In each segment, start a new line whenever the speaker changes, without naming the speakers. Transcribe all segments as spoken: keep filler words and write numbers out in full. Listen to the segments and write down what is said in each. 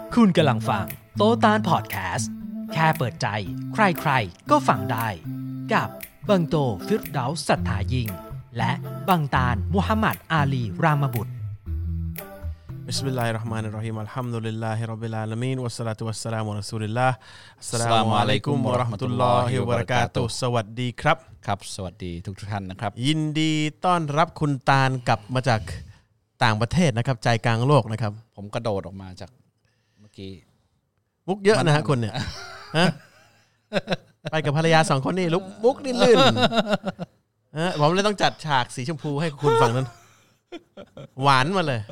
คุณกำลังฟังโตตานพอดแคสต์แค่เปิดใจใครๆก็ฟังได้กับบังโตฟิรเดาส์ศรัทธายิ่งและบังตาลมุฮัมมัดอาลีรามบุตร
บิสมิลลาฮิรเราะห์มานิรเราะฮีมอัลฮัมดุลิลลาฮิร็อบบิลอาละมีนวัสศอลาตุวัสสลามุอะลารอซูลิลลาฮ์อัสสลามุอะลัยกุมวะเราะห์มะตุลลอฮิวะบะเราะกาตุฮ์สวัสดีครับ
ครับสวัสดีทุกท่านนะครับ
ยินดีต้อนรับคุณตาลกลับมาจากต่างประเทศนะครับใจกลางโลกนะครับ
ผมกระโดดออกมาจากเมื่อกี้
มุกเยอะนะฮะคุณเนี่ยฮะไปกับภรรยาสองคนนี่ลุกมุกนี่ลื่นฮะผมเลยต้องจัดฉากสีชมพูให้คุณฟังนั้นหวานมาเลย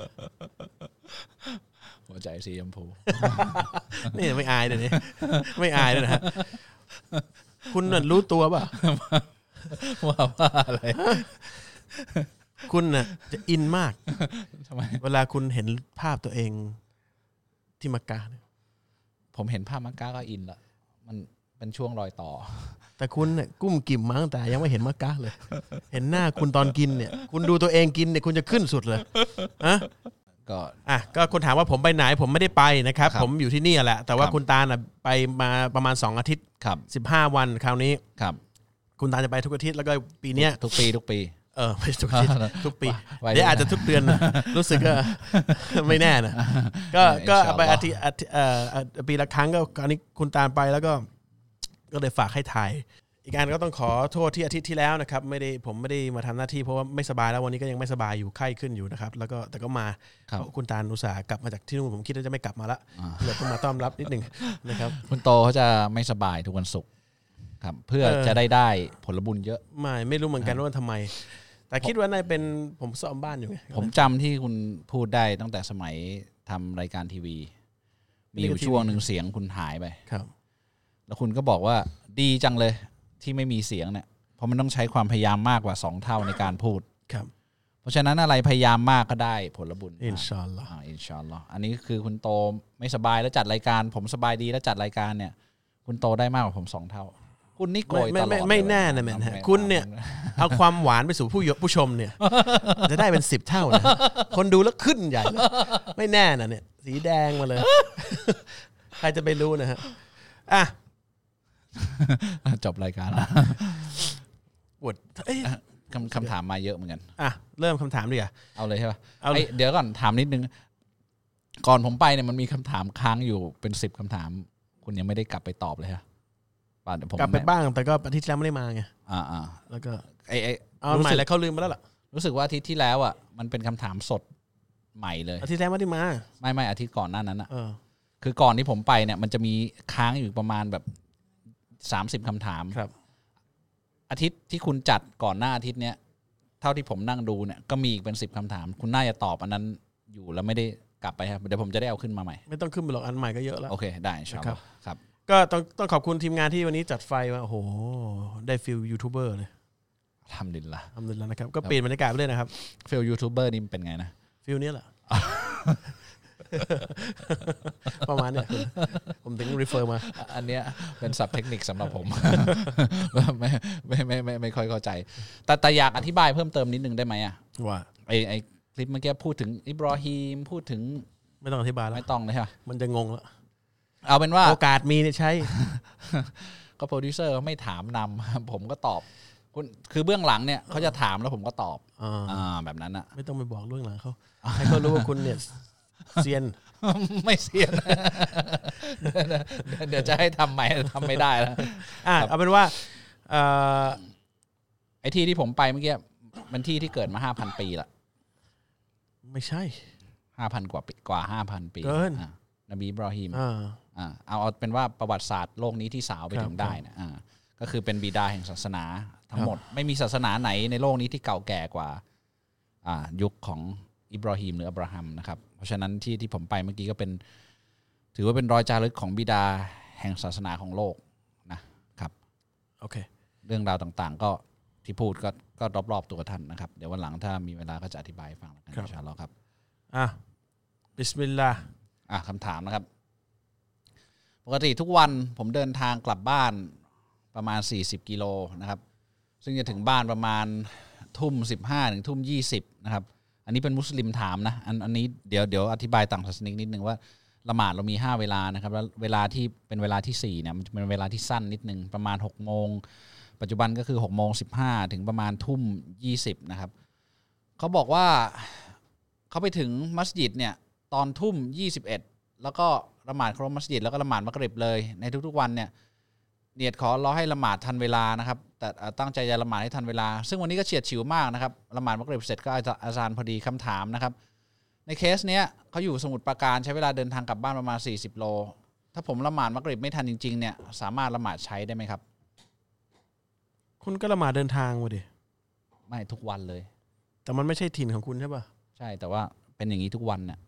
หัวใจสีชมพู
นี่ไม่อายเดี๋ยวนี้ไม่อายเลยนะฮะคุณน่ะรู้ตัวป่ะ
ว่าว่าอะไร
คุณน่ะจะอินมาก
ทำไม
เวลาคุณเห็นภาพตัวเองที่มักกะเนี่ย
ผมเห็นภาพมักกะก็อินละมันเป็นช่วงรอยต่อ
แต่คุณเนี่ยกุ้มกิ่มมาตั้งแต่ยังไม่เห็นมักกะเลยเห็นหน้าคุณตอนกินเนี่ยคุณดูตัวเองกินเนี่ยคุณจะขึ้นสุดเลยฮะ
ก็
อ่ะก็คนถามว่าผมไปไหนผมไม่ได้ไปนะครับผมอยู่ที่นี่แหละแต่ว่าคุณตาลน่ะไปมาประมาณสองอาทิตย์สิบห้าวันคราวนี้
ครับ
คุณตาลจะไปทุกอาทิตย์แล้วก็ปีเนี้ย
ทุกปีทุกปี
เออไม่ทุกอาทิตย์ทุกปีเดี๋ยวอาจจะทุกเดือนนะรู้สึกก็ไม่แน่นะก็ก็ไปอาทิตย์เอ่อปีละครั้งก็คราวนี้คุณตาลไปแล้วก็ก็เลยฝากให้ถ่ายอีกอันก็ต้องขอโทษที่อาทิตย์ที่แล้วนะครับไม่ได้ผมไม่ได้มาทำหน้าที่เพราะว่าไม่สบายแล้ววันนี้ก็ยังไม่สบายอยู่ไข้ขึ้นอยู่นะครับแล้วก็แต่ก็มาคุณตาลอุตส่าห์กลับมาจากที่นู่นผมคิดว่าจะไม่กลับมาละเลยต้องมาต้อนรับนิดนึงนะครับ
คุณโตเขาจะไม่สบายทุกวันศุกร์ครับเพื่อจะได้ได้ผลบุญเยอะ
ไม่ไม่รู้เหมือนกันว่าทำไมแต่คิดว่านายเป็นผมซ่อมบ้านอยู่ไง
ผมจำที่คุณพูดได้ตั้งแต่สมัยทำรายการทีวีมีอยู่ช่วงหนึ่งเสียงคุณหายไป
ครับ
แล้วคุณก็บอกว่าดีจังเลยที่ไม่มีเสียงเนี่ยเพราะมันต้องใช้ความพยายามมากกว่าสองเท่าในการพูด
ครับ
เพราะฉะนั้นอะไรพยายามมากก็ได้ผลบุญ
อินชาอัลลอฮ์
อินชาอัลลอฮ์อันนี้คือคุณโตไม่สบายแล้วจัดรายการผมสบายดีแล้วจัดรายการเนี่ยคุณโตได้มากกว่าผมสองเท่าคุณนี่โกยตลอด
ไม่ไม่แน่นะแม่ฮะคุณเนี่ยเอาความหวานไปสู่ผู้ผู้ชมเนี่ยจะได้เป็นสิบเท่านะคนดูแล้วขึ้นใหญ่ไม่แน่นะเนี่ยสีแดงมาเลยใครจะไปรู้นะฮะอ่ะ
จบรายการ
ปวด
คำคำถามมาเยอะเหมือนกัน
อ่ะเริ่มคำถามดิอ่ะ
เอาเลยใช่ป่ะเดี๋ยวก่อนถามนิดนึงก่อนผมไปเนี่ยมันมีคำถามค้างอยู่เป็นสิบคำถามคุณยังไม่ได้กลับไปตอบเลยฮะ
กลับไปบ้างแต่ก็อาทิตย์ที่แล้วไม่ได้มาไง
อ่าอ่า
แล้วก็
ไอ้ไอ้
เอาใหม่แล้วเขาลืมไปแล้วล่ะ
รู้สึกว่าอาทิตย์ที่แล้วอ่ะมันเป็นคำถามสดใหม่เลย
อาทิตย์แล้วไม่ได้มา
ไม่ไม่อาทิตย์ก่อนหน้านั้นอ่ะ
เออ
คือก่อนที่ผมไปเนี่ยมันจะมีค้างอยู่ประมาณแบบสามสิบคำถาม
ครับ
อาทิตย์ที่คุณจัดก่อนหน้าอาทิตย์เนี้ยเท่าที่ผมนั่งดูเนี่ยก็มีอีกเป็นสิบคำถามคุณน่าจะตอบอันนั้นอยู่แล้วไม่ได้กลับไปครับเดี๋ยวผมจะได้เอาขึ้นมาใหม่
ไม่ต้องขึ้นไปหรอกอันใหม่ก็เยอะแล้ว
โอเคได้ครับครับ
ก็ต้องต้องขอบคุณทีมงานที่วันนี้จัดไฟมาโอ้โหได้ฟิลยูทูบเบอร์เลย
ทำดินละ
ทำดินละนะครับก็เปลี่ยนบรรยากาศไปเลยนะครับ
ฟิลยูทูบเบอร์นี่เป็นไงนะ
ฟิลนี้แหละประมาณเนี้ยผมถึงรีเฟอร์มา
อันเนี้ยเป็นศัพท์เทคนิคสำหรับผมไม่ไม่ไม่ไม่ไม่ค่อยเข้าใจแต่แต่อยากอธิบายเพิ่มเติมนิดนึงได้ไหมอ่ะ
ว่า
ไอไอคลิปเมื่อกี้พูดถึงอิบรอฮีมพูดถึง
ไม่ต้องอธิบายแล้ว
ไม่ต้องเลยใช่ไหม
มันจะงงแล้ว
เอาเป็นว่า
โอกาสมีเนี่ยใช่
ก็โปรดิวเซอร์ไม่ถามนำผมก็ตอบคุณคือเบื้องหลังเนี่ยเขาจะถามแล้วผมก็ตอบอ่าแบบนั้นอ่ะ
ไม่ต้องไปบอกเบื้องหลังเขาให้เขารู้ว่าคุณเนี่ยเซียน
ไม่เซียนเดี๋ยวจะให้ทำใหม่ทำไม่ได้แล้ว
อ่ะเอาเป็นว่า
ไอ้ที่ที่ผมไปเมื่อกี้มันที่ที่เกิดมาห้าพันปีละ
ไม่ใช่
ห้าพันกว่ากว่าห้าพันปี
เกิน
นบีอิบรอฮีม
อ่า
อ่าเอาเอาเป็นว่าประวัติศาสตร์โลกนี้ที่สาวไปถึงได้นะอ่าก็คือเป็นบิดาแห่งศาสนาทั้งหมดไม่มีศาสนาไหนในโลกนี้ที่เก่าแก่กว่าอ่ายุคของอิบรอฮีมหรืออับราฮัมนะครับเพราะฉะนั้นที่ที่ผมไปเมื่อกี้ก็เป็นถือว่าเป็นรอยจารึกของบิดาแห่งศาสนาของโลกนะครับ
โอเค
เรื่องราวต่างๆก็ที่พูดก็ก็รอบๆตัวท่านนะครับเดี๋ยววันหลังถ้ามีเวลาก็จะอธิบายให้ฟังกันอินชาอัลลอฮ์ครับ
อ่ะบิสมิลลาห์
อ่ะคำถามนะครับปกติทุกวันผมเดินทางกลับบ้านประมาณสี่สิบกิโลนะครับซึ่งจะถึงบ้านประมาณทุ่มสิบห้าถึงทุ่มยี่สิบนะครับอันนี้เป็นมุสลิมถามนะอันอันนี้เดี๋ยวเดี๋ยวอธิบายต่างศาสนานิดนึงว่าละหมาดเรามีห้าเวลานะครับแล้วเวลาที่เป็นเวลาที่สี่เนี่ยมันเป็นเวลาที่สั้นนิดนึงประมาณหกโมงปัจจุบันก็คือหกโมงสิบห้าถึงประมาณทุ่มยี่สิบนะครับเขาบอกว่าเขาไปถึงมัสยิดเนี่ยตอนทุ่มยี่สิบเอ็ดแล้วก็ละหมาดเคารพมัสยิดแล้วก็ละหมาดมักริบเลยในทุกๆวันเนี่ยเนียดขอรอให้ละหมาดทันเวลานะครับแต่ตั้งใจจะละหมาดให้ทันเวลาซึ่งวันนี้ก็เฉียดฉิวมากนะครับละหมาดมักริบเสร็จก็อาซานพอดีคำถามนะครับในเคสเนี้ยเขาอยู่สมุทรปราการใช้เวลาเดินทางกลับบ้านประมาณสี่สิบโลถ้าผมละหมาดมักริบไม่ทันจริงๆเนี่ยสามารถละหมาดใช้ได้ไหมครับ
คุณก็ละหมาดเดินทางมาดิ
ไม่ทุกวันเลย
แต่มันไม่ใช่ถิ่นของคุณใช่ป่ะ
ใช่แต่ว่าเป็นอย่างนี้ทุกวันเนี่ย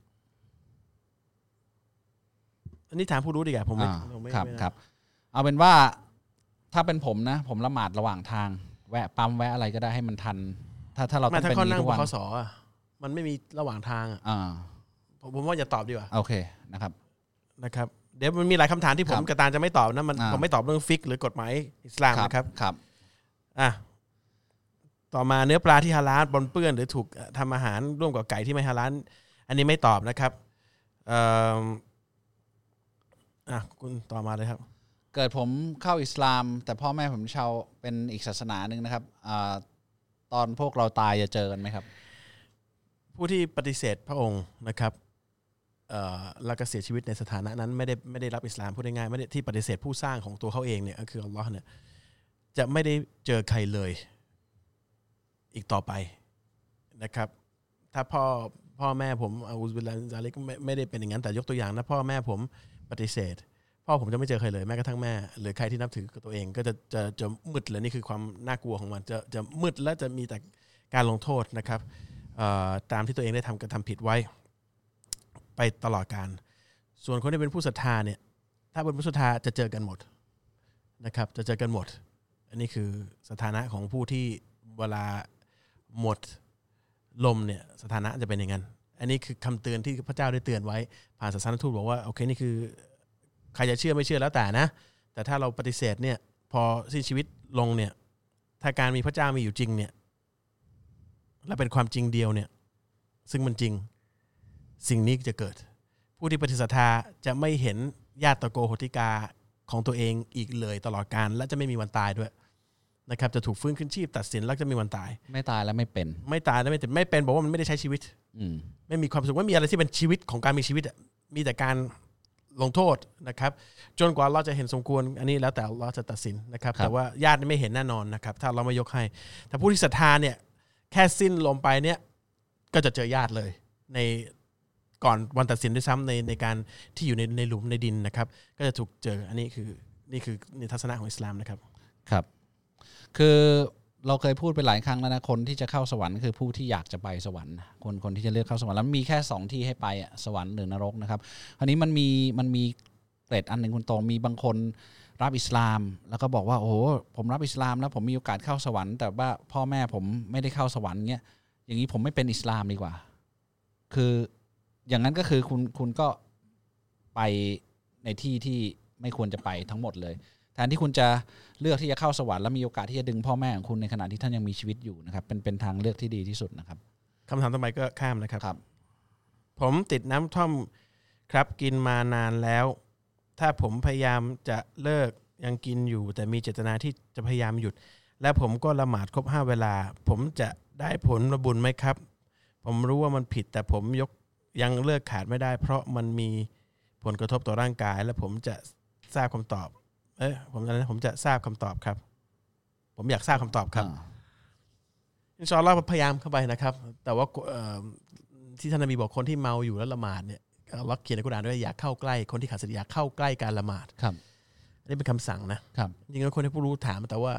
อันนี้ถามผู้รู้ดีกว่าผมไม่
ครับครับเอาเป็นว่าถ้าเป็นผมนะผมละหมาดระหว่างทางแวะปั๊มแวะอะไรก็ได้ให้มันทันถ้าถ้าเราต้องเป็นนี้ทุกวัน
ถ้าเขานั่งบขสอ่ะมันไม่มีระหว่างทางอ่ะผมว่าอย่าตอบดีกว่า
โอเคนะครับ
นะครับเดี๋ยวมันมีหลายคำถามที่ผมกระตานจะไม่ตอบนะมันผมไม่ตอบเรื่องฟิกหรือกฎหมายอิสลามนะครับ
ครับ
อ่ะต่อมาเนื้อปลาที่ฮาลาลปนเปื้อนหรือถูกทำอาหารร่วมกับไก่ที่ไม่ฮาลาลอันนี้ไม่ตอบนะครับเอ่ออ่ะคุณต่อมาเลยครับ
เกิดผมเข้าอิสลามแต่พ่อแม่ผมชาวเป็นอีกศาสนาหนึ่งนะครับอ่าตอนพวกเราตายจะเจอกันไหมครับ
ผู้ที่ปฏิเสธพระองค์นะครับเอ่อแล้วก็เสียชีวิตในสถานะนั้นไม่ได้ไม่ได้รับอิสลามพูดง่ายๆไม่ได้ที่ปฏิเสธผู้สร้างของตัวเขาเองเนี่ยก็คืออัลลอฮ์เนี่ยจะไม่ได้เจอใครเลยอีกต่อไปนะครับถ้าพ่อพ่อแม่ผมอูซุบิลลาฮิมินซาลิกไม่ไม่ได้เป็นอย่างนั้นแต่ยกตัวอย่างนะพ่อแม่ผมปฏิเสธพ่อผมจะไม่เจอใครเลยแม้กระทั่งแม่หรือใครที่นับถือตัวเองก็จะจะจะมืดเลยนี่คือความน่ากลัวของมันจะจะมืดและจะมีแต่การลงโทษนะครับตามที่ตัวเองได้ทำกระทำผิดไว้ไปตลอดกาลส่วนคนที่เป็นผู้ศรัทธาเนี่ยถ้าเป็นผู้ศรัทธาจะเจอกันหมดนะครับจะเจอกันหมดอันนี้คือสถานะของผู้ที่เวลาหมดลมเนี่ยสถานะจะเป็นอย่างนั้นอันนี้คือคำเตือนที่พระเจ้าได้เตือนไว้ผ่านศาสนทูตบอกว่าโอเคนี่คือใครจะเชื่อไม่เชื่อแล้วแต่นะแต่ถ้าเราปฏิเสธเนี่ยพอสิ้นชีวิตลงเนี่ยถ้าการมีพระเจ้ามีอยู่จริงเนี่ยและเป็นความจริงเดียวเนี่ยซึ่งมันจริงสิ่งนี้จะเกิดผู้ที่ปฏิเสธศรัทธาจะไม่เห็นญาติตระโกโหติกาของตัวเองอีกเลยตลอดกาลและจะไม่มีวันตายด้วยนะครับจะถูกฟื้นขึ้นชีพตัดสินแล้วจะมีวันตาย
ไม่ตายแล้วไม่เป็น
ไม่ตายแล้วไม่เป็นไม่เป็นบอกว่ามันไม่ได้ใช้ชีวิตไม่มีความสุขไม่มีอะไรที่เป็นชีวิตของการมีชีวิตมีแต่การลงโทษนะครับจนกว่าเราจะเห็นสมควรอันนี้แล้วแต่เราจะตัดสินนะครับแต่ว่าญาติไม่เห็นแน่นอนนะครับถ้าเราไม่ยกให้แต่ผู้ที่ศรัทธาเนี่ยแค่สิ้นลมไปเนี่ยก็จะเจอญาติเลยในก่อนวันตัดสินด้วยซ้ำในในการที่อยู่ในในหลุมในดินนะครับก็จะถูกเจออันนี้คือนี่คือในทัศนะของอิสลามนะครับ
ครับคือเราเคยพูดไปหลายครั้งแล้วนะคนที่จะเข้าสวรรค์คือผู้ที่อยากจะไปสวรรค์คนคนที่จะเลือกเข้าสวรรค์แล้วมีแค่สองที่ให้ไปอ่ะสวรรค์หรือนรกนะครับคราวนี้มันมีมันมีเกรดอันหนึ่งคุณโตมีบางคนรับอิสลามแล้วก็บอกว่าโอ้ผมรับอิสลามแล้วผมมีโอกาสเข้าสวรรค์แต่ว่าพ่อแม่ผมไม่ได้เข้าสวรรค์เงี้ยอย่างนี้ผมไม่เป็นอิสลามดีกว่าคืออย่างนั้นก็คือคุณคุณก็ไปในที่ที่ไม่ควรจะไปทั้งหมดเลยแทนที่คุณจะเลือกที่จะเข้าสวรรค์และมีโอกาสที่จะดึงพ่อแม่ของคุณในขณะที่ท่านยังมีชีวิตอยู่นะครับเป็นเป็นทางเลือกที่ดีที่สุดนะครับ
คำถามต่อไปก็ข้ามนะครับครับผมติดน้ำท่อมครับกินมานานแล้วถ้าผมพยายามจะเลิกยังกินอยู่แต่มีเจตนาที่จะพยายามหยุดและผมก็ละหมาดครบห้าเวลาผมจะได้ผลบุญไหมครับผมรู้ว่ามันผิดแต่ผมยกยังเลิกขาดไม่ได้เพราะมันมีผลกระทบต่อร่างกายและผมจะทราบคำตอบเอ้ยผมอะไรนะผมจะทราบคำตอบครับผมอยากทราบคำตอบครับอินชาอัลลอฮ์พยายามเข้าไปนะครับแต่ว่าที่ท่านนบีบอกคนที่เมาอยู่แล้วละหมาดเนี่ยอัลเลาะห์เขียนในกุรอานด้วยอยากเข้าใกล้คนที่ขาดสติอยากเข้าใกล้การละหมาด
ครับ
อันนี้เป็นคำสั่งนะครับจริงๆแล้วคนที่ผู้รู้ถามแต่ว่า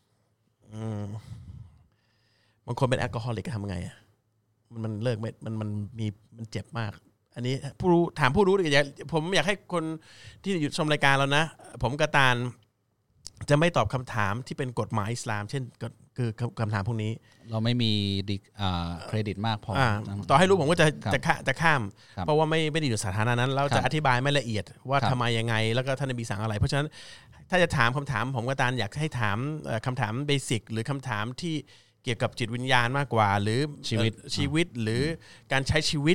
บางคนเป็นแอลกอฮอลิกทำไงอ่ะมันมันเลิกไม่มันมันมีมันเจ็บมากอันนี้ผู้รู้ถามผู้รู้ดิอยากผมอยากให้คนที่อยู่ชมรายการเรานะผมกระตานจะไม่ตอบคำถามที่เป็นกฎหมายอิสลามเช่นคือคำถามพวกนี้
เราไม่มีดิเครดิตมากพอ
ต่อให้รู้ผมก็จะจะจะข้ามเพราะว่าไม่ไม่ได้อยู่สถานะนั้นเราจะอธิบายไม่ละเอียดว่าทำไมยังไงแล้วก็ท่านนบีสั่งอะไรเพราะฉะนั้นถ้าจะถามคำถามผมกระตานอยากให้ถามคำถามเบสิกหรือคำถามที่เกี่ยวกับจิตวิญญาณมากกว่าหรือ
ชีวิต
ชีวิตหรือการใช้ชีวิต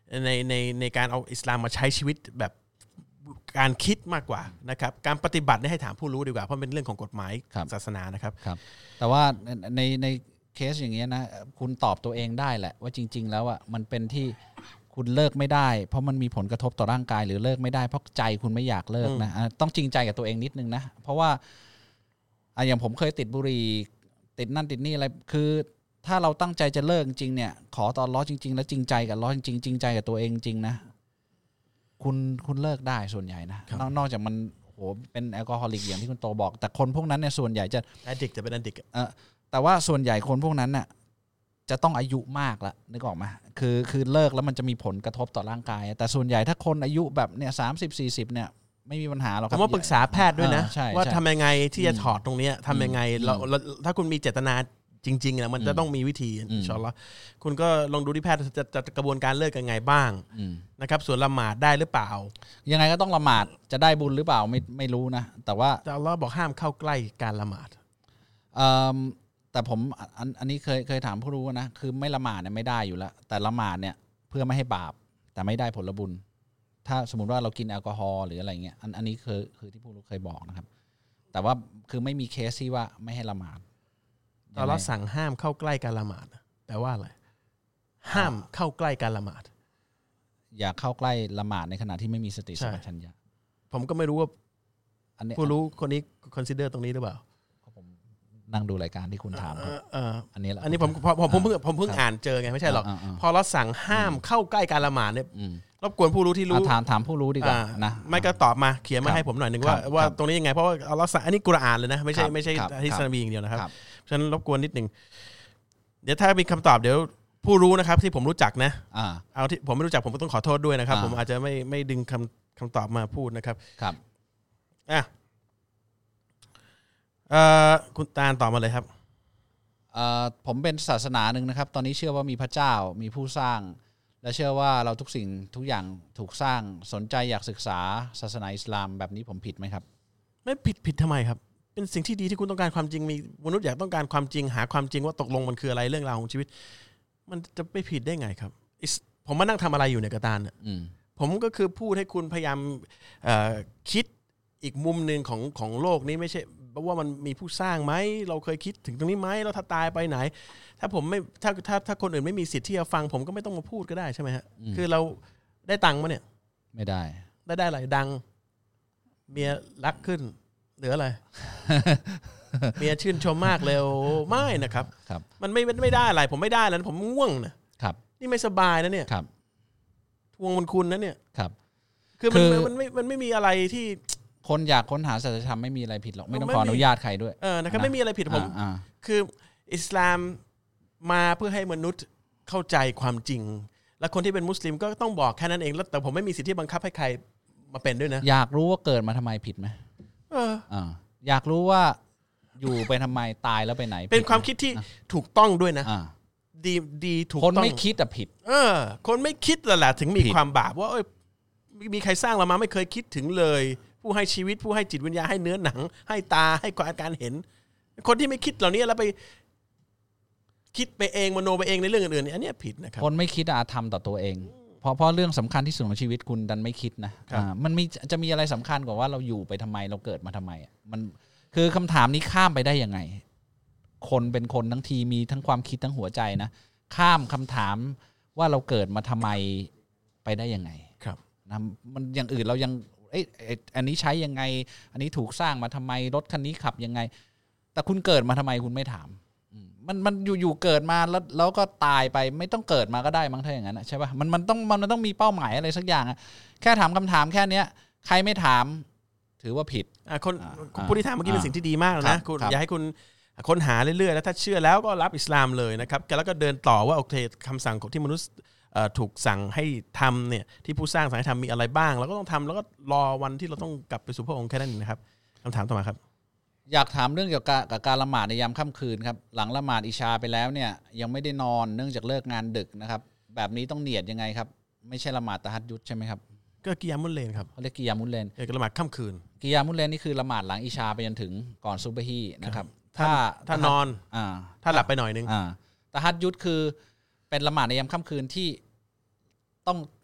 ในในในการเอาอิสลามมาใช้ชีวิตแบบการคิดมากกว่านะครับการปฏิบัติให้ถามผู้รู้ดีกว่าเพราะเป็นเรื่องของกฎหมายศาสนานะครับ
ครับแต่ว่าในในเคสอย่างเงี้ยนะคุณตอบตัวเองได้แหละว่าจริงๆแล้วอ่ะมันเป็นที่คุณเลิกไม่ได้เพราะมันมีผลกระทบต่อร่างกายหรือเลิกไม่ได้เพราะใจคุณไม่อยากเลิกนะต้องจริงใจกับตัวเองนิดนึงนะเพราะว่าอย่างผมเคยติดบุหรี่ติดนั่นติดนี่อะไรคือถ้าเราตั้งใจจะเลิกจริงเนี่ยขอตอนล้อจริงๆแล้วจริงใจกับล้อจริงๆจริงใจกับตัวเองจริงนะคุณคุณเลิกได้ส่วนใหญ่นะนอกจากมันโหเป็นแอลกอฮอลิกอย่างที่คุณโตบอกแต่คนพวกนั้นเนี่ยส่วนใหญ่จะ
แอดดิกจะเป็นแอดดิก
เออแต่ว่าส่วนใหญ่คนพวกนั้นน่ะจะต้องอายุมากละนึกออกไหมคือคือเลิกแล้วมันจะมีผลกระทบต่อร่างกายแต่ส่วนใหญ่ถ้าคนอายุแบบเนี่ยสามสิบสี่สิบเนี่ยไม่มีปัญหาหรอกครับ
ผมว่าปรึกษาแพทย์ด้วยนะว่าทำยังไงที่จะถอดตรงนี้ทำยังไงเราถ้าคุณมีเจตนาจริงๆนะมันจะต้องมีวิธีอินชาอัลลอฮ์คุณก็ลองดูที่แพทย์จะจะกระบวนการเลิกกันไงบ้างนะครับส่วนละหมาดได้หรือเปล่า
ยังไงก็ต้องละหมาดจะได้บุญหรือเปล่าไม่ไม่รู้นะแต่ว่า
อัลลอฮ์บอกห้ามเข้าใกล้การละหมาด
แต่ผมอันอันนี้เคยเคยถามผู้รู้นะคือไม่ละหมาดเนี่ยไม่ได้อยู่แล้วแต่ละหมาดเนี่ยเพื่อไม่ให้บาปแต่ไม่ได้ผลบุญถ้าสมมุติว่าเรากินแอลกอฮอล์หรืออะไรเงี้ยอันอันนี้คือคือที่ผู้รู้เคยบอกนะครับแต่ว่าคือไม่มีเคสที่ว่าไม่ให้ละหมาด
อัลเลาะห์สั่งห้ามเข้าใกล้การละหมาดแปลว่าอะไรห้ามเข้าใกล้การละหมาด
อย่าเข้าใกล้ละหมาดในขณะที่ไม่มีสติสัมปชัญญะ
ผมก็ไม่รู้ว่าผู้รู้คนนี้คอนซิเดอร์ตรงนี้หรือเปล่า
ผมนั่งดูรายการที่คุณถามอันนี้แหละ
อันนี้ผมผมเพิ่งผมเพิ่งอ่านเจอไงไม่ใช่หรอกพอเราสั่งห้ามเข้าใกล้การละหมาดเนี่ยรบกวนผู้รู้ที่รู้
ถามถามผู้รู้ดีกว่านะ
ไม่ก็ตอบมาเขียนมาให้ผมหน่อยนึงว่าว่าตรงนี้ยังไงเพราะว่าเราสั่งอันนี้กุรอานเลยนะไม่ใช่ไม่ใช่ฮะดิษนบีอย่างเดียวนะครับฉะนั้นรบกวนนิดนึงเดี๋ยวถ้ามีคำตอบเดี๋ยวผู้รู้นะครับที่ผมรู้จักนะเอาที่ผมไม่รู้จักผมก็ต้องขอโทษด้วยนะครับผมอาจจะไม่ไม่ดึงคำคำตอบมาพูดนะครับ
ครับ
อ่ะเอ่อคุณตาลตอบมาเลยครับ
เอ่อผมเป็นศาสนาหนึ่งนะครับตอนนี้เชื่อว่ามีพระเจ้ามีผู้สร้างและเชื่อว่าเราทุกสิ่งทุกอย่างถูกสร้างสนใจอยากศึกษาศาสนาอิสลามแบบนี้ผมผิดไหมครับ
ไม่ผิดผิดทำไมครับเป็นสิ่งที่ดีที่คุณต้องการความจริงมีมนุษย์อยากต้องการความจริงหาความจริงว่าตกลงมันคืออะไรเรื่องราวของชีวิตมันจะไม่ผิดได้ไงครับผมมานั่งทำอะไรอยู่ในกระตานผมก็คือพูดให้คุณพยายามคิดอีกมุมนึงของของโลกนี้ไม่ใช่ว่ามันมีผู้สร้างไหมเราเคยคิดถึงตรงนี้ไหมแล้วถ้าตายไปไหนถ้าผมไม่ถ้าถ้าถ้าคนอื่นไม่มีสิทธิ์ที่จะฟังผมก็ไม่ต้องมาพูดก็ได้ใช่ไหมฮะคือเราได้ตังค์มาเนี่ย
ไม่ได้
ได้ได้อะไรดังเมียรักขึ้นหรืออะไร เมียชื่นชมมากเลยไม่นะครับมันไม่ไม่ได้อะไรผมไม่ได้แล้วผมง่วงนะครับนี่ไม่สบายนะเนี่ย
ครับ
ทวงบุญคุณนะเนี่ย
ครับ
คือมันมันไม่มันไม่มีอะไรที่
คนอยากค้นหาสัจธรรมไม่มีอะไรผิดหรอกไม่ต้องขออนุญาตใครด้วย
เออนะครับไม่มีอะไรผิดผมคืออิสลามมาเพื่อให้มนุษย์เข้าใจความจริงและคนที่เป็นมุสลิมก็ต้องบอกแค่นั้นเองแล้วแต่ผมไม่มีสิทธิ์ที่บังคับให้ใครมาเป็นด้วยนะ
อยากรู้ว่าเกิดมาทำไมผิดไหม
เออ
อยากรู้ว่าอยู่ไปทำไมตายแล้วไปไหน
เป็นความคิดที่ถูกต้องด้วยนะดีดีถูกต้อง
คนไม่คิดอะผิด
เออคนไม่คิดแหละถึงมีความบาปว่าเอ้ยมีใครสร้างเรามาไม่เคยคิดถึงเลยผู้ให้ชีวิตผู้ให้จิตวิญญาณให้เนื้อหนังให้ตาให้การเห็นคนที่ไม่คิดเหล่านี้แล้วไปคิดไปเองมโนไปเองในเรื่องอื่นๆอันนี้ผิดนะครับ
คนไม่คิดอาธรรมต่อตัวเองเพราะเพราะเรื่องสำคัญที่สุดของชีวิตคุณดันไม่คิดนะอ่ามันมีจะมีอะไรสำคัญกว่าว่าเราอยู่ไปทำไมเราเกิดมาทำไมมันคือคำถามนี้ข้ามไปได้ยังไงคนเป็นคนทั้งทีมีทั้งความคิดทั้งหัวใจนะข้ามคำถามว่าเราเกิดมาทำไมไปได้ยังไง
ครับ
นะมันอย่างอื่นเรายังเอ้ยอันนี้ใช้ยังไงอันนี้ถูกสร้างมาทำไมรถคันนี้ขับยังไงแต่คุณเกิดมาทำไมคุณไม่ถามมันมันอยู่ๆเกิดมาแล้วแล้วก็ตายไปไม่ต้องเกิดมาก็ได้มั้งถ้าอย่างนั้นใช่ป่ะมันมันต้องมันต้องมีเป้าหมายอะไรสักอย่างอะแค่ถามคำถามแค่เนี้ยใครไม่ถามถือว่าผิด
อ่ะคนผู้ที่ถามเมื่อกี้เป็นสิ่งที่ดีมากนะคุณอยากให้คุณค้นหาเรื่อยๆแล้วถ้าเชื่อแล้วก็รับอิสลามเลยนะครับแล้วก็เดินต่อว่าโอเคคำสั่งของที่มนุษย์ถูกสั่งให้ทำเนี่ยที่ผู้สร้างสั่งให้ทำมีอะไรบ้างเราก็ต้องทำแล้วก็รอวันที่เราต้องกลับไปสู่พระองค์แค่นั้นเองนะครับคำถามต่อมาครับ
อยากถามเรื่องเกี่ยวกับการละหมาดในยามค่ำคืนครับหลังละหมาดอิชาไปแล้วเนี่ยยังไม่ได้นอนเนื่องจากเลิกงานดึกนะครับแบบนี้ต้องเนียดยังไงครับไม่ใช่ละหมาดตะฮัดยุดใช่ไหมครับ
ก็กิยามุลเลนครับ
เขาเรียกกิยามุลเลน
เออละหมาดค่ำคืน
กิยามุลเลนนี่คือละหมาดหลังอิชาไปจนถึงก่อนซุบฮีนะครับ
ถ้าถ้านอน
อ่า
ถ้าหลับไปหน่อยนึง
อ่าตะฮัดยุดคือเป็นละหมาดในยามค่ำคืนที่ต้อง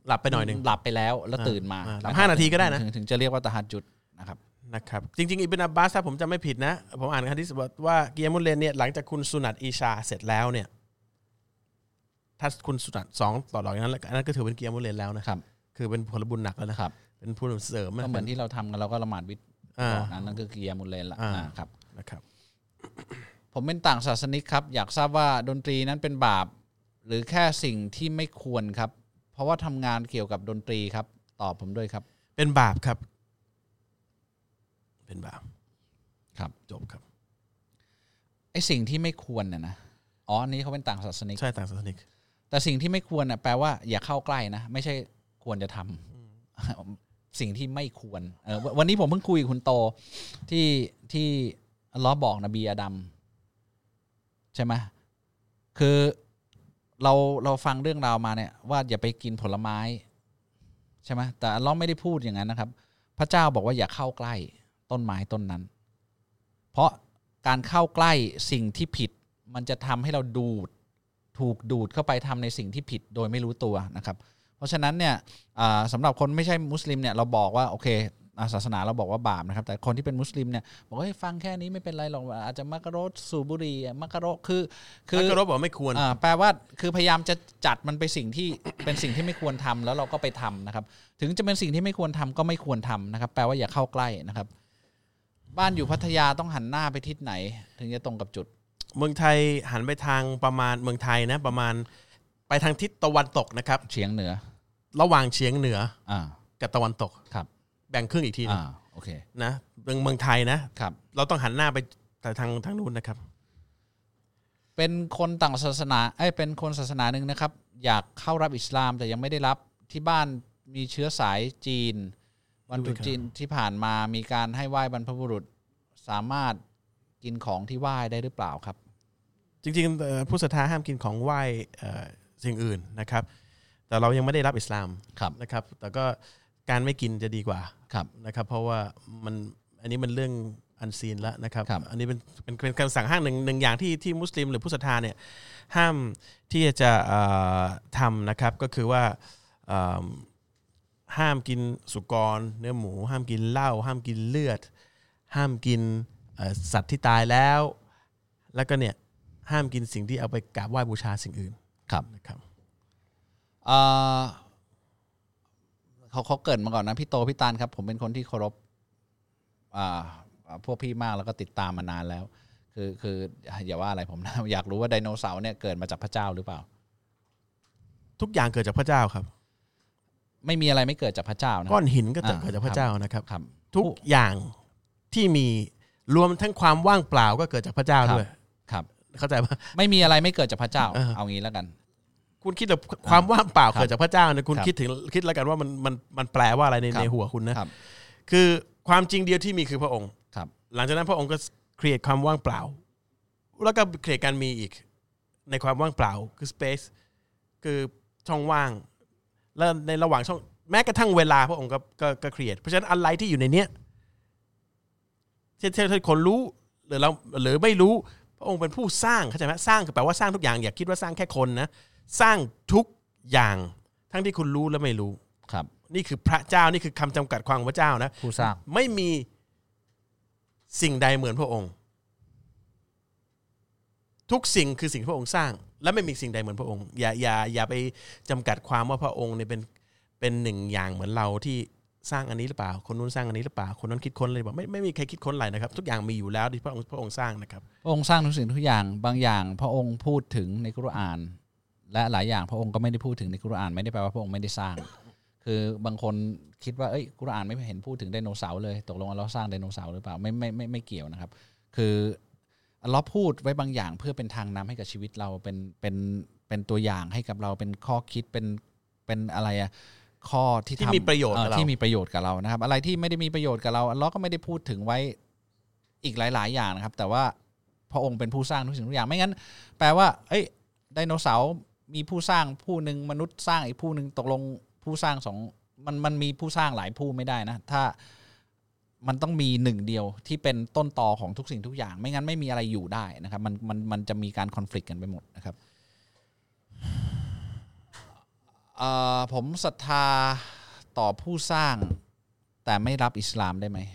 หลับไปหน่อยนึง
หลับไปแล้วแล้วตื่นมา
หลับห้านาทีก็ได้นะ
ถึงจะเรียกว่าตะฮัจญุดนะครับ
นะครับจริงๆอิบนุอับบาสถ้าผมจำไม่ผิดนะผมอ่านหะดีษว่ากิยามุลเลลเนี่ยหลังจากคุณสุนัตอิชาเสร็จแล้วเนี่ยถ้าคุณสุนัตสองต่อหลังนั้นอันนั้นก็ถือเป็นกิยามุลเลลแล้วนะครับคือเป็นผลบุญหนักแล้วนะครับเป็นผู้เสริม
ก็เหมือนที่เราทำกันเราก็ละหมาดวิตรก่อนนั้นนั่นคือกิยามุลเลลละครับ
นะครับ
ผมเป็นต่างศาสนิกครับอยากทราบว่าดนตรีนั้นเป็นบาปหรือแค่สิ่งที่ไม่ควรครับเพราะว่าทำงานเกี่ยวกับดนตรีครับตอบผมด้วยครับ
เป็นบาปครับเป็นบาป
ครับ
จบครับ
ไอสิ่งที่ไม่ควรน่ะนะอ๋อนี้เขาเป็นต่างศาสนิก
ใช่ต่างศาสนิก
แต่สิ่งที่ไม่ควรน่ะแปลว่าอย่าเข้าใกล้นะไม่ใช่ควรจะทำสิ่งที่ไม่ควรเออวันนี้ผมเพิ่งคุยกับคุณโตที่ที่อัลเลาะห์บอกนบีอาดัมใช่ไหมคือเราเราฟังเรื่องราวมาเนี่ยว่าอย่าไปกินผลไม้ใช่ไหมแต่อัลเลาะห์ไม่ได้พูดอย่างนั้นนะครับพระเจ้าบอกว่าอย่าเข้าใกล้ต้นไม้ต้นนั้นเพราะการเข้าใกล้สิ่งที่ผิดมันจะทำให้เราดูดถูกดูดเข้าไปทำในสิ่งที่ผิดโดยไม่รู้ตัวนะครับเพราะฉะนั้นเนี่ยสำหรับคนไม่ใช่มุสลิมเนี่ยเราบอกว่าโอเคศาสนาเราบอกว่าบาปนะครับแต่คนที่เป็นมุสลิมเนี่ยบอกว่าให้ฟังแค่นี้ไม่เป็นไรหรอกอาจจะมักรถสูบบุหรี่มักรถคือ
คือมักรถบอกไม่ควร
แปลว่าคือพยายามจะจัดมันไปสิ่งที่เป็นสิ่งที่ไม่ควรทำแล้วเราก็ไปทำนะครับถึงจะเป็นสิ่งที่ไม่ควรทำก็ไม่ควรทำนะครับแปลว่าอย่าเข้าใกล้นะครับบ้านอยู่พัทยาต้องหันหน้าไปทิศไหนถึงจะตรงกับจุด
เมืองไทยหันไปทางประมาณเมืองไทยนะประมาณไปทางทิศตะวันตกนะครับ
เฉียงเหนือ
ระหว่างเฉียงเหนือกับตะวันตก
ครับ
แบ่งครึ่งอีกทีนึง
โอเค
นะเมืองเมืองไทยนะครับเราต้องหันหน้าไปแต่ทางทางนู้นนะครับ
เป็นคนต่างศาสนาเอ้ยเป็นคนศาสนาหนึ่งนะครับอยากเข้ารับอิสลามแต่ยังไม่ได้รับที่บ้านมีเชื้อสายจีนวันตรุษจีนที่ผ่านมามีการให้ไหว้บรรพบุรุษสามารถกินของที่ไหว้ได้หรือเปล่าครับ
จริงๆผู้ศรัทธาห้ามกินของไหว้สิ่งอื่นนะครับแต่เรายังไม่ได้รับอิสลามนะครับแต่ก็การไม่กินจะดีกว่านะครับเพราะว่ามันอันนี้มันเรื่องอันซีนแล้วนะครับอันนี้เป็นเป็นเป็นคำสั่งห้ามหนึ่งหนึ่งอย่างที่ที่มุสลิมหรือผู้ศรัทธาเนี่ยห้ามที่จะทำนะครับก็คือว่าห้ามกินสุกรเนื้อหมูห้ามกินเหล้าห้ามกินเลือดห้ามกินสัตว์ที่ตายแล้วแล้วก็เนี่ยห้ามกินสิ่งที่เอาไปกราบไหว้บูชาสิ่งอื่น
ครับ
นะครับ
เขาเขาเกิดมาก่อนนะพี่โตพี่ตาลครับผมเป็นคนที่เคารพพวกพี่มากแล้วก็ติดตามมานานแล้วคือคืออย่าว่าอะไรผมนะอยากรู้ว่าไดโนเสาร์เนี่ยเกิดมาจากพระเจ้าหรือเปล่า
ทุกอย่างเกิดจากพระเจ้าครับ
ไม่มีอะไรไม่เกิดจากพระเจ้านะ
ก้อนหินก็เกิดจากพระเจ้านะครับทุกอย่างที่มีรวมทั้งความว่างเปล่าก็เกิดจากพระเจ้าด้วย
ครับ
เข้าใจป่ะ
ไม่มีอะไรไม่เกิดจากพระเจ้าเอางี้แล้วกัน
คุณคิดแบบความว่างเปล่าเกิดจากพระเจ้านะคุณคิดถึงคิดแล้วกันว่ามันมันมันแปลว่าอะไรในในหัวคุณนะคือความจริงเดียวที่มีคือพระองค์หลังจากนั้นพระองค์ก็ครีเอทความว่างเปล่าแล้วก็ครีเอทการมีอีกในความว่างเปล่าคือ space คือช่องว่างแล้วในระหว่างช่องแม้กระทั่งเวลาพระองค์ก็ก็ก็ครีเอทเพราะฉะนั้นอะไรที่อยู่ในเนี้ยที่ที่คนรู้หรือเราหรือไม่รู้พระองค์เป็นผู้สร้างเข้าใจไหมสร้างคือแปลว่าสร้างทุกอย่างอย่าคิดว่าสร้างแค่คนนะสร้างทุกอย่างทั้งที่คุณรู้และไม่รู้
ครับ
นี่คือพระเจ้านี่คือคำจำกัดความของพระเจ้านะ
ผู้สร้าง
ไม่มีสิ่งใดเหมือนพระองค์ทุกสิ่งคือสิ่งที่พระองค์สร้างและไม่มีสิ่งใดเหมือนพระองค์อย่าอย่าอย่าไปจำกัดความว่าพระองค์เนี่ยเป็นเป็นหนึ่งอย่างเหมือนเราที่สร้างอันนี้หรือเปล่าคนนู้นสร้างอันนี้หรือเปล่าคนนั้นคิดค้นเลยบอกไม่ไม่มีใครคิดค้นอะไรนะครับทุกอย่างมีอยู่แล้วที่พระองค์พระองค์สร้างนะครับ
พระองค์สร้างทุกสิ่งทุกอย่างบางอย่างพระองค์พูดถึงในกุรอานและหลายอย่างพระองค์ก็ไม่ได้พูดถึงในกุรอานไม่ได้แปลว่าพระองค์ไม่ได้สร้างคือบางคนคิดว่าเอ้ยกุรอานไม่เห็นพูดถึงไดโนเสาร์เลยตกลงอัลเลาะห์สร้างไดโนเสาร์หรือเปล่าไม่ไม่ไม่ไม่เกี่ยวนะครับคืออัลเลาะห์พูดไว้บางอย่างเพื่อเป็นทางนำให้กับชีวิตเราเป็นเป็นเป็นตัวอย่างให้กับเราเป็นข้อคิดเป็นเป็นอะไรอะข้อที่
ที่มีประโยชน์กับเรา
ที่มีประโยชน์กับเรานะครับอะไรที่ไม่ได้มีประโยชน์กับเราอัลเลาะห์ก็ไม่ได้พูดถึงไว้อีกหลายๆอย่างนะครับแต่ว่าพระองค์เป็นผู้สร้างทุกสิ่งทุกอย่างไม่งั้นแปลว่าเอ้ยไดโนเสาร์มีผู้สร้างผู้นึงมนุษย์สร้างอีกผู้นึงตกลงผู้สร้างสองมันมันมีผู้สร้างหลายผู้ไม่ได้นะถ้ามันต้องมีหนึ่งเดียวที่เป็นต้นตอของทุกสิ่งทุกอย่างไม่งั้นไม่มีอะไรอยู่ได้นะครับมันมันมันจะมีการคอนฟลิกต์กันไปหมดนะครับเอ่อผมศรัทธาต่อผู้สร้างแต่ไม่รับอิสลามได้ไหม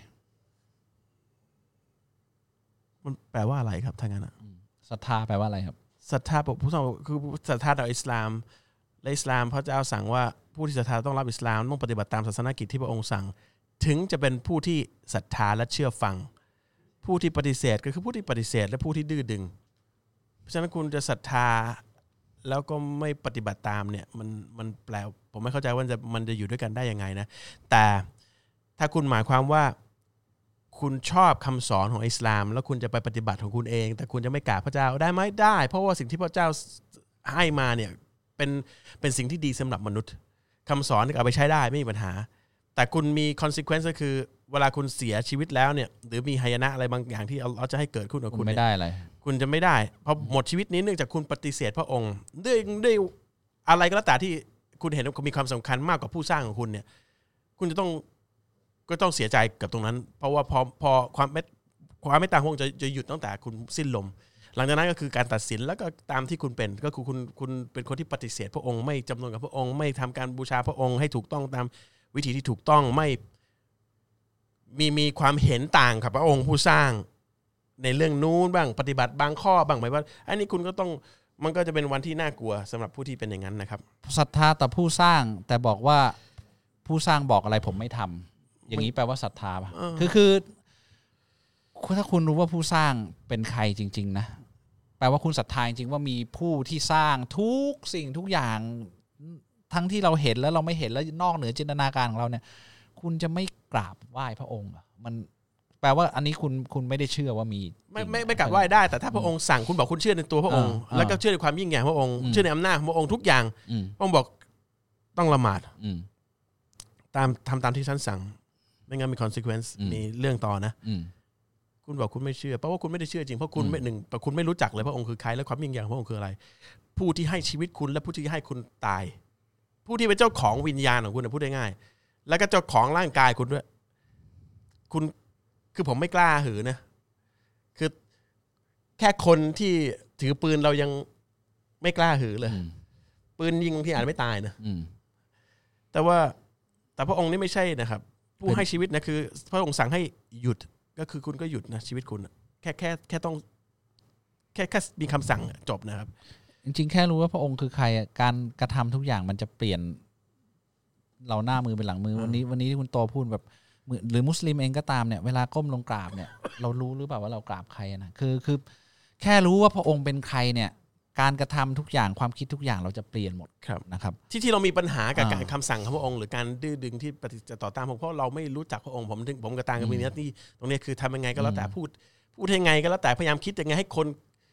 มันแปลว่าอะไรครับทางนั้นอ่ะ
ศรัทธาแปลว่าอะไรครับ
ศรัทธาผู้สร้างคือศรัทธาต่ออิสลามและอิสลามพระเจ้าสั่งว่าผู้ที่ศรัทธาต้องรับอิสลามต้องปฏิบัติตามศาสนกิจที่พระองค์สั่งถึงจะเป็นผู้ที่ศรัทธาและเชื่อฟังผู้ที่ปฏิเสธก็คือผู้ที่ปฏิเสธและผู้ที่ดื้อดึงเพราะฉะนั้นคุณจะศรัทธาแล้วก็ไม่ปฏิบัติตามเนี่ยมันมันแปลผมไม่เข้าใจว่าจะมันจะอยู่ด้วยกันได้ยังไงนะแต่ถ้าคุณหมายความว่าคุณชอบคำสอนของอิสลามแล้วคุณจะไปปฏิบัติของคุณเองแต่คุณจะไม่กราบพระเจ้าได้ไหมได้เพราะว่าสิ่งที่พระเจ้าให้มาเนี่ยเป็นเป็นสิ่งที่ดีสำหรับมนุษย์คำสอนเอาไปใช้ได้ไม่มีปัญหาแต่คุณมี consequence ก็คือเวลาคุณเสียชีวิตแล้วเนี่ยหรือมีหายนะอะไรบางอย่างที่เราจะให้เกิดขึ้นกับคุณ
ไม่ได้อะไร
คุณจะไม่ได้เพราะหมดชีวิตนี้เนื่องจากคุณปฏิเสธพระองค์ด้วยด้วยอะไรก็แล้วแต่ที่คุณเห็นว่ามีความสำคัญมากกว่าผู้สร้างของคุณเนี่ยคุณจะต้องก็ต้องเสียใจกับตรงนั้นเพราะว่าพอพอความเมตความเมตตาพระองค์จะจะหยุดตั้งแต่คุณสิ้นลมหลังจากนั้นก็คือการตัดสินแล้วก็ตามที่คุณเป็นก็คือคุณคุณเป็นคนที่ปฏิเสธพระองค์ไม่จำนนกับพระองค์ไม่ทำการบูชาพระองค์ให้ถูกต้องตามวิธีที่ถูกต้องไม่มีมีความเห็นต่างกับพระองค์ผู้สร้างในเรื่องนู้นบ้างปฏิบัติบางข้อบางหมายว่าอันนี้คุณก็ต้องมันก็จะเป็นวันที่น่ากลัวสำหรับผู้ที่เป็นอย่างนั้นนะครับ
ศรัทธาต่อผู้สร้างแต่บอกว่าผู้สร้างบอกอะไรผมไม่ทำอย่างนี้แปลว่าศรัทธาป่ะคือคือถ้าคุณรู้ว่าผู้สร้างเป็นใครจริงๆนะแปลว่าคุณศรัทธาจริงๆว่ามีผู้ที่สร้างทุกสิ่งทุกอย่างทั้งที่เราเห็นแล้วเราไม่เห็นแล้วนอกเหนือจินตนาการของเราเนี่ยคุณจะไม่กราบไหว้พระองค์มันแปลว่าอันนี้คุณคุณไม่ได้เชื่อว่ามี
ไม่ไม่ไม่กราบไหว้ได้แต่ถ้าพระองค์สั่งคุณบอกคุณเชื่อในตัวพระองค์แล้วก็เชื่อในความยิ่งใหญ่พระองค์เชื่อในอำนาจของพระองค์ทุกอย่างพระองค์บอกต้องละหมาดตามทำตามที่ฉันสั่งไม่งั้นมี consequence มีเรื่องต่อนะคุณบอกคุณไม่เชื่อเพราะว่าคุณไม่ได้เชื่อจริงเพราะคุณไม่หนึ่งแต่คุณไม่รู้จักเลยพระองค์คือใครและความยิ่งใหญ่ของพระองค์คืออะไรผู้ที่ให้ชีวิตคุณและผู้ที่ให้คุณตายผู้ที่เป็นเจ้าของวิญญาณของคุณพูดได้ง่ายแล้วก็เจ้าของร่างกายคุณด้วยคุณคือผมไม่กล้าหือนะคือแค่คนที่ถือปืนเรายังไม่กล้าหือเลยปืนยิงบางทีอาจไม่ตายนะแต่ว่าแต่พระองค์นี่ไม่ใช่นะครับผู้ให้ชีวิตนะคือพระองค์สั่งให้หยุดก็คือคุณก็หยุดนะชีวิตคุณแค่แค่แค่ต้องแค่แค่มีคำสั่งจบนะครับ
จริงๆแค่รู้ว่าพระองค์คือใครการกระทำทุกอย่างมันจะเปลี่ยนเราหน้ามือเป็นหลังมือวันนี้วันนี้ที่คุณโตพูดแบบหรือมุสลิมเองก็ตามเนี่ยเวลาก้มลงกราบเนี่ยเรารู้หรือเปล่าว่าเรากราบใครนะคือคือแค่รู้ว่าพระองค์เป็นใครเนี่ยการกระทำทุกอย่างความคิดทุกอย่างเราจะเปลี่ยนหมดนะครับ
ที่ที่เรามีปัญหากับการคำสั่งของพระองค์หรือการดื้อดึงที่ปฏิจะต่อต้านเพราะเราไม่รู้จักพระองค์ผมถึงผมกับตางกันมีหน้าที่ตรงนี้คือทำยังไงก็แล้วแต่พูดพูดยังไงก็แล้วแต่พยายามคิดยังไงให้คน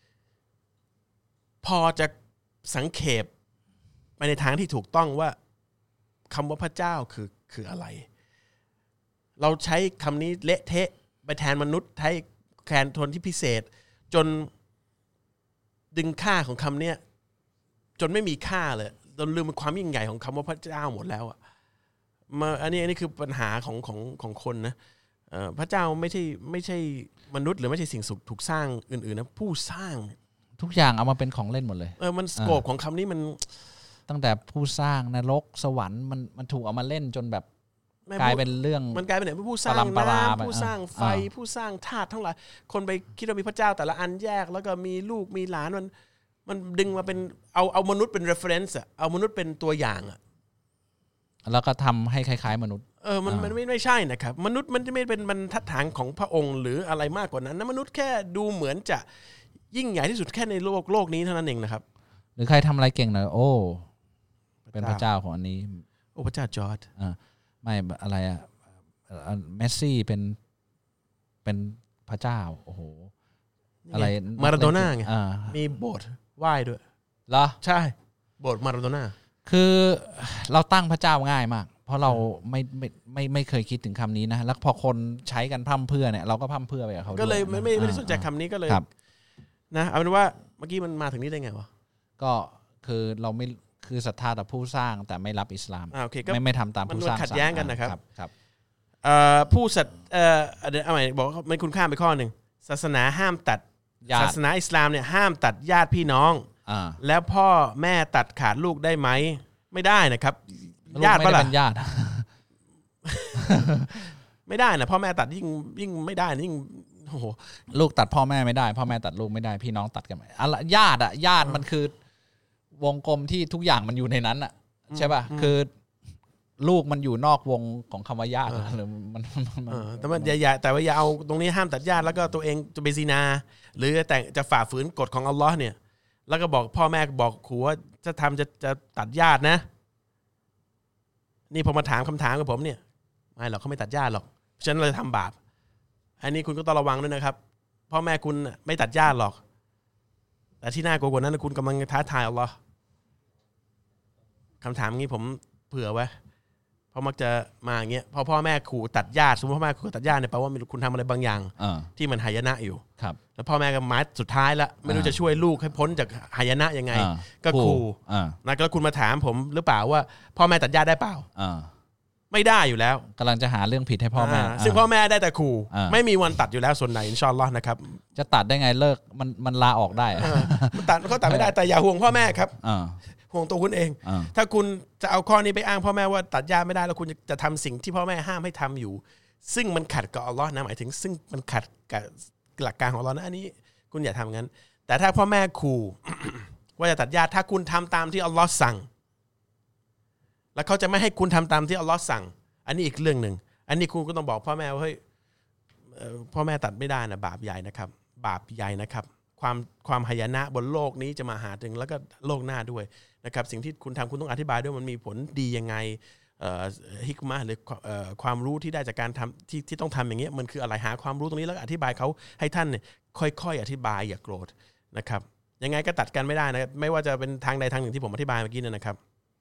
พอจะสังเขปไปในทางที่ถูกต้องว่าคำว่าพระเจ้าคือคืออะไรเราใช้คำนี้เละเทะไปแทนมนุษย์ใช้แทนทนที่พิเศษจนดึงค่าของคำนี้จนไม่มีค่าเลยจนลืมความยิ่งใหญ่ของคำว่าพระเจ้าหมดแล้วอ่ะมาอันนี้อันนี้คือปัญหาของของของคนนะพระเจ้าไม่ใช่ไม่ใช่มนุษย์หรือไม่ใช่สิ่งถูกสร้างอื่นๆนะผู้สร้าง
ทุกอย่างเอามาเป็นของเล่นหมดเลย
เออมันสโกปของคำนี้มัน
ตั้งแต่ผู้สร้างนรกสวรรค์มันมันถูกเอามาเล่นจนแบบกลายเป็นเรื่อง
มันกลายเป็นไหนผู้สร้างน้ำผู้สร้างไฟผู้สร้างธาตุทั้งหลายคนไปคิดว่ามีพระเจ้าแต่ละอันแยกแล้วก็มีลูกมีหลานมันมันดึงมาเป็นเอาเอามนุษย์เป็น reference อ่ะเอามนุษย์เป็นตัวอย่างอ่ะ
แล้วก็ทำให้คล้ายๆมนุษย์
เออมันมันไม่ไม่ใช่นะครับมนุษย์มันไม่เป็นบรรทัดฐานของพระองค์หรืออะไรมากกว่านั้นนะมนุษย์แค่ดูเหมือนจะยิ่งใหญ่ที่สุดแค่ในโลกโลกนี้เท่านั้นเองนะครับ
หรือใครทำอะไรเก่งหน่อยโอ้เป็นพระเจ้าของอันนี้
โอ้พระเจ้าจอร์จ
อ่าไม่อะไรอะเมสซี่เป็นเป็นพระเจ้าโอ้โหอะไร
มาราโดน่าไงมีโบสถ์ไหว้ด้วย
เหรอ
ใช่โบสถ์มาราโดน่า
คือเราตั้งพระเจ้าง่ายมากเพราะเราไม่ไม่ไม่ไม่เคยคิดถึงคำนี้นะแล้วพอคนใช้กันพร่ำเพื่อเนี่ยเราก็พร่ำเพื่อไปกับเขา
ก็เลยไม่ไม่ได้สนใจคำนี้ก็เลยนะเอาเป็นว่าเมื่อกี้มันมาถึงนี้ได้ไงวะ
ก็คือเราไม่คือศรัทธาต่อผู้สร้างแต่ไม่รับอิสลามไม่ไม่ทำตามผู้สร้าง
มันขัดแย้งกันนะครับครับผู้ศรัทเอ่อเอาใหม่บอกว่ามันคุณข้ามไปข้อหนึ่งศาสนาห้ามตัดศาสนาอิสลามเนี่ยห้ามตัดญาติพี่น้องแล้วพ่อแม่ตัดขาดลูกได้ไหมไม่ได้นะครับ
ญาติไม่ได้เป็นญาติ
ไม่ได้นะพ่อแม่ตัดยิ่งยิ่งไม่ได้ยิ่งโอ้โห
ลูกตัดพ่อแม่ไม่ได้พ่อแม่ตัดลูกไม่ได้พี่น้องตัดกันไหมอะไรญาติอะญาติมันคือวงกลมที่ทุกอย่างมันอยู่ในนั้นอะใช่ป่ะคือลูกมันอยู่นอกวงของคำว่าญาติหรือมัน
แต่ว่าอย่าแต่ว่าอย่าเอาตรงนี้ห้ามตัดญาติแล้วก็ตัวเองจะไปซินาหรือแต่จะฝ่าฝืนกฎของอัลลอฮ์เนี่ยแล้วก็บอกพ่อแม่บอกขู่ว่าจะทำจะจะตัดญาตินะนี่พอมาถามคำถามกับผมเนี่ยไม่หรอกเขาไม่ตัดญาติหรอกฉะนั้นเราจะทำบาปอันนี้คุณก็ต้องระวังด้วยนะครับพ่อแม่คุณไม่ตัดญาติหรอกแต่ที่น่ากลัวกว่านั้นคุณกำลังท้าทายอัลลอฮ์คำถามงี้ผมเผื่อไว้เพราะมักจะมาอย่างเงี้ยพอพ่อแม่ขู่ตัดญาติสมมติพ่อแม่ขู่ตัดญาติเนี่ยแปลว่าคุณทำอะไรบางอย่างที่มันหายนะอยู่แล้วพ่อแม่ก็มัดสุดท้ายแล้วไม่รู้จะช่วยลูกให้พ้นจากหายนะยังไงก็ขู่นะแล้วคุณมาถามผมหรือเปล่าว่าพ่อแม่ตัดญาติได้เปล่าไม่ได้อยู่แล้ว
กำลังจะหาเรื่องผิดให้พ่อแม่
ซึ่งพ่อแม่ได้แต่ขู่ไม่มีวันตัดอยู่แล้วส่วนไหนอินชาอัลลอฮ์นะครับ
จะตัดได้ไงเลิกมันมันลาออกได้
ตัดเขาตัดไม่ได้แต่อย่าห่วงพ่อแม่ครับห่วงตัวคุณเองถ้าคุณจะเอาข้อนี้ไปอ้างพ่อแม่ว่าตัดญาติไม่ได้แล้วคุณจะทำสิ่งที่พ่อแม่ห้ามให้ทำอยู่ซึ่งมันขัดกับอัลลอฮ์นะหมายถึงซึ่งมันขัดกับหลักการของอัลลอฮ์นะอันนี้คุณอย่าทำงั้นแต่ถ้าพ่อแม่ขู่ ว่าจะตัดญาติถ้าคุณทำตามที่อัลลอฮ์สั่งแล้วเขาจะไม่ให้คุณทำตามที่อัลลอฮ์สั่งอันนี้อีกเรื่องหนึ่งอันนี้คุณก็ต้องบอกพ่อแม่ว่าเฮ้ยพ่อแม่ตัดไม่ได้นะบาปใหญ่นะครับบาปใหญ่นะครับความความหายนะบนโลกนี้จะมาหาถึงแล้วก็โลกหน้าด้วยนะครับสิ่งที่คุณทำคุณต้องอธิบายด้วยมันมีผลดียังไงฮิกมะหรือความรู้ที่ได้จากการทำที่ที่ต้องทำอย่างเงี้ยมันคืออะไรหาความรู้ตรงนี้แล้วอธิบายเขาให้ท่านเนี่ยค่อยๆอธิบายอย่าโกรธนะครับยังไงก็ตัดกันไม่ได้นะไม่ว่าจะเป็นทางใดทางหนึ่งที่ผมอธิบายเมื่อกี้นะครับ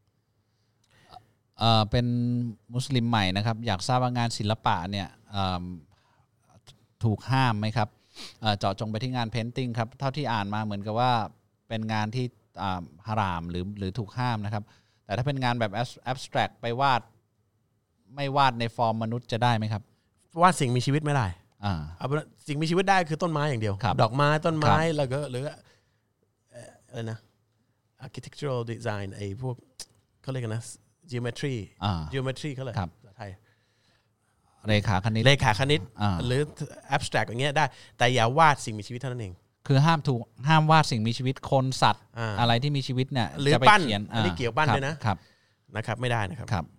เอ่อเป็นมุสลิมใหม่นะครับอยากทราบว่างานศิลปะเนี่ยถูกห้ามไหมครับเจาะจงไปที่งานเพนติ้งครับเท่าที่อ่านมาเหมือนกับว่าเป็นงานที่ฮารามหรือหรือถูกห้ามนะครับแต่ถ้าเป็นงานแบบแอบสแตรกไปวาดไม่วาดในฟอร์มมนุษย์จะได้ไหมครับ
วาดสิ่งมีชีวิตไม่ได้อ่าเอาสิ่งมีชีวิตได้คือต้นไม้อย่างเดียวดอกไม้ต้นไม้แล้วก็หรืออะไรนะ architectural design ไอ้พวกเขาเรียกกันนะgeometry geometry เขาเลยภาษาไทย
เรขาคณิต
เรขาคณิตหรือ abstract อย่างเงี้ยได้แต่อย่าวาดสิ่งมีชีวิตเท่านั้นเอง
คือห้ามถูกห้ามวาดสิ่งมีชีวิตคนสัตว์อะไรที่มีชีวิตเนี่ย
หรือปั้นอันนี้เกี่ยวปั้นด้วยนะครับนะครับไม่ได้นะครับ
ครับ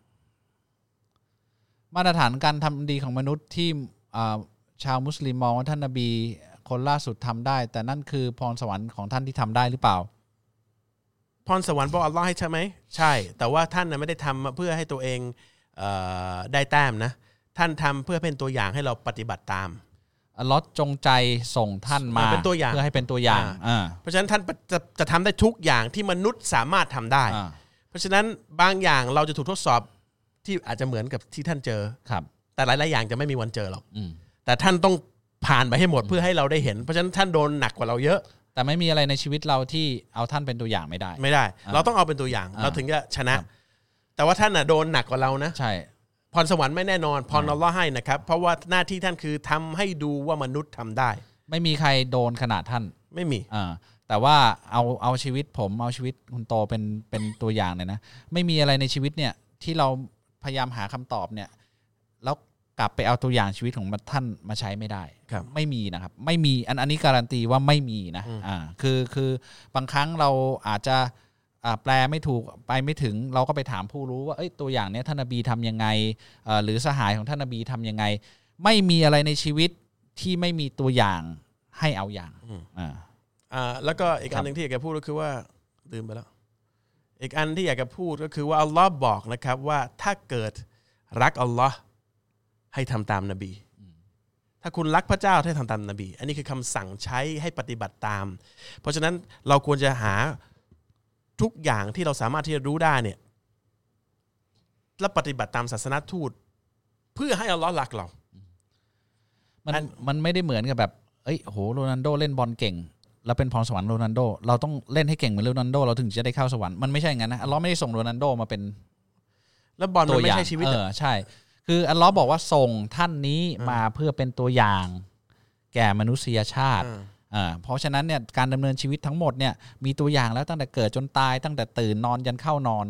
มาตรฐานการทำดีของมนุษย์ที่ชาวมุสลิมมองว่าท่านนบีคนล่าสุดทำได้แต่นั่นคือพรสวรรค์ของท่านที่ทำได้หรือเปล่า
พรสวรรค์เพราะอัลลอฮ์ให้ใช่ไหมใช่แต่ว่าท่านน่ะไม่ได้ทำเพื่อให้ตัวเองเอ่อได้แต้มนะท่านทำเพื่อเป็นตัวอย่างให้เราปฏิบัติตาม
อัลลอฮ์จงใจส่งท่านมา
เป็นตัวอย่าง
เพื่อให้เป็นตัวอย่าง
เพราะฉะนั้นท่านจะจะทำได้ทุกอย่างที่มนุษย์สามารถทำได้เพราะฉะนั้นบางอย่างเราจะถูกทดสอบที่อาจจะเหมือนกับที่ท่านเจอ
ครับ
แต่หลายๆอย่างจะไม่มีวันเจอหรอกแต่ท่านต้องผ่านไปให้หมดเพื่อให้เราได้เห็นเพราะฉะนั้นท่านโดนหนักกว่าเราเยอะ
แต่ไม่มีอะไรในชีวิตเราที่เอาท่านเป็นตัวอย่างไม่ได้
ไม่ได้เราต้องเอาเป็นตัวอย่างเราถึงจะชนะแต่ว่าท่านน่ะโดนหนักกว่าเรานะ
ใช่
พรสวรรค์ไม่แน่นอนพรอัลเลาะห์ให้นะครับเพราะว่าหน้าที่ท่านคือทำให้ดูว่ามนุษย์ทำได้
ไม่มีใครโดนขนาดท่าน
ไม่มี
อ่าแต่ว่าเอาเอาชีวิตผมเอาชีวิตคุณโตเป็นเป็นตัวอย่างเลยนะไม่มีอะไรในชีวิตเนี่ยที่เราพยายามหาคำตอบเนี่ยแล้วกลับไปเอาตัวอย่างชีวิตของท่านมาใช้ไม่ได้ไม่มีนะครับไม่มีอันอันนี้การันตีว่าไม่มีนะอ่าคือคือบางครั้งเราอาจจะแปลไม่ถูกไปไม่ถึงเราก็ไปถามผู้รู้ว่าเอ้ยตัวอย่างเนี้ยท่านนบีทำยังไงหรือสหายของท่านนบีทำยังไงไม่มีอะไรในชีวิตที่ไม่มีตัวอย่างให้เอาอย่างอ่า
อ่าแล้วก็อีกอันนึงที่อยากจะพูดก็คือว่าลืมไปแล้วอีกอันที่อยากจะพูดก็คือว่าอัลลอฮ์บอกนะครับว่าถ้าเกิดรักอัลลอฮ์ให้ทำตามนบีถ้าคุณรักพระเจ้าให้ทำตามนบีอันนี้คือคำสั่งใช้ให้ปฏิบัติตามเพราะฉะนั้นเราควรจะหาทุกอย่างที่เราสามารถที่จะรู้ได้เนี่ยและปฏิบัติตามศาสนทูตเพื่อให้อัลลอฮ์รักเรา
มันมันไม่ได้เหมือนกับแบบเอ้ยโหโรนัลโดเล่นบอลเก่งแล้วเป็นพรสวรรค์โรนัลโดเราต้องเล่นให้เก่งเหมือนโรนัลโดเราถึงจะได้เข้าสวรรค์มันไม่ใช่อย่างนั้นนะอัลลอฮ์ไม่ได้ส่งโรนัลโดมาเป็น
แล้วบอลมันไม่ใช่ชีวิต
เออใช่คืออัลลอฮ์บอกว่าส่งท่านนี้มาเพื่อเป็นตัวอย่างแก่มนุษยชาติอ่าเพราะฉะนั้นเนี่ยการดำเนินชีวิตทั้งหมดเนี่ยมีตัวอย่างแล้วตั้งแต่เกิดจนตายตั้งแต่ตื่นนอนยันเข้านอนนะครับ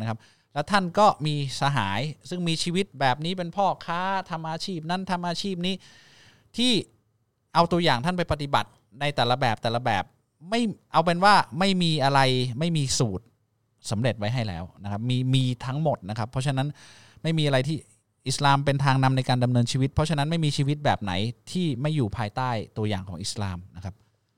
แล้วท่านก็มีสหายซึ่งมีชีวิตแบบนี้เป็นพ่อค้าทำอาชีพนั้นทำอาชีพนี้ที่เอาตัวอย่างท่านไปปฏิบัติในแต่ละแบบแต่ละแบบไม่เอาเป็นว่าไม่มีอะไรไม่มีสูตรสำเร็จไว้ให้แล้วนะครับมีมีทั้งหมดนะครับเพราะฉะนั้นไม่มีอะไรที่อิสลามเป็นทางนำในการดำเนินชีวิตเพราะฉะนั้นไม่มีชีวิตแบบไหนที่ไม่อยู่ภายใต้ตัวอย่างของอิสลามนะครับ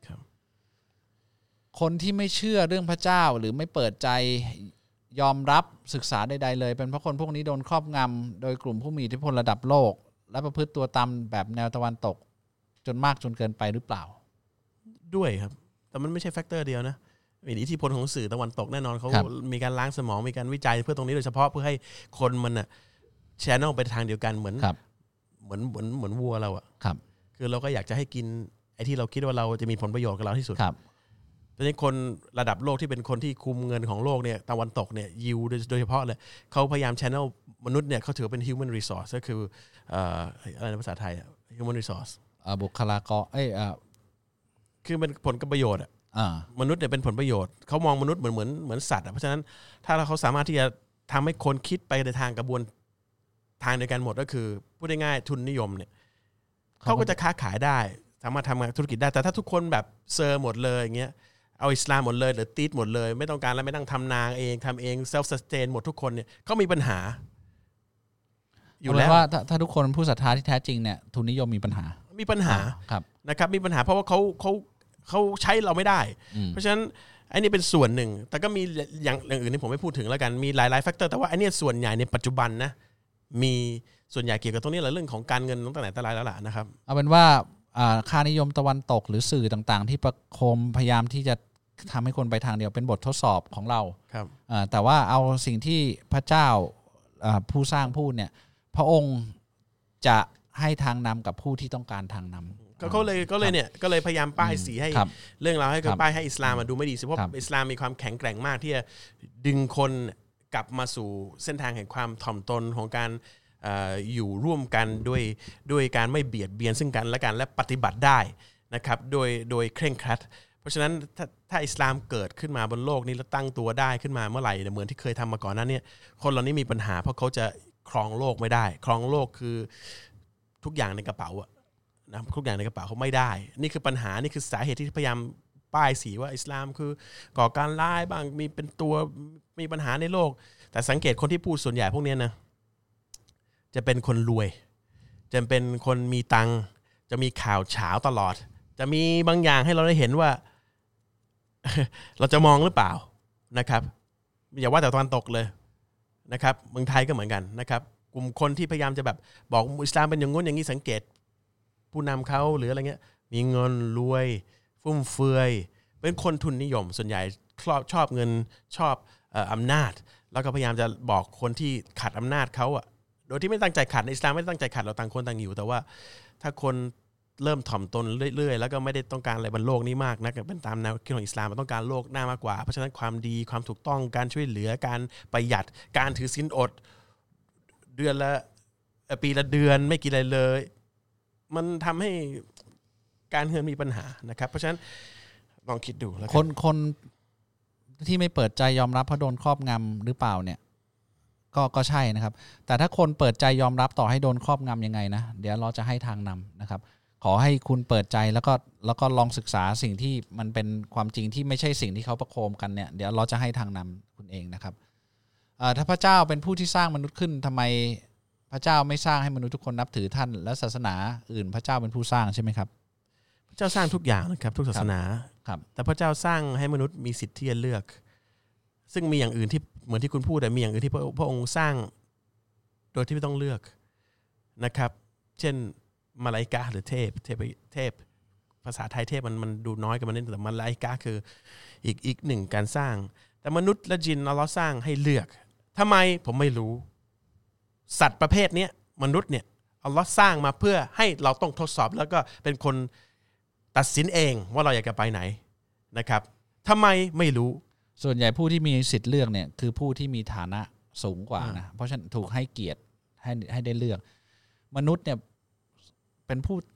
คนที่ไม่เชื่อเรื่องพระเจ้าหรือไม่เปิดใจยอมรับศึกษาใดๆเลยเป็นเพราะคนพวกนี้โดนครอบงำโดยกลุ่มผู้มีอิทธิพลระดับโลกและประพฤติตัวตามแบบแนวตะวันตกจนมากจนเกินไปหรือเปล่า
ด้วยครับแต่มันไม่ใช่แฟกเตอร์เดียวนะมีอิทธิพลของสื่อตะวันตกแน่นอนเขามีการล้างสมองมีการวิจัยเพื่อตรงนี้โดยเฉพาะเพื่อให้คนมันน่ะแชนแนลไปทางเดียวกันเหมือนเหมือนเหมือนเหมือนวัวเราอ่ะคือเราก็อยากจะให้กินไอ้ที่เราคิดว่าเราจะมีผลประโยชน์กับเราที่สุดตอนนี้คนระดับโลกที่เป็นคนที่คุมเงินของโลกเนี่ยตะวันตกเนี่ยยิวโดยเฉพาะเลยเขาพยายามแชนแนลมนุษย์เนี่ยเขาถือเป็น human resource ก็คืออะไรในภาษาไทย human resource
บุคลากรเอ้ย
คือเป็นผลประโยชน์อ่ะมนุษย์เนี่ยเป็นผลประโยชน์เขามองมนุษย์เหมือนเหมือนเหมือนสัตว์อ่ะเพราะฉะนั้นถ้าเขาสามารถที่จะทำให้คนคิดไปในทางกระบวนทางเดียวกันหมดก็คือพูดง่ายๆทุนนิยมเนี่ยเขาก็จะค้าขายได้สามารถทำงานธุรกิจได้แต่ถ้าทุกคนแบบเซอร์หมดเลยอย่างเงี้ยเอาอิสลามหมดเลยหรือตีดหมดเลยไม่ต้องการแล้วไม่ต้องทำนาเองทำเองเซลฟ์ซัสเทนหมดทุกคนเนี่ยเขามีปัญหา
อยู่แล้วว่าถ้าทุกคนผู้ศรัทธาที่แท้จริงเนี่ยทุนนิยมมีปัญหา
มีปัญหานะครับมีปัญหาเพราะว่าเขาเขาเขาใช้เราไม่ได้เพราะฉะนั้นไอ้นี่เป็นส่วนหนึ่งแต่ก็มีอย่างอย่างอื่นที่ผมไม่พูดถึงแล้วกันมีหลายๆแฟกเตอร์แต่ว่าไอ้นี่ส่วนใหญ่ในปัจจุบันนะมีส่วนใหญ่เกี่ยวกับตรงนี้แหละเรื่องของการเงินตั้งแต่ไหนแต่ไรแล้วล่ะนะครับ
เอาเป็นว่าค่านิยมตะวันตกหรือสื่อต่างๆที่ประโคมพยายามที่จะทำให้คนไปทางเดียวเป็นบททดสอบของเรา
ครับ
แต่ว่าเอาสิ่งที่พระเจ้าผู้สร้างพูดเนี่ยพระองค์จะให้ทางนำกับผู้ที่ต้องการทางนำ
ก็เขาเลยก็เลยเนี่ยก็เลยพยายามป้ายสีให้เรื่องราวให้กับป้ายให้อิสลามมาดูไม่ดีสิเพราะอิสลามมีความแข็งแกร่งมากที่จะดึงคนกลับมาสู่เส้นทางแห่งความถ่อมตนของการอยู่ร่วมกันด้วยด้วยการไม่เบียดเบียนซึ่งกันและกันและปฏิบัติได้นะครับโดยโดยเคร่งครัดเพราะฉะนั้นถ้าถ้าอิสลามเกิดขึ้นมาบนโลกนี้แล้วตั้งตัวได้ขึ้นมาเมื่อไหร่เหมือนที่เคยทำมาก่อนนั้นเนี่ยคนเหล่านี้มีปัญหาเพราะเขาจะครองโลกไม่ได้ครองโลกคือทุกอย่างในกระเป๋าอะนะทุกอย่างในกระเป๋าเขาไม่ได้นี่คือปัญหานี่คือสาเหตุที่พยายามป้ายสีว่าอิสลามคือก่อการร้ายบ้างมีเป็นตัวมีปัญหาในโลกแต่สังเกตคนที่พูดส่วนใหญ่พวกนี้นะจะเป็นคนรวยจะเป็นคนมีตังค์จะมีข่าวเฉาตลอดจะมีบางอย่างให้เราได้เห็นว่า เราจะมองหรือเปล่านะครับอย่าว่าแต่ตะวันตกเลยนะครับเมืองไทยก็เหมือนกันนะครับกลุ่มคนที่พยายามจะแบบบอกอิสลามเป็นอย่างงู้นอย่างนี้สังเกตผู้นำเขาหรืออะไรเงี้ยมีเงินรวยฟุ่มเฟือยเป็นคนทุนนิยมส่วนใหญ่ชอบชอบเงินชอบเอ่ออำนาจแล้วก็พยายามจะบอกคนที่ขัดอำนาจเขาอะโดยที่ไม่ตั้งใจขัดในอิสลามไม่ตั้งใจขัดเราต่างคนต่างอยู่แต่ว่าถ้าคนเริ่มถ่อมตนเรื่อยๆแล้วก็ไม่ได้ต้องการอะไรบนโลกนี้มากนะเป็นตามแนวคิดของอิสลามมันต้องการโลกหน้ามากกว่าเพราะฉะนั้นความดีความถูกต้องการช่วยเหลือการประหยัดการถือศีลอดเดือนละปีละเดือนไม่กินอะไรเลยมันทำให้การเงินมีปัญหานะครับเพราะฉะนั้นลองคิดดูแล้ว
คนคนที่ไม่เปิดใจยอมรับเพราะโดนครอบงำหรือเปล่าเนี่ยก็ก็ใช่นะครับแต่ถ้าคนเปิดใจยอมรับต่อให้โดนครอบงำยังไงนะเดี๋ยวเราจะให้ทางนำนะครับขอให้คุณเปิดใจแล้วก็แล้วก็ลองศึกษาสิ่งที่มันเป็นความจริงที่ไม่ใช่สิ่งที่เขาประโคมกันเนี่ยเดี๋ยวเราจะให้ทางนำคุณเองนะครับถ้าพระเจ้าเป็นผู้ที่สร้างมนุษย์ขึ้นทำไมพระเจ้าไม่สร้างให้มนุษย์ทุกคนนับถือท่านและศาสนาอื่นพระเจ้าเป็นผู้สร้างใช่ไหมครับ
พระเจ้าสร้างทุกอย่างนะครับทุกศาสนา
ครับ
แต่พระเจ้าสร้างให้มนุษย์มีสิทธิ์ที่จะเลือกซึ่งมีอย่างอื่นที่เหมือนที่คุณพูดแต่มีอย่างอื่นที่พระองค์สร้างโดยที่ไม่ต้องเลือกนะครับเช่นมาลาอิกะห์หรือเทพเทพเทพภาษาไทยเทพมันมันดูน้อยกันมานิดแต่มาลาอิกะห์คืออีกอีกหนึ่งการสร้างแต่มนุษย์และจินอัลเลาะห์สร้างให้เลือกทำไมผมไม่รู้สัตว์ประเภทนี้มนุษย์เนี่ยอัลเลาะห์สร้างมาเพื่อให้เราต้องทดสอบแล้วก็เป็นคนตัดสินเองว่าเราอยากจะไปไหนนะครับทำไมไม่รู้
ส่วนใหญ่ผู้ที่มีสิทธิ์เลือกเนี่ยคือผู้ที่มีฐานะสูงกว่านะเพราะฉะนั้นถูกให้เกียรติให้ให้ได้เลือกมนุษย์เนี่ยเป็นผู้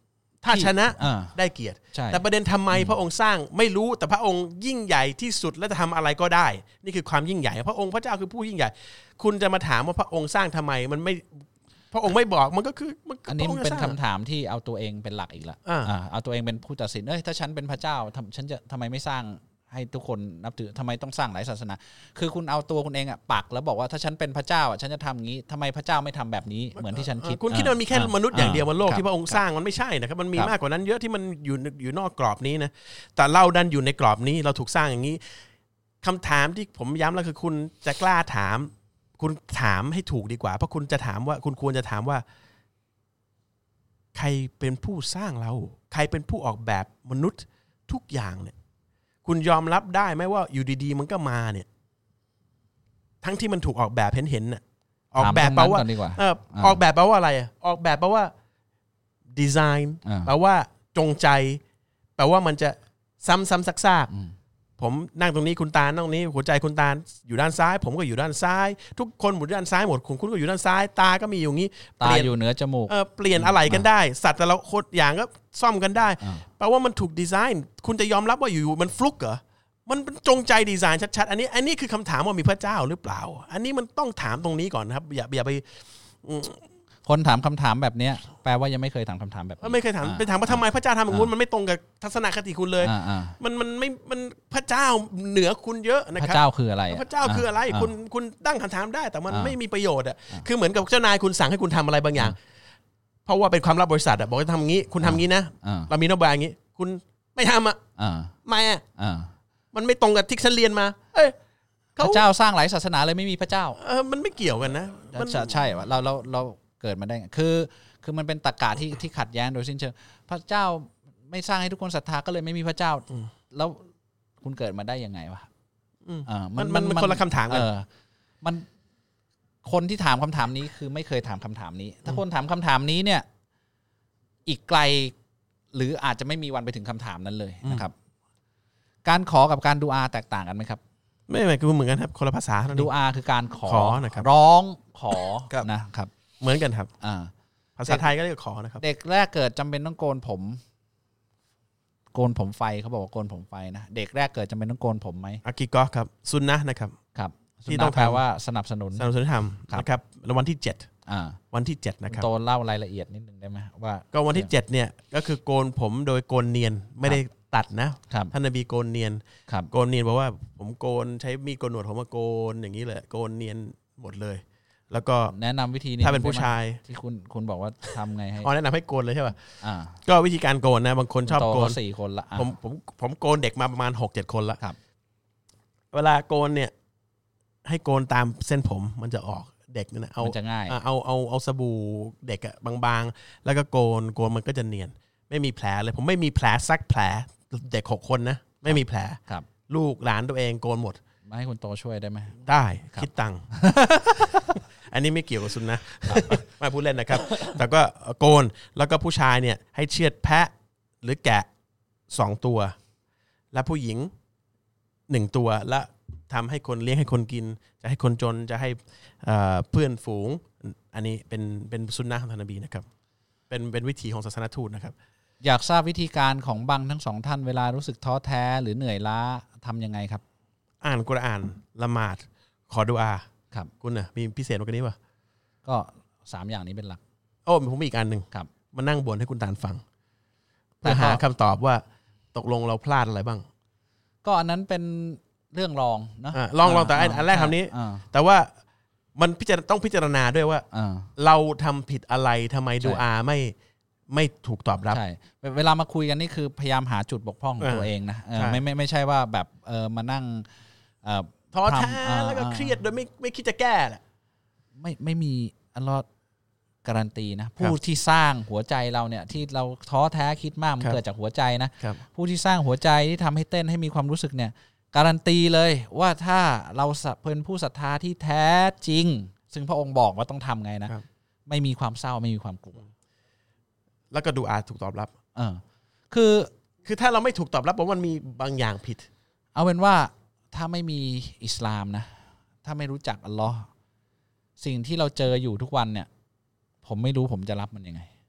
ถ้าชนะได้เกียรติแต่ประเด็นทำไมพระองค์สร้างไม่รู้แต่พระองค์ยิ่งใหญ่ที่สุดและจะทำอะไรก็ได้นี่คือความยิ่งใหญ่พระองค์พระเจ้าคือผู้ยิ่งใหญ่คุณจะมาถามว่าพระองค์สร้างทำไมมันไม่พระองค์ไม่บอกมันก็คือ
อันนี้มันเป็นคำถามที่เอาตัวเองเป็นหลักอีกละเอาตัวเองเป็นผู้ตัดสินเอ้ยถ้าฉันเป็นพระเจ้าฉันจะทำไมไม่สร้างให้ทุกคนนับถือทำไมต้องสร้างหลายศาสนาคือคุณเอาตัวคุณเองอ่ะปักแล้วบอกว่าถ้าฉันเป็นพระเจ้าอ่ะฉันจะทำงี้ทำไมพระเจ้าไม่ทำแบบนี้เหมือนที่ฉันคิด
คุณคิดว่ามันมีแค่มนุษย์อย่างเดียวบนโลกที่พระองค์สร้างมันไม่ใช่นะครับมันมีมากกว่านั้นเยอะที่มันอยู่อยู่นอกกรอบนี้นะแต่เราดันอยู่ในกรอบนี้เราถูกสร้างอย่างนี้คำถามที่ผมย้ำแล้วคือคุณจะกล้าถามคุณถามให้ถูกดีกว่าเพราะคุณจะถามว่าคุณควรจะถามว่าใครเป็นผู้สร้างเราใครเป็นผู้ออกแบบมนุษย์ทุกอย่างเนี่ยคุณยอมรับได้ไหมว่าอยู่ดีๆมันก็มาเนี่ยทั้งที่มันถูกออกแบบเห็นๆน่ะออกแบบแปลว่าเออออกแบบแปลว่าอะไรออกแบบแปลว่าดีไซน์แปลว่าจงใจแปลว่ามันจะซ้ำๆซากๆผมนั่งตรงนี้คุณตานั่งตรงนี้หัวใจคุณตาอยู่ด้านซ้ายผมก็อยู่ด้านซ้ายทุกคนอยู่ด้านซ้ายหมดคุณคุณก็อยู่ด้านซ้ายตาก็มีอยู่งี้
ตาอยู่เหนือจมูก
เออเปลี่ยนอะไรกันได้สัตว์แต่ละคนอย่างก็ซ่อมกันได้แปลว่ามันถูกดีไซน์คุณจะยอมรับว่าอยู่มันฟลุกเหรอมันจงใจดีไซน์ชัดๆอันนี้อันนี้คือคำถามว่ามีพระเจ้าหรือเปล่าอันนี้มันต้องถามตรงนี้ก่อนนะครับอย่าอย่าไป
คนถามคำถามแบบนี้แปลว่ายังไม่เคยถามคำถามแบบนี้
ไม่เคยถามไปถามว่าทำไมพระเจ้าทำอย่างนู้นมันไม่ตรงกับทัศนคติคุณเลยมันมันไม่มันพระเจ้าเหนือคุณเยอะนะครับ
พระเจ้าคืออะไร
พระเจ้าคืออะไรคุณคุณตั้งคำถามได้แต่มันไม่มีประโยชน์อ่ะคือเหมือนกับเจ้านายคุณสั่งให้คุณทำอะไรบางอย่างเพราะว่าเป็นความลับบริษัทอ่ะบอกให้ทำงี้คุณทำงี้นะเรามีนโยบายอย่างงี้คุณไม่ทำอ่ะไม่อ่ะมันไม่ตรงกับที่ฉันเรียนมาเอ้ย
พระเจ้าสร้างหลายศาสนาเลยไม่มีพระเจ้า
เออมันไม่เกี่ยวกันนะ
มันใช่ว่าเราเราเราเกิดมาได้คือคือมันเป็นตรรกะที่ที่ขัดแย้งโดยสิ้นเชิงพระเจ้าไม่สร้างให้ทุกคนศรัทธาก็เลยไม่มีพระเจ้าแล้วคุณเกิดมาได้ยังไงวะ
อ่ามันมันคนละคำถามกัน
มันคนที่ถามคำถามนี้คือไม่เคยถามคำถามนี้ถ้าคนถามคำถามนี้เนี่ยอีกไกลหรืออาจจะไม่มีวันไปถึงคำถามนั้นเลยนะครับการขอกับการดูอาแตกต่างกันไหมครับ
ไม่ไม่คือเหมือนกันครับคนละภาษา
ดูอาคือการขอ
นะครับ
ร้องขอนะครับ
เหมือนกันครับภาษาไทยก็เรียกขอนะครับ
เด็กแรกเกิดจำเป็นต้องโกนผมโกนผมไฟเขาบอกว่าโกนผมไฟนะเด็กแรกเกิดจำเป็นต้องโกนผมไหม
อากิกอครับซุนนะนะครับ
ครับที่ต้องแปลว่าสนับสนุน
สนับสนุนธรรมนะครับแล้ววันที่เจ็ดวันที่เจ็ดนะครับ
โตเล่ารายละเอียดนิดนึงได้ไหมว่า
ก็วันที่เจ็ดเนี่ยก็คือโกนผมโดยโกนเนียนไม่ได้ตัดนะท่านนบีโกนเนียนโกนเนียนเพราะว่าผมโกนใช้มีดโกนหนวดผมมาโกนอย่างนี้เลยโกนเนียนหมดเลยแล้วก็
แนะนำวิธีนี้
ถ้าเป็นผู้ชาย
ที่คุณคุณบอกว่าทำไงให้
อ๋อแนะนำให้โกนเลยใช่ป่ะก็วิธีการโกนนะบางคนชอบโกน
สี่คนละ
ผมผมผมโกนเด็กมาประมาณหกเจ็ดคนละเวลาโกนเนี่ยให้โกนตามเส้นผมมันจะออกเด็กเนี่ยเอา
จะง่าย
เอาเอาเอาสบู่เด็กอะบางๆแล้วก็โกนโกนมันก็จะเนียนไม่มีแผลเลยผมไม่มีแผลสักแผลเด็กหกคนนะไม่มีแผลลูกหลานตัวเองโกนหมด
มาให้คุณโตช่วยได้ไหม
ได้คิดตังค์อันนี้ไม่เกี่ยวกับซุนนะไม่พูดเล่นนะครับแต่ก็โกนแล้วก็ผู้ชายเนี่ยให้เชือดแพะหรือแกะสองตัวและผู้หญิงหนึ่งตัวและทำให้คนเลี้ยงให้คนกินจะให้คนจนจะให้เพื่อนฝูงอันนี้เป็นเป็นซุนนะของท่านนบีนะครับเป็นเป็นวิถีของศาสนทูตนะครับ
อยากทราบวิธีการของบังทั้งสองท่านเวลารู้สึกท้อแท้หรือเหนื่อยล้าทำยังไงครับ
อ่านกุรอานละหมาดขอดุอา
ครับ
คุณน่ะมีพิเศษกว่านี้ป่ะ
ก็สามอย่างนี้เป็นหลัก
โอ้ผมมีอีกอันหนึ่ง
ครับ
มานั่งบ่นให้คุณตาลฟังเพื่อหาคำตอบว่าตกลงเราพลาดอะไรบ้าง
ก็อันนั้นเป็นเรื่องรองนะ
ลองลองแต่อันแรกคำนี้แต่ว่ามันพิจารต้องพิจารณาด้วยว่าเราทำผิดอะไรทำไมดุอาไม่ไม่ถูกตอบรับ
ใช่เวลามาคุยกันนี่คือพยายามหาจุดบกพร่องของตัวเองนะไม่ไม่ไม่ใช่ว่าแบบเออมานั่ง
ท้อแท้แล้วก็เครียดโดยไม่ไม่คิดจะแก้แหละ
ไม่ไม่มีอัลเลาะห์การันตีนะผู้ที่สร้างหัวใจเราเนี่ยที่เราท้อแท้คิดมากมันเกิดจากหัวใจนะผู้ที่สร้างหัวใจที่ทำให้เต้นให้มีความรู้สึกเนี่ยการันตีเลยว่าถ้าเราเป็นผู้ศรัทธาที่แท้จริงซึ่งพระองค์บอกว่าต้องทำไงนะไม่มีความเศร้าไม่มีความกลัว
แล้วก็ดูอาถูกตอบรับ
เออคือ
คือถ้าเราไม่ถูกตอบรับเพราะมันมีบางอย่างผิด
เอาเป็นว่าถ้าไม่มีอิสลามนะถ้าไม่รู้จักอัลลอฮ์สิ่งที่เราเจออยู่ทุกวันเนี่ยผมไม่รู้ผมจะรับมันยังไง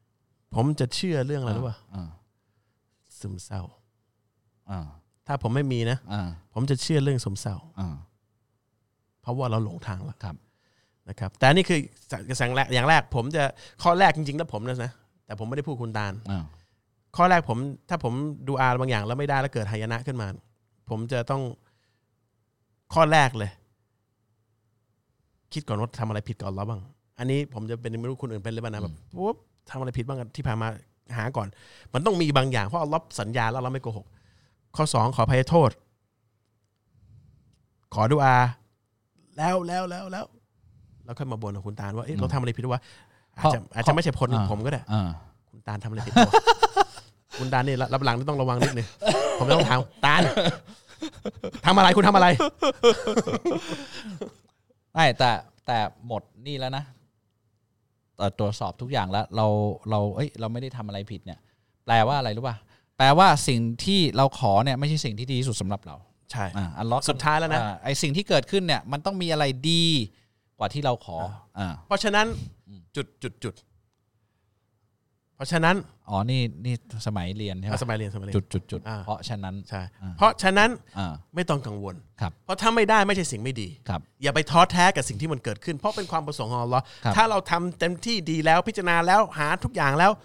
ผมจะเชื่อเรื่องอะไรรู้ป่ะซึมเศร้าถ้าผมไม่มีนะผมจะเชื่อเรื่องซึมเศร้าเพราะว่าเราหลงทางแล้วนะครับแต่นี่คืออย่างแรกอย่างแรกผมจะข้อแรกจริงๆแล้วผมนะแต่ผมไม่ได้พูดคุณตาลข้อแรกผมถ้าผมดูอาบางอย่างแล้วไม่ได้แล้วเกิดหายนะขึ้นมาผมจะต้องข้อแรกเลยคิดก่อนว่าทำอะไรผิดก่อนแล้วบ้างอันนี้ผมจะเป็นไม่รู้คนอื่นเป็นหรือเปล่านะแบบปุ๊บทำอะไรผิดบ้างที่ผ่านมาหาก่อนมันต้องมีบางอย่างเพราะอัลเลาะห์สัญญาแล้วเราไม่โกหกข้อสองขออภัยโทษขอดุอาแล้วแล้วแล้วแล้วแล้วค่อยมาบ่นกับคุณตาลว่าเอ๊ะเราทำอะไรผิดวะอาจจะอาจจะไม่ใช่ผลผมก็ได้คุณตาลทำอะไรผิดคุณตาลนี่รับหลังต้องระวังนิดนึงผมต้องถามตาลทำอะไรคุณทำอะไร
ไม่แต่แต่หมดนี่แล้วนะตรวจสอบทุกอย่างแล้วเราเราเอ้ยเราไม่ได้ทำอะไรผิดเนี่ยแปลว่าอะไรรู้ป่ะแปลว่าสิ่งที่เราขอเนี่ยไม่ใช่สิ่งที่ดีที่สุดสำหรับเรา
ใช่
อ่าอัลเลาะห์
สุดท้ายแล้วนะ
ไอ้สิ่งที่เกิดขึ้นเนี่ยมันต้องมีอะไรดีกว่าที่เราขออ่า
เพราะฉะนั้นจุดจุดจุดเพราะฉะนั้น
อ๋อนี่นี่สมัยเรียนใช่ไหม
สมัยเรียนสมัยเรียน
จุดจุดจุดเพราะฉะนั้น
ใช่เพราะฉะนั้นไม่ต้องกังวลเพราะถ้าไม่ได้ไม่ใช่สิ่งไม่ดีอย่าไปท้อแท้กับสิ่งที่มันเกิดขึ้นเพราะเป็นความประสงค์ของอัลเลาะห์ถ้าเราทำเต็มที่ดีแล้วพิจารณาแล้วหาทุกอย่างแล้ว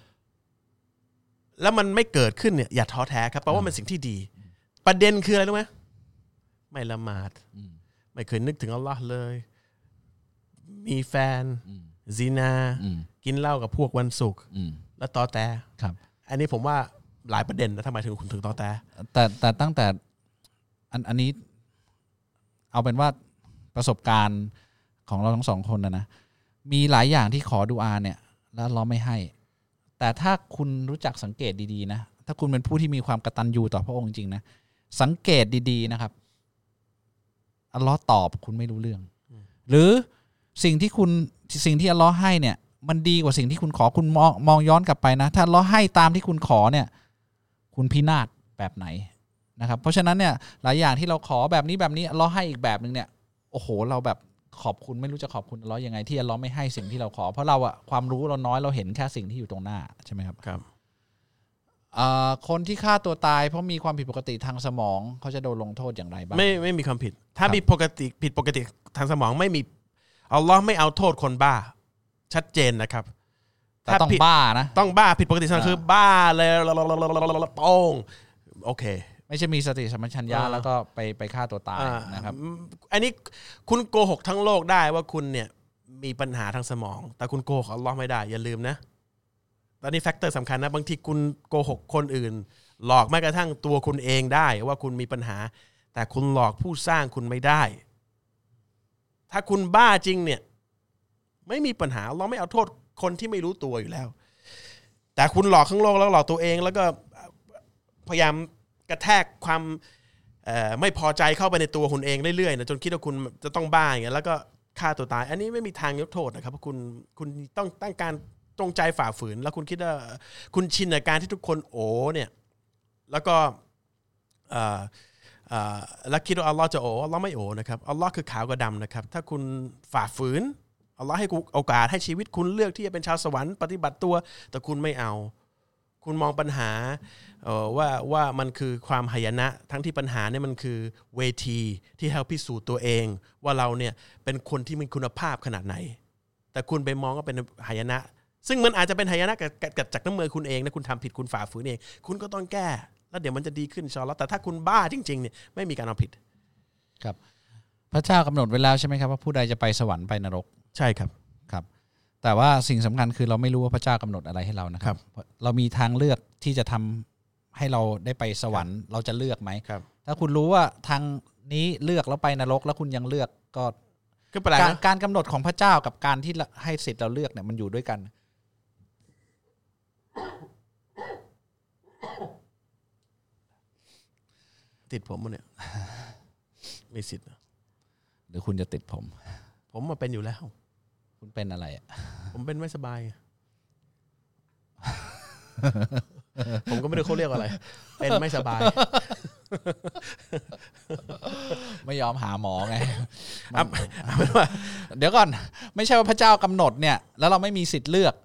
แล้วมันไม่เกิดขึ้นเนี่ยอย่าท้อแท้ครับเพราะว่ามันสิ่งที่ดีประเด็นคืออะไรรู้ไหมไม่ละหมาดไม่เคยนึกถึงอัลเลาะห์เลยมีแฟนซินากินเหล้ากับพวกวันศุกร์แล้วตอแต
ครับ
อันนี้ผมว่าหลายประเด็นนะทำไมถึงคุณถึงตอแต
แต่แต่ตั้งแต่อันอันนี้เอาเป็นว่าประสบการณ์ของเราทั้งสองคนนะนะมีหลายอย่างที่ขอดุอาเนี่ยแล้วเราไม่ให้แต่ถ้าคุณรู้จักสังเกตดีๆนะถ้าคุณเป็นผู้ที่มีความกตัญญูต่อพระองค์จริงๆนะสังเกตดีๆนะครับอัลเลาะห์ตอบคุณไม่รู้เรื่องหรือสิ่งที่คุณสิ่งที่อัลเลาะห์ให้เนี่ยมันดีกว่าสิ่งที่คุณขอคุณมองมองย้อนกลับไปนะถ้าอัลเลาะห์ให้ตามที่คุณขอเนี่ยคุณพินาศแบบไหนนะครับเพราะฉะนั้นเนี่ยหลายอย่างที่เราขอแบบนี้แบบนี้อัลเลาะห์ให้อีกแบบนึงเนี่ยโอ้โหเราแบบขอบคุณไม่รู้จะขอบคุณอัลเลาะห์ยังไงที่อัลเลาะห์ไม่ให้สิ่งที่เราขอเพราะเราอะความรู้เราน้อยเราเห็นแค่สิ่งที่อยู่ตรงหน้าใช่ไหมครับ
ครับ
คนที่ฆ่าตัวตายเพราะมีความผิดปกติทางสมองเขาจะโดนลงโทษอย่างไรบ้าง
ไม่ไม่มีความผิดถ้ามีปกติผิดปกติทางสมองไม่มีอัลเลาะห์ไม่เอาโทษคนบ้าชัดเจนนะครับ
ถ้าต้องบ้านะ
ต้องบ้าผิดปกติทางคือบ้าเลยโป้งโอเค
ไม่ใช่มีสติสัมปชัญญะแล้วก็ไปไปฆ่าตัวตายนะครับ
อันนี้คุณโกหกทั้งโลกได้ว่าคุณเนี่ยมีปัญหาทางสมองแต่คุณโกหกอัลเลาะห์ไม่ได้อย่าลืมนะตอนนี้แฟกเตอร์สำคัญนะบางทีคุณโกหกคนอื่นหลอกแม้กระทั่งตัวคุณเองได้ว่าคุณมีปัญหาแต่คุณหลอกผู้สร้างคุณไม่ได้ถ้าคุณบ้าจริงเนี่ยไม่มีปัญหาเราไม่เอาโทษคนที่ไม่รู้ตัวอยู่แล้วแต่คุณหลอกข้างโลกแล้วหลอกตัวเองแล้วก็พยายามกระแทกความไม่พอใจเข้าไปในตัวคุณเองเรื่อยๆนะจนคิดว่าคุณจะต้องบ้าอย่างเงี้ยแล้วก็ฆ่าตัวตายอันนี้ไม่มีทางยกโทษนะครับเพราะคุณคุณต้องตั้งการจงใจฝ่าฝืนแล้วคุณคิดว่าคุณชินกับการที่ทุกคนโอ้เนี่ยแล้วก็แล้วคิดว่าอัลเลาะห์จะโอ้อัลเลาะห์ไม่โอ้นะครับอัลเลาะห์คือขาวกับดำนะครับถ้าคุณฝ่าฝืนอัลเลาะห์ให้โอกาสให้ชีวิตคุณเลือกที่จะเป็นชาวสวรรค์ปฏิบัติตัวแต่คุณไม่เอาคุณมองปัญหาว่าว่ามันคือความหายนะทั้งที่ปัญหาเนี่ยมันคือเวทีที่ให้พิสูจน์ตัวเองว่าเราเนี่ยเป็นคนที่มีคุณภาพขนาดไหนแต่คุณไปมองว่าเป็นหายนะซึ่งมันอาจจะเป็นหายนะกับจากน้ำมือคุณเองนะคุณทำผิดคุณฝ่าฝืนเองคุณก็ต้องแก้แล้วเดี๋ยวมันจะดีขึ้นอินชาอัลเลาะห์แต่ถ้าคุณบ้าจริงๆเนี่ยไม่มีการเอาผิด
ครับพระเจ้ากำหนดไว้แล้วใช่ไหมครับว่าผู้ใดจะไปสวรรค์ไปนรก
ใช่ครับ
ครับแต่ว่าสิ่งสำคัญคือเราไม่รู้ว่าพระเจ้ากำหนดอะไรให้เรานะครับเรามีทางเลือกที่จะทำให้เราได้ไปสวรรค์เราจะเลือกไหมถ้าคุณรู้ว่าทางนี้เลือกแล้วไปนรกแล้วคุณยังเลือกก็การการกำหนดของพระเจ้ากับการที่ให้สิทธิ์เราเลือกเนี่ยมันอยู่ด้วยกัน
ติดผมมั้ยเนี่ยมีสิทธิ์
หรือคุณจะติดผม
ผมมาเป็นอยู่แล้ว
คุณเป็นอะไรอ่ะ
ผมเป็นไม่สบายผมก็ไม่รู้เขาเรียกอะไรเป็นไม่สบาย
ไม่ยอมหาหมอไงเดี๋ยวก่อนไม่ใช่ว่าพระเจ้ากำหนดเนี่ยแล้วเราไม่มีสิทธิ์เลือก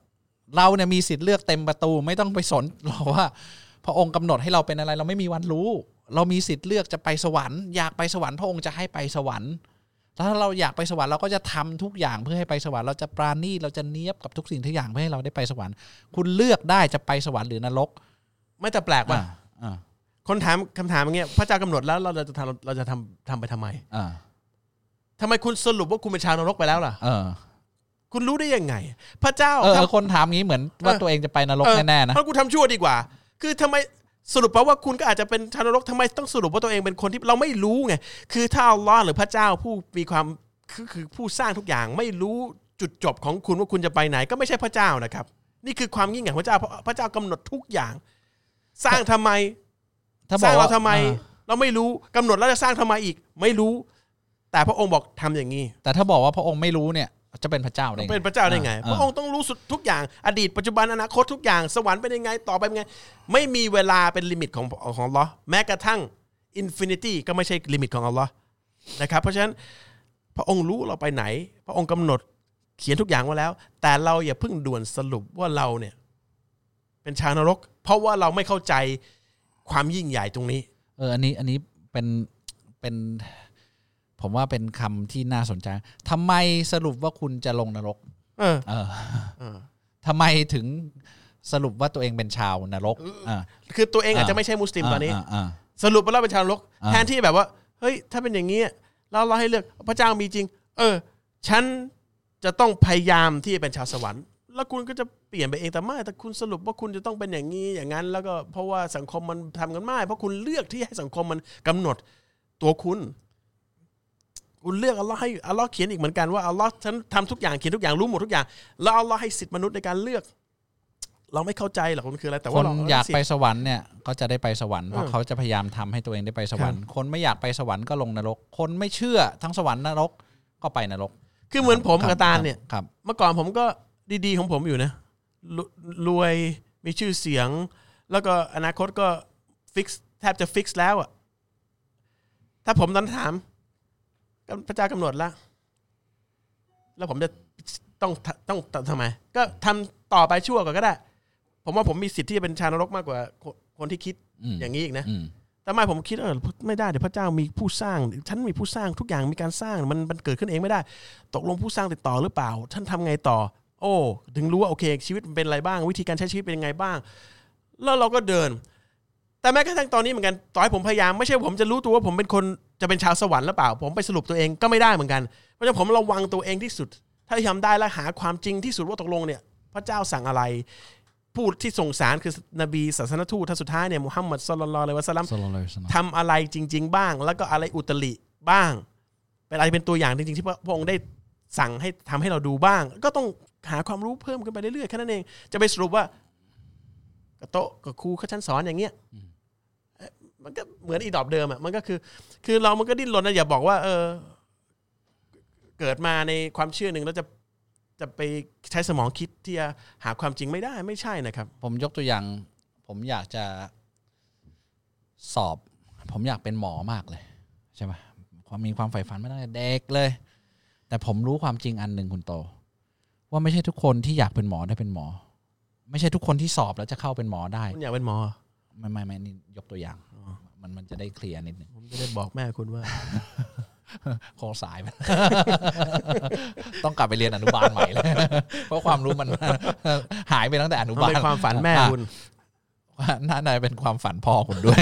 เราเนี่ยมีสิทธิ์เลือกเต็มประตูไม่ต้องไปสนหรอกว่าพระองค์กำหนดให้เราเป็นอะไรเราไม่มีวันรู้เรามีสิทธิ์เลือกจะไปสวรรค์อยากไปสวรรค์พระองค์จะให้ไปสวรรค์ถ้าเราอยากไปสวรรค์เราก็จะทำทุกอย่างเพื่อให้ไปสวรรค์เราจะปราณีตเราจะเนียบกับทุกสิ่งทุกอย่างเพื่อให้เราได้ไปสวรรค์คุณเลือกได้จะไปสวรรค์หรือนรก
ไม่แต่แปลกป่ะคนถามคำถามอย่างเงี้ยพระเจ้ากำหนดแล้วเราจะทำเราจะทำทำไปทำไมทำไมคุณสรุปว่าคุณเป็นชาวนรกไปแล้วล่ะคุณรู้ได้ยังไงพระเจ้า
เออคนถามงี้เหมือนว่าตัวเองจะไปนรกแน่ๆนะ
เพราะกูทำชั่วดีกว่าคือทำไมสรุปว่าคุณก็อาจจะเป็นชาวนรกทำไมต้องสรุปว่าตัวเองเป็นคนที่เราไม่รู้ไงคือถ้าอัลเลาะห์หรือพระเจ้าผู้มีความคือคือผู้สร้างทุกอย่างไม่รู้จุดจบของคุณว่าคุณจะไปไหนก็ไม่ใช่พระเจ้านะครับนี่คือความยิ่งใหญ่ของพระเจ้าเพราะพระเจ้ากำหนดทุกอย่างสร้างทำไมสร้างเราทำไมเราไม่รู้กำหนดแล้วจะสร้างทำไมอีกไม่รู้แต่พระองค์บอกทำอย่างนี้
แต่ถ้าบอกว่าพระองค์ไม่รู้เนี่ยจะเป็นพระเจ้าได้ไง
เป็นพระเจ้าได้ไงพระองค์ต้องรู้สุดทุกอย่างอดีตปัจจุบันอนาคตทุกอย่างสวรรค์เป็นยังไงต่อไปเป็นไงไม่มีเวลาเป็นลิมิตของของอัลเลาะห์แม้กระทั่งอินฟินิตี้ก็ไม่ใช่ลิมิตของอัลเลาะห์นะครับเพราะฉะนั้นพระองค์รู้เราไปไหนพระองค์กำหนดเขียนทุกอย่างไว้แล้วแต่เราอย่าเพิ่งด่วนสรุปว่าเราเนี่ยเป็นชาวนรกเพราะว่าเราไม่เข้าใจความยิ่งใหญ่ตรงนี้
เอออันนี้อันนี้เป็นเป็นผมว่าเป็นคำที่น่าสนใจทำไมสรุปว่าคุณจะลงนรกเออเออเออทำไมถึงสรุปว่าตัวเองเป็นชาวนรกอ่า
คือตัวเองอาจจะไม่ใช่มุสลิมตอนนี้สรุปว่าเราเป็นชาวนรกแทนที่แบบว่าเฮ้ยถ้าเป็นอย่างนี้เราเราให้เลือกพระเจ้ามีจริงเออฉันจะต้องพยายามที่จะเป็นชาวสวรรค์แล้วคุณก็จะเปลี่ยนไปเองแต่ไม่แต่คุณสรุปว่าคุณจะต้องเป็นอย่างนี้อย่างนั้นแล้วก็เพราะว่าสังคมมันทำกันไม่เพราะคุณเลือกที่ให้สังคมมันกำหนดตัวคุณคุณเลือกอัลเลาะห์ให้อัลเลาะห์เขียนอีกเหมือนกันว่าอัลเลาะห์ฉันทำทุกอย่างเขียนทุกอย่างรู้หมดทุกอย่างแล้วอัลเลาะห์ให้สิทธิมนุษย์ในการเลือกเราไม่เข้าใจหรอกมันคืออะไรแต่ว่า
คนอยากไปสวรรค์เนี่ยก็จะได้ไปสวรรค์เพราะเขาจะพยายามทำให้ตัวเองได้ไปสวรรค์คนไม่อยากไปสวรรค์ก็ลงนรกคนไม่เชื่อทั้งสวรรค์นรกก็ไปนรก
คือเหมือนผมกับตาลเนี่ยเมื่อก่อนผมก็ดีๆของผมอยู่นะรวยมีชื่อเสียงแล้วก็อนาคตก็ฟิกซ์แทบจะฟิกซ์แล้วอ่ะถ้าผมตอนถามพระเจ้ากำหนดแล้วแล้วผมจะต้องต้องทำไมก็ทำต่อไปชั่วก่อนก็ได้ผมว่าผมมีสิทธิ์ที่จะเป็นชาวนรกมากกว่าคนที่คิดอย่างนี้อีกนะแต่ไม่ผมคิดเออไม่ได้เดี๋ยวพระเจ้ามีผู้สร้างฉันมีผู้สร้างทุกอย่างมีการสร้างมันมันเกิดขึ้นเองไม่ได้ตกลงผู้สร้างติดต่อหรือเปล่าท่านทำไงต่อโอ้ถึงรู้ว่าโอเคชีวิตมันเป็นอะไรบ้างวิธีการใช้ชีวิตเป็นยังไงบ้างแล้วเราก็เดินแต่แม้กระทั่งตอนนี้เหมือนกันต่อให้ผมพยายามไม่ใช่ผมจะรู้ตัวว่าผมเป็นคนจะเป็นชาวสวรรค์หรือเปล่าผมไปสรุปตัวเองก็ไม่ได้เหมือนกันเพราะฉะนั้นผมระวังตัวเองที่สุดถ้าทำได้แล้วหาความจริงที่สุดว่าตกลงเนี่ยพระเจ้าสั่งอะไรพูดที่ส่งสารคือนบีศาสนทูตท่านสุดท้ายเนี่ยมุฮัมมัดศ็อลลัลลอฮุอะลัยฮิวะซัลลัมทำอะไรจริงๆบ้างแล้วก็อะไรอุตริบ้างเป็นอะไรเป็นตัวอย่างจริงๆที่พระองค์ได้สั่งให้ทำให้เราดูบ้างก็ต้องหาความรู้เพิ่มขึ้นไปเรื่อยๆแค่นั้นเองจะไปสรุปว่ากระโต๊ะกับครูเขาชั้นสอนอย่างเงี้ยมันก็เหมือนอีดอบเดิมอ่ะมันก็คือคือเรามันก็ดิ้นรนนะอย่าบอกว่าเออเกิดมาในความเชื่อหนึ่งแล้วจะจะไปใช้สมองคิดที่จะหาความจริงไม่ได้ไม่ใช่นะครับ
ผมยกตัวอย่างผมอยากจะสอบผมอยากเป็นหมอมากเลยใช่ไหมความมีความใฝ่ฝันมาตั้งแต่เด็กเลยแต่ผมรู้ความจริงอันหนึ่งคุณโตว่าไม่ใช่ทุกคนที่อยากเป็นหมอได้เป็นหมอไม่ใช่ทุกคนที่สอบแล้วจะเข้าเป็นหมอได้
คุณอยากเป็นหมอ
ไม่ไม่ไม่นี่ยกตัวอย่างมันมันจะได้เคลียร์นิดนึง
ผมจะได้บอกแม่คุณว่า
คงสายไปต้องกลับไปเรียนอนุบาลใหม่เลยเพราะความรู้มันหายไปตั้งแต่อนุบาล
เป็นความฝันแม่คุณ
น่าจะเป็นความฝันพ่อคุณด้วย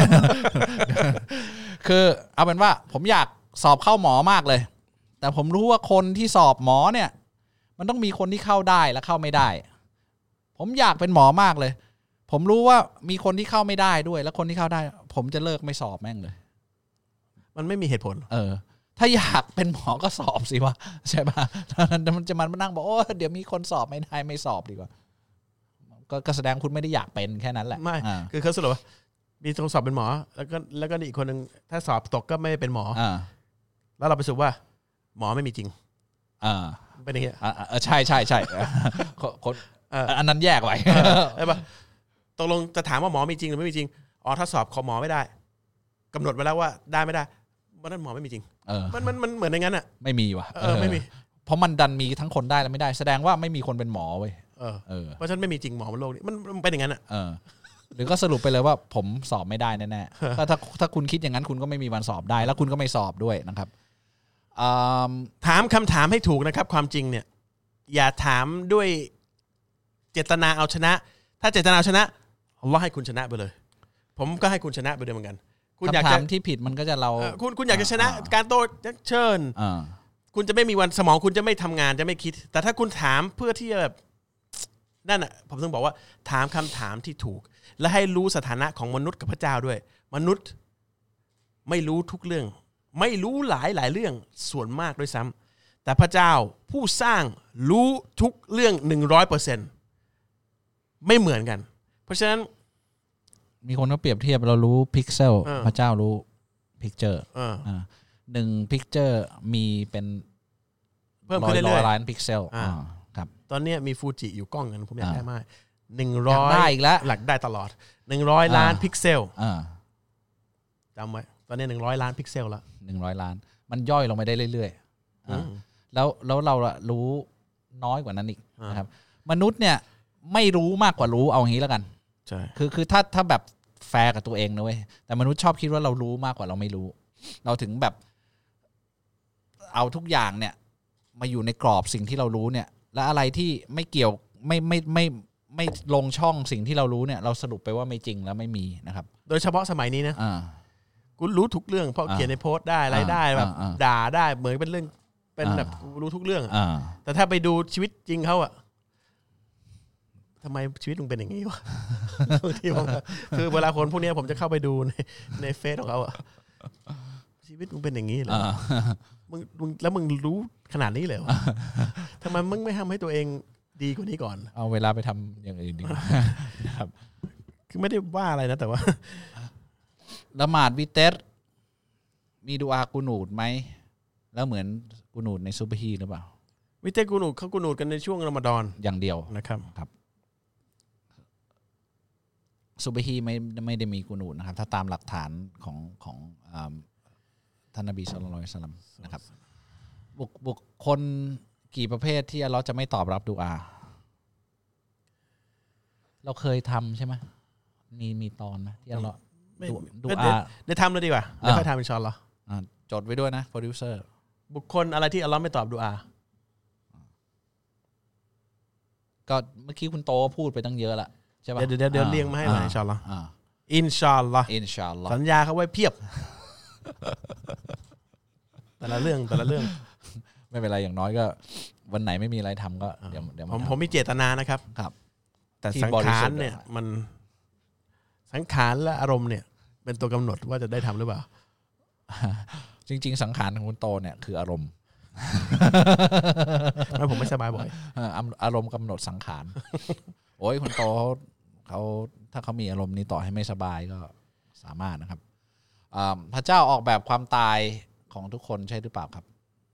คือเอาเป็นว่าผมอยากสอบเข้าหมอมากเลยแต่ผมรู้ว่าคนที่สอบหมอเนี่ยมันต้องมีคนที่เข้าได้และเข้าไม่ได้ผมอยากเป็นหมอมากเลยผมรู้ว่ามีคนที่เข้าไม่ได้ด้วยและคนที่เข้าได้ผมจะเลิกไม่สอบแม่งเลย
มันไม่มีเหตุผล
เออถ้าอยากเป็นหมอก็สอบสิวะใช่ป่ะมันจะมันมานั่งบอกโอ้เดี๋ยวมีคนสอบไม่ได้ไม่สอบดีกว่าก็แสดงคุณไม่ได้อยากเป็นแค่นั้นแหละ
ไม่คือเขาสรุปว่ามีต้องสอบเป็นหมอแล้วก็แล้วก็อีกคนนึงถ้าสอบตกก็ไม่เป็นหมอแล้วเราไปสรุปว่าหมอไม่มีจริง
อ่า
เป็นอย่างเงี้ย
อ่าใช่ใช่ใช่คนอันนั้นแยกไว้
ใช่ป่ะตกลงจะถามว่าหมอมีจริงหรือไม่มีจริงอ๋อถ้าสอบขอหมอไม่ได้กำหนดไว้แล้วว่าได้ไม่ได้วันนั้นหมอไม่มีจริงมันมันมันเหมือนอย่างนั้นอ่ะ
ไม่มีว่ะ
เออไม่มี
เพราะมันดันมีทั้งคนได้และไม่ได้แสดงว่าไม่มีคนเป็นหมอเว้ย
เออเออเพราะฉันไม่มีจริงหมอบนโลกนี้มันมันเป็นอย่างนั้นอ่ะ
เออหรือก็สรุปไปเลยว่าผมสอบไม่ได้แน่ๆถ้าถ้าถ้าคุณคิดอย่างนั้นคุณก็ไม่มีวันสอบได้แล้วคุณก็ไม่สอบด้วยนะครับ
ถามคำถามให้ถูกนะครับความจริงเนี่ยอย่าถามด้วยเจตนาเอาชนะถ้าเจตนาเอาชนะอัลเลาะห์ให้คุณชนะไปเลยผมก็ให้คุณชนะไปด้วยเหมือนกัน
คุณอยากจะที่ผิดมันก็จะเรา
คุณคุณอยากจะชนะการโต้เชิญคุณจะไม่มีวันสมองคุณจะไม่ทำงานจะไม่คิดแต่ถ้าคุณถามเพื่อที่จะแบบนั่นอ่ะผมต้องบอกว่าถามคำถามที่ถูกและให้รู้สถานะของมนุษย์กับพระเจ้าด้วยมนุษย์ไม่รู้ทุกเรื่องไม่รู้หลายหลายเรื่องส่วนมากด้วยซ้ำแต่พระเจ้าผู้สร้างรู้ทุกเรื่อง หนึ่งร้อยเปอร์เซ็นต์ ไม่เหมือนกันเพราะฉะนั้น
มีคนก็เปรียบเทียบเรารู้พิกเซลพระเจ้ารู้พิกเจอร์หนึ่งพิกเจอร์มีเป็น
เพิ่มขึ้นเรื่อย
ๆล้านพิกเซลครับ
ตอนนี้มีฟูจิอยู่กล้องกันผมอยากได้มากหนึ่งร้อย
ได้อีกแล้ว
หลักได้ตลอดหนึ่งร้อยล้านพิกเซลจำไว้ตอนนี้หนึ่งร้อยล้านพิกเซลแล้ว
หนึ่งร้อยล้านมันย่อยลงไปได้เรื่อยๆแล้วแล้วเรารู้น้อยกว่านั้นอีกนะครับมนุษย์เนี่ยไม่รู้มากกว่ารู้เอางี้แล้วกัน
ใช่
คือคือถ้าถ้าแบบแฟร์กับตัวเองนะเว้ยแต่มนุษย์ชอบคิดว่าเรารู้มากกว่าเราไม่รู้เราถึงแบบเอาทุกอย่างเนี่ยมาอยู่ในกรอบสิ่งที่เรารู้เนี่ยและอะไรที่ไม่เกี่ยวไม่ไม่ไม่ไม่ลงช่องสิ่งที่เรารู้เนี่ยเราสรุปไปว่าไม่จริงแล้วไม่มีนะครับ
โดยเฉพาะสมัยนี้นะกูรู้ทุกเรื่องเพราะเขียนในโพสต์ได้อะไรได้แบบด่าได้เหมือนเป็นเรื่องเป็นแบบกูรู้ทุกเรื่องแต่ถ้าไปดูชีวิตจริงเขาอะทำไมชีวิตมึงเป็นอย่างนี้วะบางทีผมคือเวลาคนพวกนี้ผมจะเข้าไปดูในในเฟซของเขาอะชีวิตมึงเป็นอย่างนี้เหรอมึงมึงแล้วมึงรู้ขนาดนี้เลยทำไมมึงไม่ทำให้ตัวเองดีกว่านี้ก่อน
เอาเวลาไปทำอย่างอื่นดีกว่าครับ
คือไม่ได้ว่าอะไรนะแต่ว่า
ละหมาดวิเตรมีดูอากูนูดไหมแล้วเหมือนกูนูดในซุบฮีหรือเปล่า
วิเตรกูนูดเขากูนูดกันในช่วงรอมฎอน
อย่างเดียว
นะครับ
ครับซุบฮีไม่ไม่ได้มีกูนูดนะครับถ้าตามหลักฐานของของท่านนบีศ็อลลัลลอฮุอะลัยฮิวะซัลลัมนะครับบุคบุคคลกี่ประเภทที่อัลเลาะห์จะไม่ตอบรับดุอาเราเคยทำใช่ไหมมีมีตอนไหมที่อัลเลาะห์ดุอา
ได้ทำเลยดีกว่าได้ค่อยทำอินชาอัลลอฮ์
จดไว้ด้วยนะโปรดิวเซอร์
บุคคลอะไรที่อัลเลาะห์ไม่ตอบดุอา
ก็เมื่อกี้คุณโตพูดไปตั้งเยอะละใช่ป่ะ
เดี๋ยวเดี๋ยวเรียงมาให้หน่อยอินชาอัลลอฮ์อินชาอัลลอฮ์
อินชาอัลลอฮ์
สัญญาเขาไว้เพียบแต่ละเรื่องแต่ละเรื่อง
ไม่เป็นไรอย่างน้อยก็วันไหนไม่มีอะไรทำก็เดี๋ยวเดี๋ยว
ผมผมมีเจตนานะครับ
ครับ
แต่สังขารเนี่ยมันสังขารและอารมณ์เนี่ยเป็นตัวกำหนดว่าจะได้ทำหรือเปล่า
จริงๆสังขารของคุณโตเนี่ยคืออารมณ์
แล้วผมไม่สบายบ่อย
อารมณ์กำหนดสังขารโอ้ยคุณโตเขาเขาถ้าเขามีอารมณ์นี้ต่อให้ไม่สบายก็สามารถนะครับพระเจ้าออกแบบความตายของทุกคนใช่หรือเปล่าครับ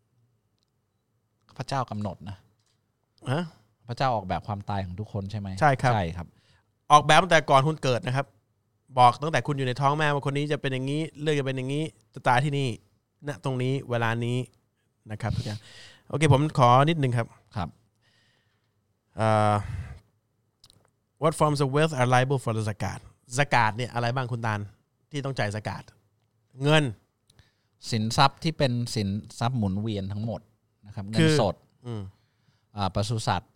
พระเจ้ากำหนดนะพระเจ้าออกแบบความตายของทุกคนใช่ไหม
ใช่ครับ
ใช่ครับ
ออกแบบตั้งแต่ก่อนคุณเกิดนะครับบอกตั้งแต่คุณอยู่ในท้องแม่ว่าคนนี้จะเป็นอย่างนี้เรื่องจะเป็นอย่างนี้จะตายที่นี่ณตรงนี้เวลานี้นะครับทุกอย่างโอเคผมขอนิดนึงครับ
ครับ
uh, What forms of wealth are liable for the zakat zakat เนี่ยอะไรบ้างคุณตาลที่ต้องจ่าย zakat เงิน
สินทรัพย์ที่เป็นสินทรัพย์หมุนเวียนทั้งหมดนะครับเงินสดปศุสัตว์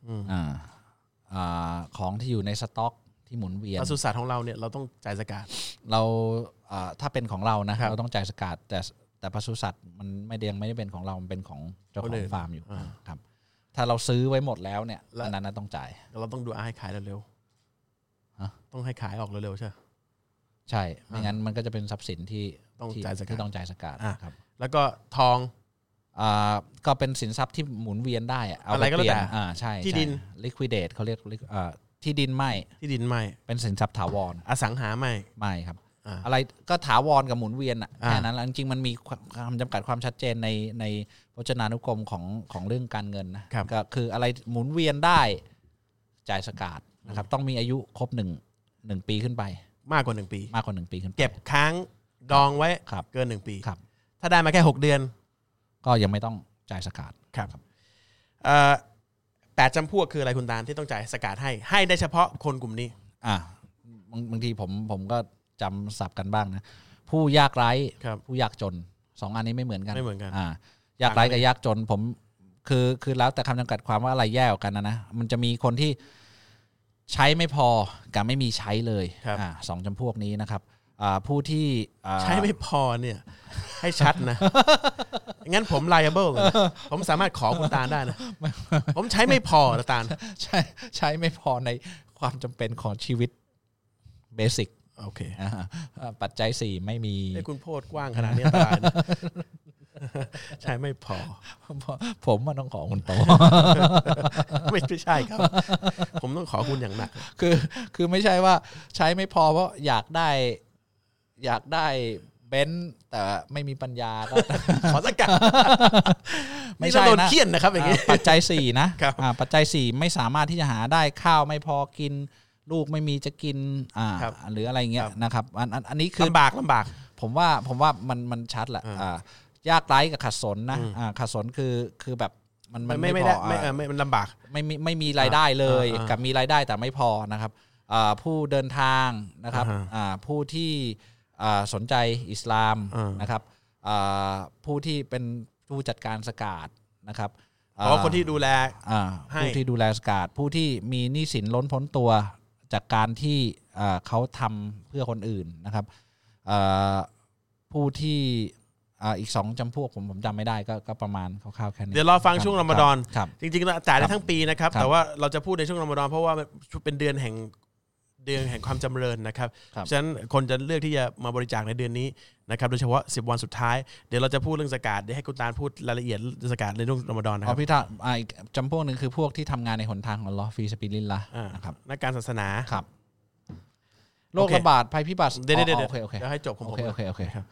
ของที่อยู่ในสต็อกที่หมุนเวียน
ปศุสัตว์ของเราเนี่ยเราต้องจ่ายซะกาต
เราถ้าเป็นของเรานะเราต้องจ่ายซะกาตแต่แต่ปศุสัตว์มันไม่ได้ยังไม่ได้เป็นของเรามันเป็นของเจ้าของฟาร์มอยู่ครับถ้าเราซื้อไว้หมดแล้วเนี่ยอันนั้นต้องจ่าย
เราต้องดูอาให้ขายเร็วๆต้องให้ขายออกเร็วๆใช่
ใช่ไม่งั้นมันก็จะเป็นทรัพย์สินที่
ต้องจ่ายซะกาต
ที่ต้องจ่ายซะกาตครับ
แล้วก็ทอง
อ่าก็เป็นสินทรัพย์ที่หมุนเวียนได้
เอาไปเปลี่ยน
อ่าใช่
ที่ดิน
liquidate เขาเรียกอ่าที่ดินไม่
ที่ดินไม่
เป็นสินทรัพย์ถาวร
อสังหาไม่
ไม่ครับอะไรก็ถาวรกับหมุนเวียนอ่ะแค่นั้นจริงๆมันมีความจำกัดความชัดเจนในในพจนานุกรมของของเรื่องการเงินนะก็คืออะไรหมุนเวียนได้จ่ายซะกาตนะครับต้องมีอายุครบหนึ่งหนึ่งปีขึ้นไป
มากกว่าหนึ่งปี
มากกว่าหนึ่งปีขึ้น
เก็บค้างดองไว้เกินหนึ่งปี
ครับ
ถ้าได้มาแค่หกเดือน
ก็ยังไม่ต้องจ่ายซะกาต
ครับแปดจำพวกคืออะไรคุณตาลที่ต้องจ่ายสกาดให้ให้ได้เฉพาะคนกลุ่มนี้
อ่าบางบางทีผมผมก็จำศัพท์กันบ้างนะผู้ยากไร้ผู้ยากจนสองอันนี้ไม่เหมือนกัน
ไม่เหมือนกัน
อ่ายากไร้กับยากจนผมคือคือแล้วแต่คำจำกัดความว่าอะไรแย่กว่ากันนะนะมันจะมีคนที่ใช้ไม่พอกับไม่มีใช้เลยอ่าสองจำพวกนี้นะครับอ่าผู้ที่
ใช้ไม่พอเนี่ยให้ชัดนะงั้นผม liable เลยผมสามารถขอคุณตาลได้นะผมใช้ไม่พอตาล
ใช้ใช้ไม่พอในความจำเป็นของชีวิตเบสิก
โอเค
ปัจจัยสี่ไม่มี
ให้คุณโพดกว้างขนาดนี้ตายนะใช้ไม่พอ
ผมมันต้องขอคุณโต
ไม่ใช่ครับผมต้องขอคุณอย่างหนัก
คือคือไม่ใช่ว่าใช้ไม่พอเพราะอยากได้อยากได้เบนซ์แต่ไม่มีปัญญาก็
ขอสักกันไม่ใช่นะโดนเคี่ยนนะครับอย่างนี้
ปัจจัยสี่นะปัจจัยสี่ไม่สามารถที่จะหาได้ข้าวไม่พอกินลูกไม่มีจะกินอ่าหรืออะไรเงี้ยนะครับอันอันนี้คือ
ลำบากลำบาก
ผมว่าผมว่ามันมันชัดแหละอ่ายากไร้กับขัดสนนะอ่าขัดสนคือคือแบบมันมัน
ไม่พอไม่เออไม่มันลำบาก
ไม่มีไม่มีรายได้เลยกับมีรายได้แต่ไม่พอนะครับอ่าผู้เดินทางนะครับอ่าผู้ที่อ่าสนใจอิสลามนะครับอ่าผู้ที่เป็นผู้จัดการสกาดนะครับ
อ๋อคนที่ดูแล
อ่าผู้ที่ดูแลสกาดผู้ที่มีหนี้สินล้นพ้นตัวจากการที่อ่าเขาทำเพื่อคนอื่นนะครับอ่าผู้ที่อ่าอีกสองจำพวกผมผมจำไม่ได้ก็ก็ประมาณคร่าวๆแค่นี้
เดี๋ยวรอฟังช่วงรอมฎอนจริงๆจ่ายได้ทั้งปีนะครับแต่ว่าเราจะพูดในช่วงรอมฎอนเพราะว่าเป็นเดือนแห่งเดือนแห่งความจำเริญนะครับฉะนั้นคนจะเลือกที่จะมาบริจาคในเดือนนี้นะครับโดยเฉพาะสิบวันสุดท้ายเดี๋ยวเราจะพูดเรื่องซะกาตเดี๋ยวให้คุณตาลพูดรายละเอียดซะกาตในช่วงรอมฎอนนะครับ
อ๋อพี่ท่านอีกจำพวกนึงคือพวกที่ทำงานในหนทางของอัลเลาะห์ฟีซะบิลิลลาห์นะครับ
นักการศาสนา
ครับโรคระบาดภัยพิบัติ
เดี๋ยวเดี๋ยวเดี๋ยวให้จบผมโอเคโอเคโอเคครับ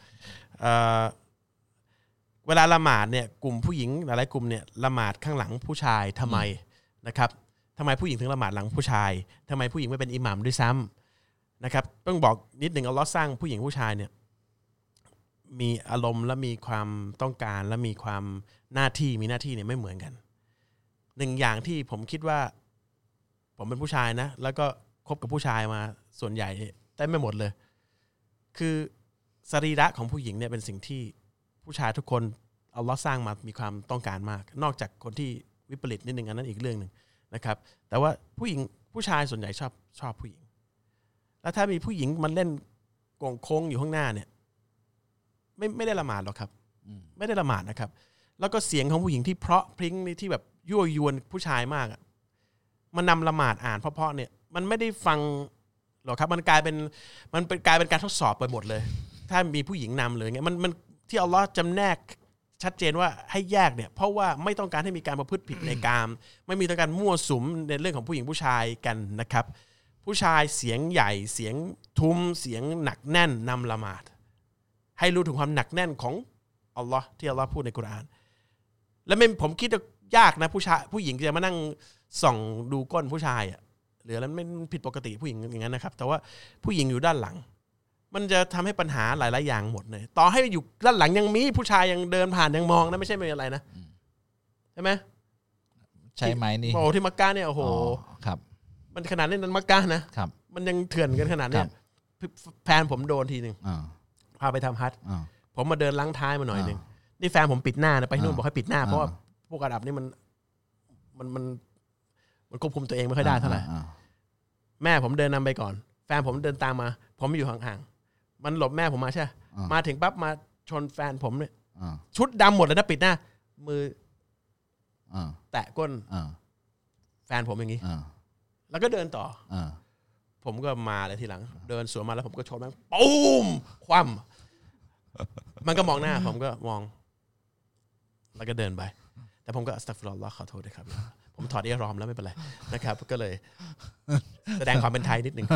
เวลาละหมาดเนี่ยกลุ่มผู้หญิงหลายๆกลุ่มเนี่ยละหมาดข้างหลังผู้ชายทำไมนะครับทำไมผู้หญิงถึงละหมาดหลังผู้ชายทำไมผู้หญิงไม่เป็นอิหม่ามด้วยซ้ำนะครับต้องบอกนิดหนึ่งอัลเลาะห์สร้างผู้หญิงผู้ชายเนี่ยมีอารมณ์และมีความต้องการและมีความหน้าที่มีหน้าที่เนี่ยไม่เหมือนกันหนึ่งอย่างที่ผมคิดว่าผมเป็นผู้ชายนะแล้วก็คบกับผู้ชายมาส่วนใหญ่แต่ไม่หมดเลยคือสรีระของผู้หญิงเนี่ยเป็นสิ่งที่ผู้ชายทุกคนอัลเลาะห์สร้างมามีความต้องการมากนอกจากคนที่วิปริตนิดนึงอันนั้นอีกเรื่องนึงนะครับแต่ว่าผู้หญิงผู้ชายส่วนใหญ่ชอบชอบผู้หญิงแล้วถ้ามีผู้หญิงมันเล่นโกงโค้งอยู่ข้างหน้าเนี่ยไม่ไม่ได้ละหมาดหรอกครับไม่ได้ละหมาดนะครับแล้วก็เสียงของผู้หญิงที่เพราะพริ้งที่แบบยั่วยวนผู้ชายมากมันนำละหมาดอ่านเพราะๆเนี่ยมันไม่ได้ฟังหรอกครับมันกลายเป็นมันเป็นกลายเป็นการทดสอบไปหมดเลยถ้ามีผู้หญิงนำเลยเงี้ยมันมันที่อัลเลาะห์จำแนกชัดเจนว่าให้แยกเนี่ยเพราะว่าไม่ต้องการให้มีการประพฤติผิดในกามไม่มีต้องการมั่วสุมในเรื่องของผู้หญิงผู้ชายกันนะครับผู้ชายเสียงใหญ่เสียงทุ้มเสียงหนักแน่นนำละหมาดให้รู้ถึงความหนักแน่นของอัลเลาะห์ที่อัลเลาะห์พูดในกุรอานแล้วไม่ผมคิดว่ายากนะผู้ชายผู้หญิงจะมานั่งส่องดูก้นผู้ชายอ่ะหรือแล้วไม่ผิดปกติผู้หญิงอย่างนั้นนะครับแต่ว่าผู้หญิงอยู่ด้านหลังมันจะทำให้ปัญหาหลายๆอย่างหมดเลยต่อให้อยู่ด้านหลังยังมีผู้ชายยังเดินผ่านยังมองนะไม่ใช่ไม่อะไรนะใช่ไหม
ใช่ไหมนี่
โอ้ที่มักกะเนี่ยโอ้โห
ครับ
มันขนาดนี้นั้นมักกะนะครับมันยังเถื่อนกันขนาดนี้แฟนผมโดนทีนึงพาไปทำฮัจญ์ผมมาเดินล้างท้ายมาหน่อยนึงนี่แฟนผมปิดหน้านะไปนู่นบอกให้ปิดหน้าเพราะว่าพวกอาหรับนี่มันมันมันมันควบคุมตัวเองไม่ค่อยได้เท่าไหร่แม่ผมเดินนำไปก่อนแฟนผมเดินตามมาผมอยู่ห่างๆมันหลบแม่ผมมาใช่มาถึงปั๊บมาชนแฟนผมเนี่ยชุดดำหมดเลยนะปิดหน้ามือแตะก้นแฟนผมอย่างนี้แล้วก็เดินต่อผมก็มาเลยทีหลังเดินสวนมาแล้วผมก็ชนมันปุ้มคว่ำมันก็มองหน้าผมก็มองแล้วก็เดินไปแต่ผมก็อัสตัฆฟิรุลลอฮ์ขอโทษด้วยครับผมถอดเอียรอมแล้วไม่เป็นไรนะครับก็เลยแสดงความเป็นไทยนิดนึง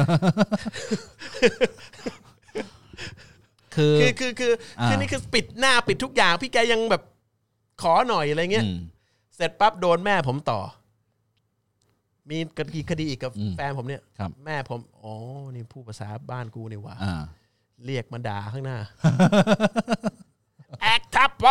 คือ
คือคือคือคือนี่คือปิดหน้าปิดทุกอย่างพี่แกยังแบบขอหน่อยอะไรเงี้ยเสร็จปั๊บโดนแม่ผมต่อมีคดีอีกกับแฟนผมเนี่ยแม่ผมอ๋อนี่ผู้ภาษาบ้านกูนี่หว่าเรียกมาด่าข้างหน้าแอคทับปอด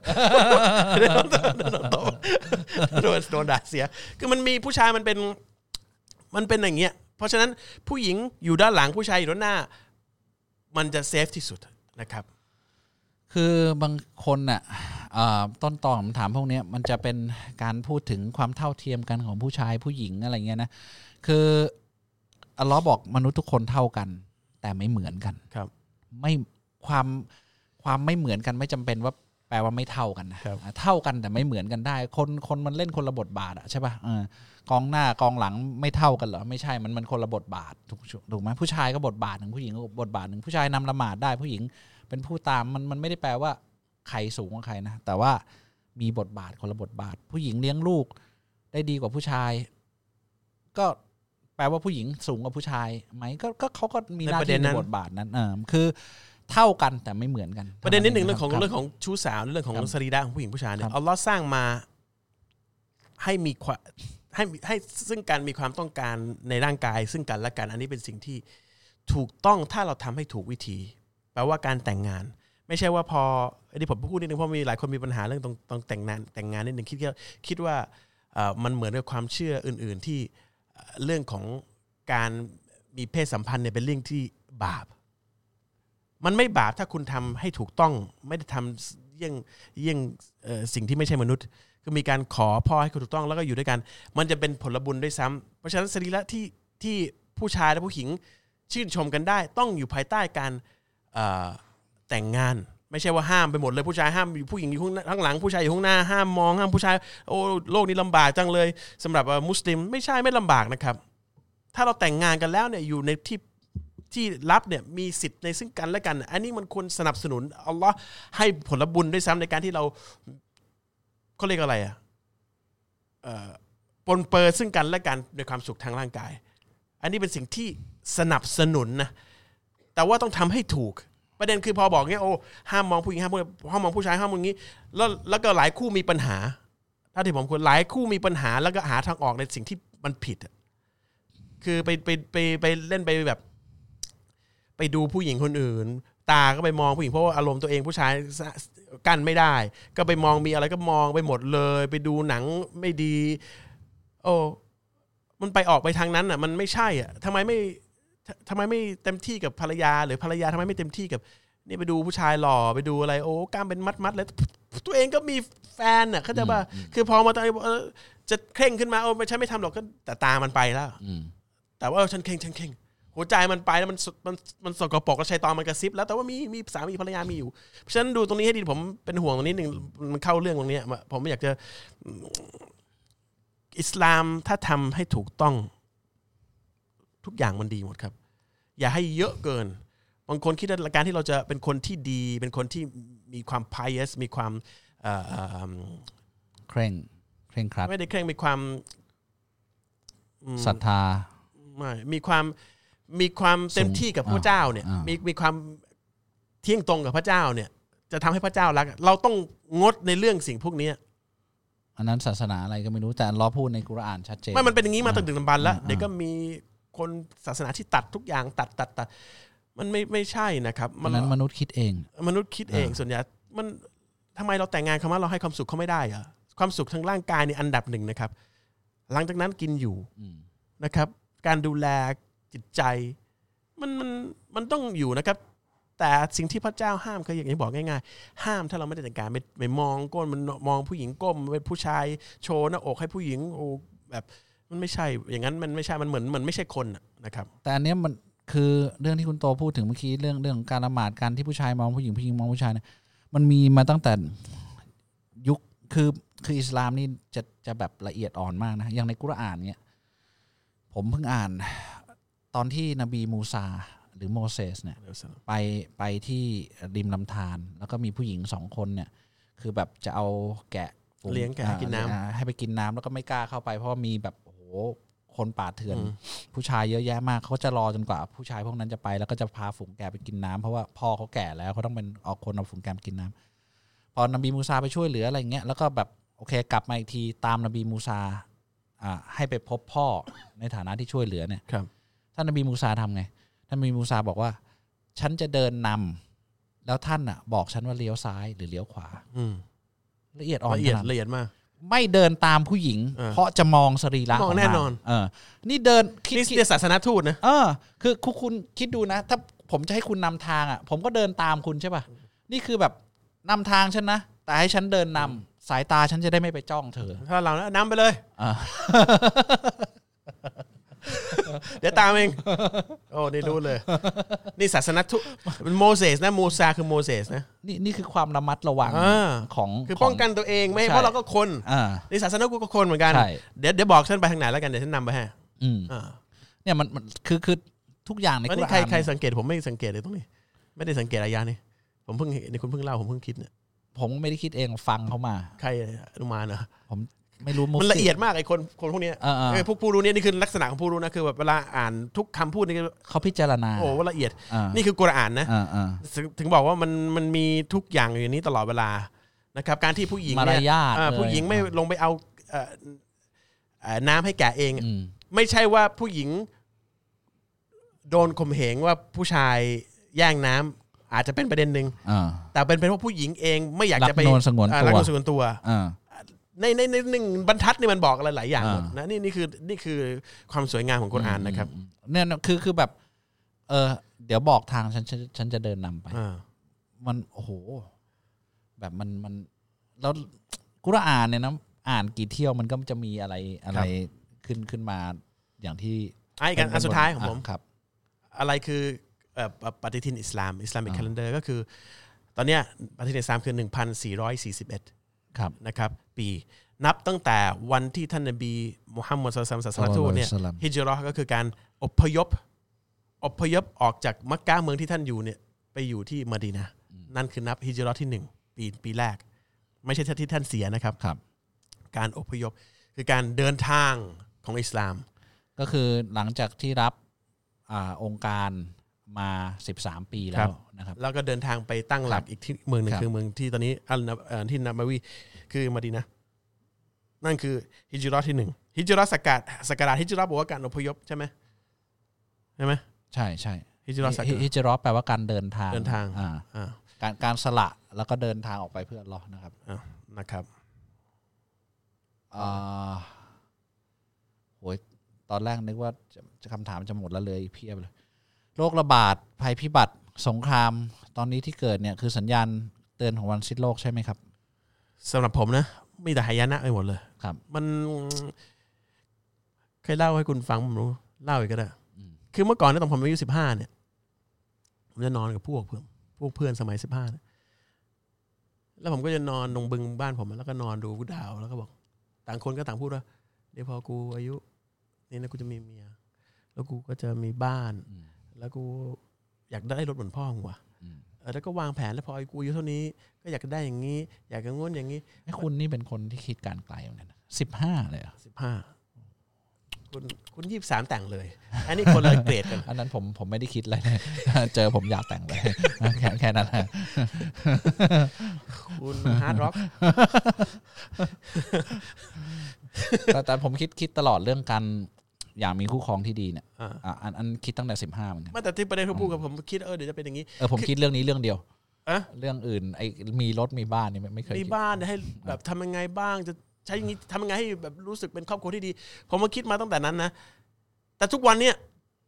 โดนโดนด่าเสียคือมันมีผู้ชายมันเป็นมันเป็นอย่างเงี้ยเพราะฉะนั้นผู้หญิงอยู่ด้านหลังผู้ชายอยู่ด้านหน้ามันจะเซฟที่สุดนะครับ
คือบางคนน่ะต้นตอของถามพวกนี้มันจะเป็นการพูดถึงความเท่าเทียมกันของผู้ชายผู้หญิงอะไรเงี้ยนะคืออัลเลาะห์บอกมนุษย์ทุกคนเท่ากันแต่ไม่เหมือนกัน
ครับ
ไม่ความความไม่เหมือนกันไม่จำเป็นว่าแปลว่าไม่เท่ากันนะเท่ากันแต่ไม่เหมือนกันได้คนคนมันเล่นคนละบทบาทอะใช่ป่ะกองหน้ากองหลังไม่เท่ากันเหรอไม่ใช่มันมันคนละบทบาทถูกถูกไหมผู้ชายก็บทบาทหนึ่งผู้หญิงก็บทบาทหนึ่งผู้ชายนำละหมาดได้ผู้หญิงเป็นผู้ตามมันมันไม่ได้แปลว่าใครสูงกว่าใครนะแต่ว่ามีบทบาทคนละบทบาทผู้หญิงเลี้ยงลูกได้ดีกว่าผู้ชายก็แปลว่าผู้หญิงสูงกว่าผู้ชายไหมก็ก็เขาก็มีหน้าที่ในบทบาทนั้นเออคือเท่ากันแต่ไม่เหมือนกัน
ประเด็นนิดหนึ่งเรื่องของเรื่องของชู้สาวเรื่องของสรีระของผู้หญิงผู้ชายเนี่ยอัลเลาะห์สร้างมาให้มีให้ให้ซึ่งการมีความต้องการในร่างกายซึ่งกันและกันอันนี้เป็นสิ่งที่ถูกต้องถ้าเราทำให้ถูกวิธีแปลว่าการแต่งงานไม่ใช่ว่าพออันนี้ผมพูดนิดนึงเพราะมีหลายคนมีปัญหาเรื่องต้องต้องแต่งงานแต่งงานนิดนึงคิดคิดว่ามันเหมือนกับความเชื่ออื่นๆที่เรื่องของการมีเพศสัมพันธ์เนี่ยเป็นเรื่องที่บาปมันไม่บาปถ้าคุณทำให้ถูกต้องไม่ได้ทำเยี่ยงเยี่ยงสิ่งที่ไม่ใช่มนุษย์คือมีการขอพ่อให้ถูกต้องแล้วก็อยู่ด้วยกันมันจะเป็นผลบุญด้วยซ้ำเพราะฉะนั้นสรีระที่ที่ผู้ชายและผู้หญิงชื่นชมกันได้ต้องอยู่ภายใต้การแต่งงานไม่ใช่ว่าห้ามไปหมดเลยผู้ชายห้ามอยู่ผู้หญิงอยู่ข้างหลังผู้ชายอยู่ข้างหน้าห้ามมองห้ามผู้ชายโอ้โลกนี้ลำบากจังเลยสำหรับมุสลิมไม่ใช่ไม่ลำบากนะครับถ้าเราแต่งงานกันแล้วเนี่ยอยู่ในที่ที่รับเนี่ยมีสิทธิ์ในซึ่งกันและกันอันนี้มันควรสนับสนุนอัลลอฮ์ให้ผลบุญด้วยซ้ำในการที่เราเขาเรียกอะไรอ่ะปนเปื้อซึ่งกันและกันในความสุขทางร่างกายอันนี้เป็นสิ่งที่สนับสนุนนะแต่ว่าต้องทำให้ถูกประเด็นคือพอบอกเงี้ยโอ้ห้ามมองผู้หญิงห้ามห้ามมองผู้ชายห้ามมองงี้แล้วแล้วก็หลายคู่มีปัญหาถ้าที่ผมควรหลายคู่มีปัญหาแล้วก็หาทางออกในสิ่งที่มันผิดคือไปไปไปไปเล่นไปแบบไปดูผู้หญิงคนอื่นตาก็ไปมองผู้หญิงเพราะว่าอารมณ์ตัวเองผู้ชายกั้นไม่ได้ก็ไปมองมีอะไรก็มองไปหมดเลยไปดูหนังไม่ดีโอ้มันไปออกไปทางนั้นอ่ะมันไม่ใช่อ่ะทำไมไม่ทำไมไม่เต็มที่กับภรรยาหรือภรรยาทำไมไม่เต็มที่กับนี่ไปดูผู้ชายหล่อไปดูอะไรโอ้กล้ามเป็นมัดๆเลยตัวเองก็มีแฟนน่ะเข้าใจป่ะคือพอมาจะเคร่งขึ้นมาโอ้ไม่ใช่ไม่ทำหรอกก็แต่ตามันไปแล้วแต่ว่าฉันเคร่งฉันเคร่งหัวใจมันไปแล้วมันมันมันสกปรกแล้วชัยฏอนมันกระซิบแล้วแต่ว่ามีมีสามีภรรยามีอยู่เพราะฉะนั้นดูตรงนี้ให้ดีผมเป็นห่วงตรงนี้นึงมันเข้าเรื่องตรงนี้ผมไม่อยากจะอิสลามถ้าทำให้ถูกต้องทุกอย่างมันดีหมดครับอย่าให้เยอะเกินบางคนคิดว่าการที่เราจะเป็นคนที่ดีเป็นคนที่มีความ pious มีความ
เคร่งเคร่งครัด
ไม่ได้เคร่งมีความ
ศรัทธา
ไม่มีความมีความเต็มที่กับพระเจ้าเนี่ยมีมีความเที่ยงตรงกับพระเจ้าเนี่ยจะทำให้พระเจ้ารักเราต้องงดในเรื่องสิ่งพวกนี้
อันนั้นศาสนาอะไรก็ไม่รู้แต่อัลเลาะห์พูดในกุรอานชัดเจน
ไม่มันเป็นอย่างนี้มาตั้งแต่ดึกดำบรรพ์แล้วเดี๋ยวก็มีคนศาสนาที่ตัดทุกอย่างตัดตัดตัดมันไม่ไม่ใช่นะครับ
มันนั้นมนุษย์คิดเอง
มนุษย์คิดเองส่วนใหญ่มันทำไมเราแต่งงานคำว่าเราให้ความสุขเขาไม่ได้เหรอความสุขทางร่างกายในอันดับหนึ่งนะครับหลังจากนั้นกินอยู่นะครับการดูแลจิตใจมันมันมันต้องอยู่นะครับแต่สิ่งที่พระเจ้าห้ามคืออย่างที่บอกง่ายๆห้ามถ้าเราไม่ได้แต่งงานไม่ไม่มองก้นมันมองผู้หญิงก้มเป็นผู้ชายโชว์หน้าอกให้ผู้หญิงโอ้แบบมันไม่ใช่อย่างนั้นมันไม่ใช่มันเหมือนมันไม่ใช่คนนะครับ
แต่อันนี้มันคือเรื่องที่คุณโตพูดถึงเมื่อกี้เรื่องเรื่องของการละหมาดการที่ผู้ชายมองผู้หญิงผู้หญิงมองผู้ชายเนี่ยมันมีมาตั้งแต่ยุคคือคืออิสลามนี่จะจะแบบละเอียดอ่อนมากนะอย่างในกุรอานเนี่ยผมเพิ่งอ่านตอนที่นบีมูซาหรือโมเสสเนี่ยไปไปที่ริมลำธารแล้วก็มีผู้หญิงสองคนเนี่ยคือแบบจะเอาแกะ
เลี้ยงแกะกินน้
ำให้ไปกินน้ำแล้วก็ไม่กล้าเข้าไปเพราะมีแบบโอ้โหคนป่าเถื่อนผู้ชายเยอะแยะมากเขาจะรอจนกว่าผู้ชายพวกนั้นจะไปแล้วก็จะพาฝูงแกะไปกินน้ำเพราะว่าพ่อเขาแก่แล้วเขาต้องเป็นออกคนเอาฝูงแกะไปกินน้ำพอนบีมูซาไปช่วยเหลืออะไรเงี้ยแล้วก็แบบโอเคกลับมาอีกทีตามนบีมูซาให้ไปพบพ่อในฐานะที่ช่วยเหลือเนี่ยท่านนบีมูซาทำไงท่านนบีมูซาบอกว่าฉันจะเดินนำแล้วท่านอ่ะบอกฉันว่าเลี้ยวซ้ายหรือเลี้ยวขวาละเอียดอ่อน
ละเอียดละเอียดมาก
ไม่เดินตามผู้หญิงเพราะจะมองสรีระของนางแน่นอนเออนี่เดิน
คิดนี่ศาสนทูตนะ
เออคือคุณคิดดูนะถ้าผมจะให้คุณนำทางอ่ะผมก็เดินตามคุณใช่ป่ะนี่คือแบบนำทางฉันนะแต่ให้ฉันเดินนำสายตาฉันจะได้ไม่ไปจ้องเธอ
ถ้าเรานำไปเลยเดี๋ยวตามเองโอ้นี่รู้เลยนี่ศาสนทูตเป็นโมเสสนะมูซาคือโมเสสนะ
นี่นี่คือความระมัดระวังของ
คือป้องกันตัวเองไม่เพราะเราก็คนในศาสนากูก็คนเหมือนกันเดี๋ยวเดี๋ยวบอกฉันไปทางไหนแล้วกันเดี๋ยวฉันนำไปให้
เนี่ยมันคือคือทุกอย่างในกุรอาน
ใครใครสังเกตผมไม่สังเกตเลยตรงนี้ไม่ได้สังเกตอายะนี่ผมเพิ่งในคุณเพิ่งเล่าผมเพิ่งคิดเนี่ย
ผมไม่ได้คิดเองฟังเขามา
ใครอนุมานเหรอ
ผมไม่รู้
มันละเอียดมากไอ้คนคนพวกนี้ไอ้พวกผู้รู้เนี่ยนี่คือลักษณะของผู้รู้นะคือแบบเวลาอ่านทุกคำพูดนี่
เขาพิจารณา
โอ้ว่าละเอียดนี่คือกุรอานนะถึงบอกว่ามันมันมีทุกอย่างอยู่ในนี้ตลอดเวลานะครับการที่ผู้หญิงเนี่ยผู้หญิงไม่ลงไปเอาน้ำให้แกเองไม่ใช่ว่าผู้หญิงโดนข่มเหงว่าผู้ชายแย่งน้ำอาจจะเป็นประเด็นหนึ่งแต่เป็นเพราะผู้หญิงเองไม่อยากจะไป
รักนวลสงวนตัว
รักนวลสงวนตัวในในในหนึ่งบรรทัดนี่มันบอกอะไรหลายอย่างหมดนะนี่นี่คือนี่คือความสวยงามของกุรอานนะครับ
เนี่ยคือคือแบบเออเดี๋ยวบอกทางฉันฉันจะเดินนำไปมันโอ้โหแบบมันมันแล้วกุรอานเนี่ยนะอ่านกี่เที่ยวมันก็จะมีอะไรอะไรขึ้นขึ้นมาอย่างที่
ไอ้กันอันสุดท้ายของผม
ครับ
อะไรคือปฏิทินอิสลามอิสลามิกแคลนเดอร์ก็คือตอนเนี้ยปฏิทินอิสลามคือหนึ่งพันสี่ร้อยสี่สิบเอ็ดนะครับปีนับตั้งแต่วันที่ท่านนบีมุฮัมมัดศ็อลลัลลอฮุอะลัยฮิวะซัลลัมเนี่ยฮิจเราะห์ก็คือการอพยพอพยพออกจากมักกะห์เมืองที่ท่านอยู่เนี่ยไปอยู่ที่มะดีนะห์นั่นคือนับฮิจเราะห์ที่หนึ่งปีปีแรกไม่ใช่ที่ท่านเสียนะครับการอพยพคือการเดินทางของอิสลาม
ก็คือหลังจากที่รับอ่าองค์การมาสิบสามปีแล้วนะครับ
แล้วก็เดินทางไปตั้งหลักอีกที่เมืองนึงคือเมืองที่ตอนนี้อัลที่นบวีคือมะดีนะห์นั่นคือฮิจเราะห์ที่หนึ่งฮิจเราะห์สกัดสกัดฮิจเราะห์บอกว่าการอพยพใช่ไหมใช่ไหม
ใช่ใช่
ฮิจเราะห์
ฮิจเราะห์แปลว่าการเดินทาง
เดินทาง
อ่าการการสละแล้วก็เดินทางออกไปเพื่ออัลเลาะห์นะครับ
นะครับ
อ่าโหยตอนแรกนึกว่าจะคำถามจะหมดแล้วเลยเพียบเลยโรคระบาดภัยพิบัติสงครามตอนนี้ที่เกิดเนี่ยคือสัญญาณเตือนของวันสิ้นโลกใช่ไหมครับ
สำหรับผมนะมีแต่หายนะไปหมดเลย
ครับ
มันเคยเล่าให้คุณฟังผมรู้เล่าอีกก็ได้คือเมื่อก่อนเนี่ยตอนผมอายุสิบห้าเนี่ยผมจะนอนกับพวกเพื่อนพวกเพื่อนสมัยสิบห้าแล้วผมก็จะนอนตรงบึงบ้านผมแล้วก็นอนดูดาวแล้วก็บอกต่างคนก็ต่างพูดว่าเดี๋ยวพอกูอายุนี่นะกูจะมีเมียแล้วกูก็จะมีบ้านแล้วกูอยากได้รถเหมือนพ่อกูว่ะแล้วก็วางแผนแล้วพอกูอายุเท่านี้ก็อยากได้อย่างนี้อยากจะง้นอย่างนี้
ไอ้คุณนี่เป็นคนที่คิดการไกลเหมือนกันนะสิบห้าเลยอ่ะ
สิบห้าคุณคุณยี่สิบสามแต่งเลยอันนี้คนละเกรดกัน
อันนั้นผมผมไม่ได้คิดอะไรเจอผมอยากแต่งเลยแค่แค่นั้นแหละ
คุณฮาร์ดร็อก
แต่แต่ผมคิดคิดตลอดเรื่องการอยากมีคู่ครองที่ดีเนี่ยอ่าอันอันคิดตั้งแต่สิบห้าเหมือนกัน
ไม่แต่ที่ประเด็นเขาพูดกับผมคิดเออเดี๋ยวจะเป็นอย่างนี้
เออผมคิดเรื่องนี้เรื่องเดียวเรื่องอื่นไอ้มีรถมีบ้านนี่ไม่เคย
มีบ้านให้แบบทำยังไงบ้างจะใช้อย่างนี้ทำยังไงให้แบบรู้สึกเป็นครอบครัวที่ดีผมมาคิดมาตั้งแต่นั้นนะแต่ทุกวันเนี่ย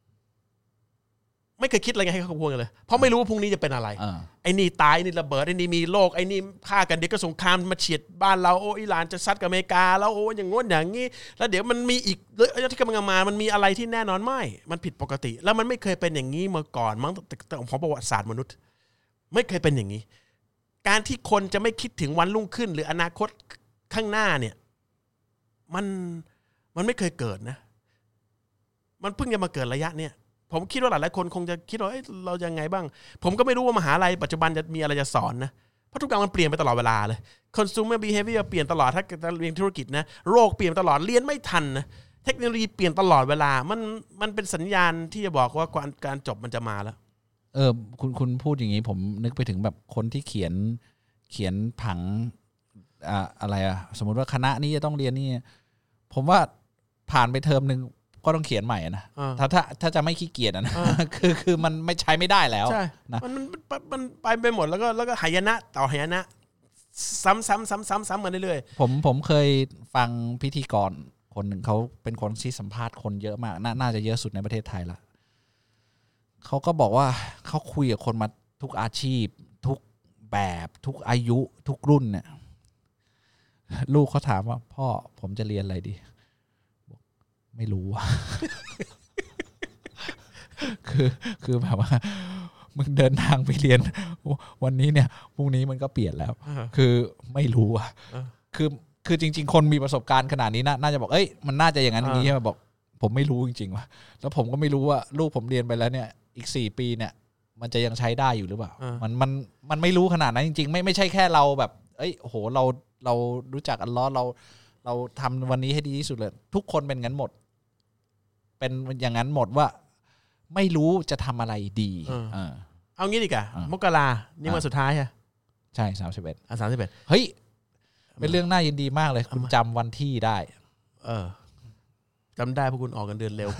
ไม่เคยคิดอะไรไงให้ครอบครัวกันเลยเพราะไม่รู้ว่าพรุ่งนี้จะเป็นอะไรไอ้นี่ตายนี่ระเบิดไอ้นี่มีโรคไอ้นี่ฆ่ากันเดี๋ยวก็สงครามมาเฉียดบ้านเราโอ้อิหร่านจะซัดกับอเมริกาแล้วโอ้อย่างง้นอย่างงี้แล้วเดี๋ยวมันมีอีกเรื่องที่กำลังมามันมีอะไรที่แน่นอนไม่มันผิดปกติแล้วมันไม่เคยเป็นอย่างนี้มาก่อนมั้งแต่ของประวัติศาสตร์มนุษย์ไม่เคยเป็นอย่างนี้การที่คนจะไม่คิดถึงวันรุ่งขึ้นหรืออนาคตข้างหน้าเนี่ยมันมันไม่เคยเกิดนะมันเพิ่งจะมาเกิดระยะเนี่ยผมคิดว่าหลายๆคนคงจะคิดว่าเอ้ยเรายังไงบ้างผมก็ไม่รู้ว่ามหาลัยปัจจุบันจะมีอะไรจะสอนนะเพราะทุกอย่างมันเปลี่ยนไปตลอดเวลาเลย consumer behavior เปลี่ยนตลอดถ้าเรียนธุรกิจนะโรคเปลี่ยนตลอดเรียนไม่ทันนะเทคโนโลยีเปลี่ยนตลอดเวลามันมันเป็นสัญญาณที่จะบอกว่าการการจบมันจะมาแล้ว
เออคุณคุณพูดอย่างนี้ผมนึกไปถึงแบบคนที่เขียนเขียนผังอ่าอะไรอะสมมติว่าคณะนี้จะต้องเรียนนี่ผมว่าผ่านไปเทอมนึงก็ต้องเขียนใหม่นะถ้าถ้าถ้าจะไม่ขี้เกียจนะคือคือมันไม่ใช้ไม่ได้แล้ว
ใช่นะมันมันมันไปไปหมดแล้วก็แล้วก็หายนะต่อหายนะซ้ำซ้ำซ้ำซ้ำซ้ำมาเรื่อย
ๆผมผมเคยฟังพิธีกรคนหนึ่งเขาเป็นคนที่สัมภาษณ์คนเยอะมากนน่าจะเยอะสุดในประเทศไทยละเขาก็บอกว่าเขาคุยกับคนมาทุกอาชีพทุกแบบทุกอายุทุกรุ่นเนี่ยลูกเขาถามว่าพ่อผมจะเรียนอะไรดีบอกไม่รู้ว่ะ คือคือแบบว่ามึงเดินทางไปเรียนวันนี้เนี่ยพรุ่งนี้มันก็เปลี่ยนแล้ว uh-huh. คือไม่รู้อ่ะ uh-huh. คือคือจริงๆคนมีประสบการณ์ขนาดนี้น่าน่าจะบอกเอ้ยมันน่าจะอย่างนั้นอย่างนี้ใช่ไหมบอกผมไม่รู้จริงๆว่ะแล้วผมก็ไม่รู้ว่าลูกผมเรียนไปแล้วเนี่ยอีกสี่ปีเนี่ยมันจะยังใช้ได้อยู่หรือเปล่า uh-huh. มันมันมันไม่รู้ขนาดนั้นจริงๆไม่ไม่ใช่แค่เราแบบเอ้ยโหเราเรารู้จักอัลเลาะห์เราเราทำวันนี้ให้ดีที่สุดเลยทุกคนเป็นงั้นหมดเป็นอย่างนั้นหมดว่าไม่รู้จะทำอะไรดีเออ
เอางี้ดีกว่ามกรานี่วันสุดท้ายใช่
ใช่สามสิบเอ็ด
อ่ะสามสิบเอ็ด
เฮ้ยเป็นเรื่องน่ายินดีมากเลยคุณจำวันที่ได้
เออจำได้เพราะคุณออกกันเดือนเร็ว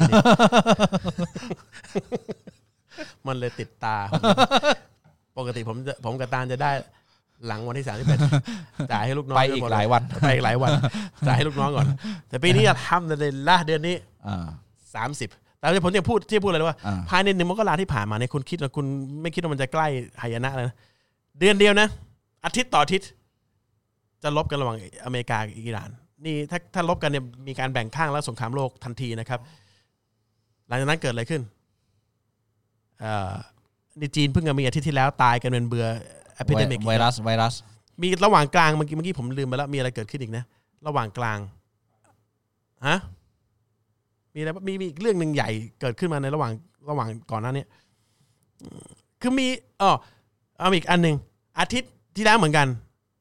มันเลยติดตาปกติผมผมกับตาลจะได้หลังวันที่สามสิบเอ็ดจ่ายให้ลูกน้อง
ไปอีกหลายวัน
ไปอีกหลายวันจ่ายให้ลูกน้องก่อนแต่ปีนี้จะทำเลยละเดือนนี้สามสิบแต่ผมจะพูดที่พูดเลยว่าภายในหนึ่งมกราที่ผ่านมาเนี่ยคุณคิดว่าคุณไม่คิดว่ามันจะใกล้หายนะเลยนะเดือนเดียวนะอาทิตย์ต่ออาทิตย์จะลบกันระหว่างอเมริกากับอิหร่านนี่ถ้าถ้าลบกันเนี่ยมีการแบ่งข้างแล้วสงครามโลกทันทีนะครับหลังจากนั้นเกิดอะไรขึ้นในจีนเพิ่งมีอาทิตย์ที่แล้วตายกันเป็นเบื่อเอพิเดมิก
ไวรัสไวรัส
มีระหว่างกลางเมื่อกี้เมื่อกี้ผมลืมไปแล้วมีอะไรเกิดขึ้นอีกนะระหว่างกลางฮะมีอะไรมีมีอีกเรื่องนึงใหญ่เกิดขึ้นมาในระหว่างระหว่างก่อนหน้านี้คือมีอ๋อเอาอีกอันนึงอาทิตย์ที่แล้วเหมือนกัน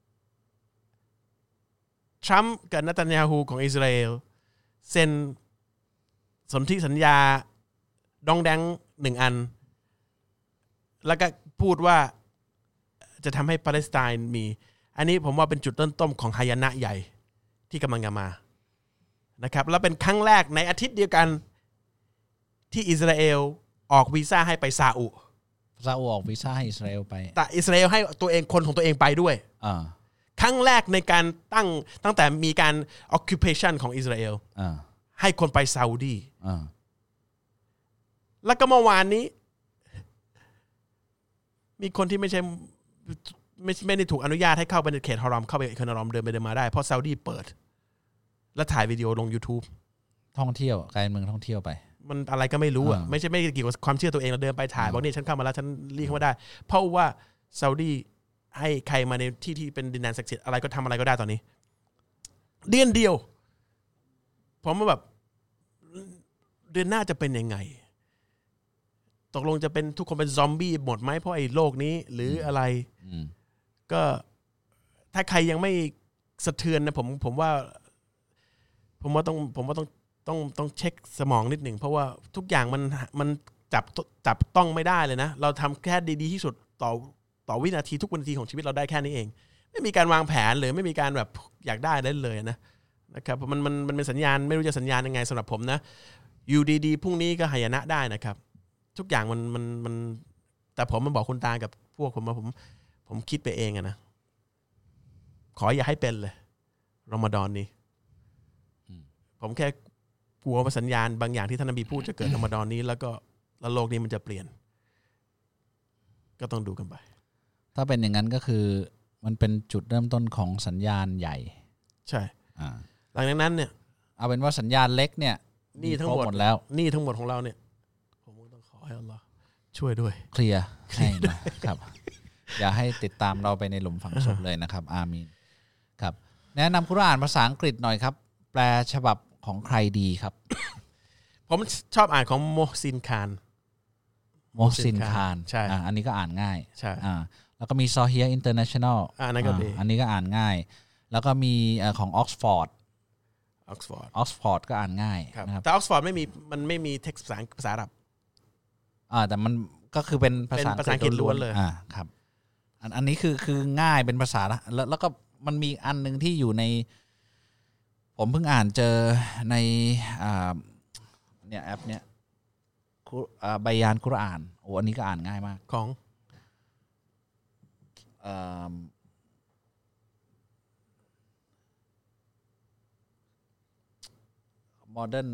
ทรัมป์กับเนทันยาฮูของอิสราเอลเซ็นสนธิสัญญาดองแดงหนึ่งอันแล้วก็พูดว่าจะทำให้ปาเลสไตน์มีอันนี้ผมว่าเป็นจุดเริ่มต้นของหายนะใหญ่ที่กำลังจะมานะครับแล้วเป็นครั้งแรกในอาทิตย์เดียวกันที่อิสราเอลออกวีซ่าให้ไปซาอุ
ซาอุออกวีซ่าให้อิสราเอลไป
แต่อิสราเอลให้ตัวเองคนของตัวเองไปด้วยครั้งแรกในการตั้งตั้งแต่มีการ occupation ของอิสราเอลให้คนไปซาอุดีแล้วก็เมื่อวานนี้มีคนที่ไม่ใช่ไม่ไม่ได้ถูกอนุญาตให้เข้าไปในเขตฮารอมเข้าไปเขตฮารอมเดินไปเดินมาได้เพราะซาอุดีเปิดแล้วถ่ายวิดีโอลง YouTube
ท่องเที่ยวกลายเป็นเมืองท่องเที่ยวไป
มันอะไรก็ไม่รู้อ่ะไม่ใช่ไม่เกี่ยวกับความเชื่อตัวเองเราเดินไปถ่ายบอกนี่ฉันเข้ามาแล้วฉันเรียกเข้ามาได้เพราะว่าซาอุดีให้ใครมาในที่ที่เป็นดินแดนศักดิ์สิทธิ์อะไรก็ทำอะไรก็ได้ตอนนี้เดือนเดียวผมว่าแบบเดือนหน้าจะเป็นยังไงตกลงจะเป็นทุกคนเป็นซอมบี้หมดไหมเพราะไอ้โลกนี้หรืออะไรก็ถ้าใครยังไม่สะเทือนนะผมผมว่าผมว่าต้องผมว่าต้องต้องต้องเช็คสมองนิดหนึ่งเพราะว่าทุกอย่างมันมันจับจับต้องไม่ได้เลยนะเราทำแค่ดีๆที่สุดต่อต่อวินาทีทุกวินาทีของชีวิตเราได้แค่นี้เองไม่มีการวางแผนหรือไม่มีการแบบอยากได้ได้เลยนะนะครับมันมันมันเป็นสัญญาณไม่รู้จะสัญญาณยังไงสำหรับผมนะอยู่ดีๆพรุ่งนี้ก็หายนะได้นะครับทุกอย่างมันมันมันแต่ผมมันบอกคุณตากับพวกผมว่าผมผมคิดไปเองอะนะขออย่าให้เป็นเลยรอมฎอนนี้ผมแค่กลัวว่าสัญญาณบางอย่างที่ท่านนบีพูดจะเกิดรอมฎอนนี้แล้วก็แล้วโลกนี้มันจะเปลี่ยนก็ต้องดูกันไป
ถ้าเป็นอย่างนั้นก็คือมันเป็นจุดเริ่มต้นของสัญญาณใหญ่
ใช่หลังจากนั้นเนี่ย
เอาเป็นว่าสัญญาณเล็กเนี่ย
นี่ทั้งหมด
แล้ว
นี่ทั้งหมดของเราเนี่ยผมต้องขอให้อัลเลาะห์ช่วยด้วย
เคลียร์ให้นะครับอย่าให้ติดตามเราไปในหลุมฝังศพเลยนะครับอามีนครับแนะนำกุรอานภาษาอังกฤษหน่อยครับแปลฉบับของใครดีครับ
ผมชอบอ่านของโมซินคาน
โมซินคาน
ใช่
อ่าอันนี้ก็อ่านง่าย
ใช่
อ่าแล้วก็มีซอเฮียอินเตอร์เนชั่นแนล
อ่านั่นก็ดี
อันนี้ก็อ่านง่ายแล้วก็มีของออกซฟอร์ด
ออกซฟอร์ด
ออกซฟอร์ดก็อ่านง่าย
นะครับแต่ออกซฟอร์ดไม่มีมันไม่มีเท็กซ์ภาษาภาษาอาหรับ
อ่าแต่มันก็คือเป็นภาษา
ภาษาอังกฤษล้วนเลย
อ่าครับอันอันนี้คือคือง่ายเป็นภาษาแล้วแล้วก็มันมีอันนึงที่อยู่ในผมเพิ่งอ่านเจอในอ่าเนี่ยแอปเนี้ยบายานกุรอานโอ้อันนี้ก็อ่านง่ายมาก
ของ
modern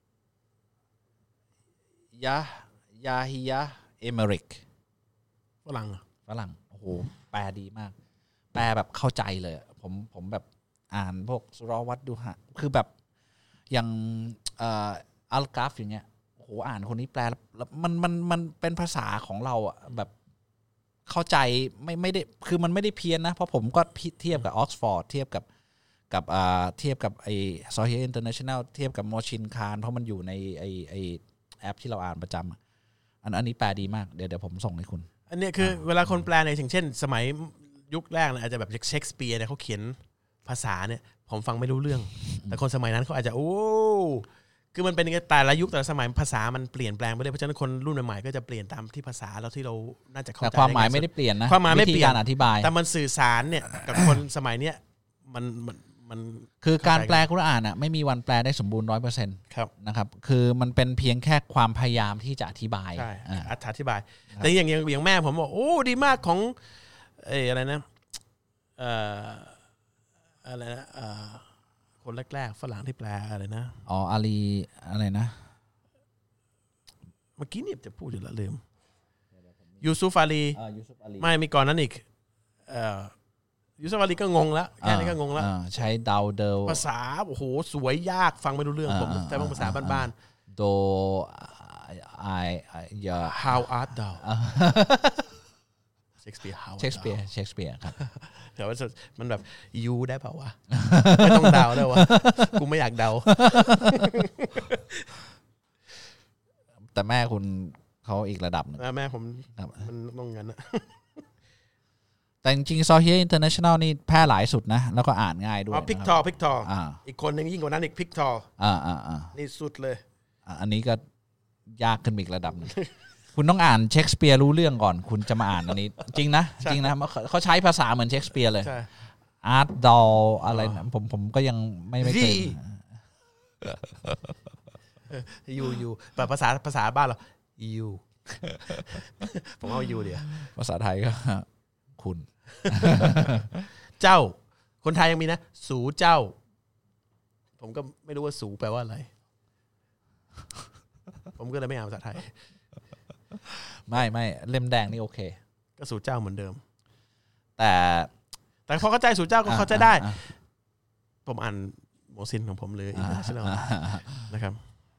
ยะยาฮิยะเอเมริก
ฝรั่ง
ฝรั่งโอ้โหแปลดีมากแปลแบบเข้าใจเลยผมผมแบบอ่านพวกสุรวัตดูฮะคือแบบอย่างอัลกราฟอย่างเงี้ยโอ้โหอ่านคนนี้แปลแล้วมันมันมันเป็นภาษาของเราอ่ะแบบเข้าใจไม่ไม่ได้คือมันไม่ได้เพี้ยนนะเพราะผมก็เทียบกับออกซฟอร์ดเทียบกับกับอ่าเทียบกับไอ้ซอฮีอินเตอร์เนชั่นแนลเทียบกับมอชินคานเพราะมันอยู่ในไอ้ไอ้แอปที่เราอ่านประจำอันอันนี้แปลดีมากเดี๋ยวเดี๋ยวผมส่งให้คุณ
อันนี้คือเวลาคนแปลในอย่างเช่นสมัยยุคแรกนะอาจจะแบบเชคสเปียร์เนี่ยเขาเขียนภาษาเนี่ยผมฟังไม่รู้เรื่องแต่คนสมัยนั้นเขาอาจจะโอ้คือมันเป็นแต่ละยุคแต่ละสมัยภาษามันเปลี่ยนแปลงไปเลยเพราะฉะนั้นคนรุ่นใหม่ๆก็จะเปลี่ยนตามที่ภาษาแล้วที่เราน่าจะเข้าใจ
แต่ความหมายไม่ได้เปลี่ยนนะ
ความหมายไม่เปลี่ยน
การอธิบาย
แต่มันสื่อสารเนี่ยกับคนสมัยเนี้ยมันมันมัน
คือการแปลกุรอานอ่ะไม่มีวันแปลได้สมบูรณ์ร้อยเปอร์เซ็นต์นะครับคือมันเป็นเพียงแค่ความพยายามที่จะอธิบาย
ใช่อธิบายแต่อย่างอย่างอย่างแม่ผมบอกโอ้ดีมากของเอออะไรนะเอ่ออะไรนะเอ่อคนแรกๆฝรั่งที่แปลอะไรนะ
อ๋ออาลีอะไรนะ
เมื่อกี้เนี่ยจะพูดอยู่แล้วลืมยูซุฟอาลีไม่มีก่อนนั้นอีกเอ่อยูซุฟอาลีก็งงแล้วแค่นี้ก็งงแล้ว
ใช้ดาวเดล
ภาษาโอ้โหสวยยากฟังไม่รู้เรื่องผมแต่เป็นภาษาบ้าน
ๆโดไออย่า
how art thou เชคสเปียร์
เชคสเปียร์เชคสเปียร์ครับ
แต่ว่ามันแบบยูได้เปล่าวะไม่ต้องเดาได้วะกูไม่อยากเดา
แต่แม่คุณเขาอีกระดับนึง
แม่ผมมันต้องงั้นนะ
แต่จริงๆซอฮีอินเตอร์เนชั่นแนลนี่แพร่หลายสุดนะแล้วก็อ่านง่ายด้วย
อ๋อพิกทอพิกทออีกคนนึงยิ่งกว่านั้นอีกพิกทอ
อ่าอ่าอ่า
นี่สุดเลย
อันนี้ก็ยากขึ้นอีกระดับนึงคุณต้องอ่านเชคสเปียร์รู้เรื่องก่อนคุณจะมาอ่านอันนี้จริงนะจริงนะเขาใช้ภาษาเหมือนเชคสเปียร์เลยอาร์ตดอลอะไรผมผมก็ยังไม่ไม่เคย
ยูยูแบบภาษาภาษาบ้านเรายูผมเอายูเดียว
ภาษาไทยก็คุณ
เจ้าคนไทยยังมีนะสูเจ้าผมก็ไม่รู้ว่าสูแปลว่าอะไรผมก็เลยไม่อ่านภาษาไทย
ไม่ไม่เล่มแดงนี่โอเค
ก็สูเจ้าเหมือนเดิม
แต่
แต่พอเข้าใจสูเจ้าก็เข้าใจได้ผมอ่านโมซินของผมเลยใช่ไหมนะครับ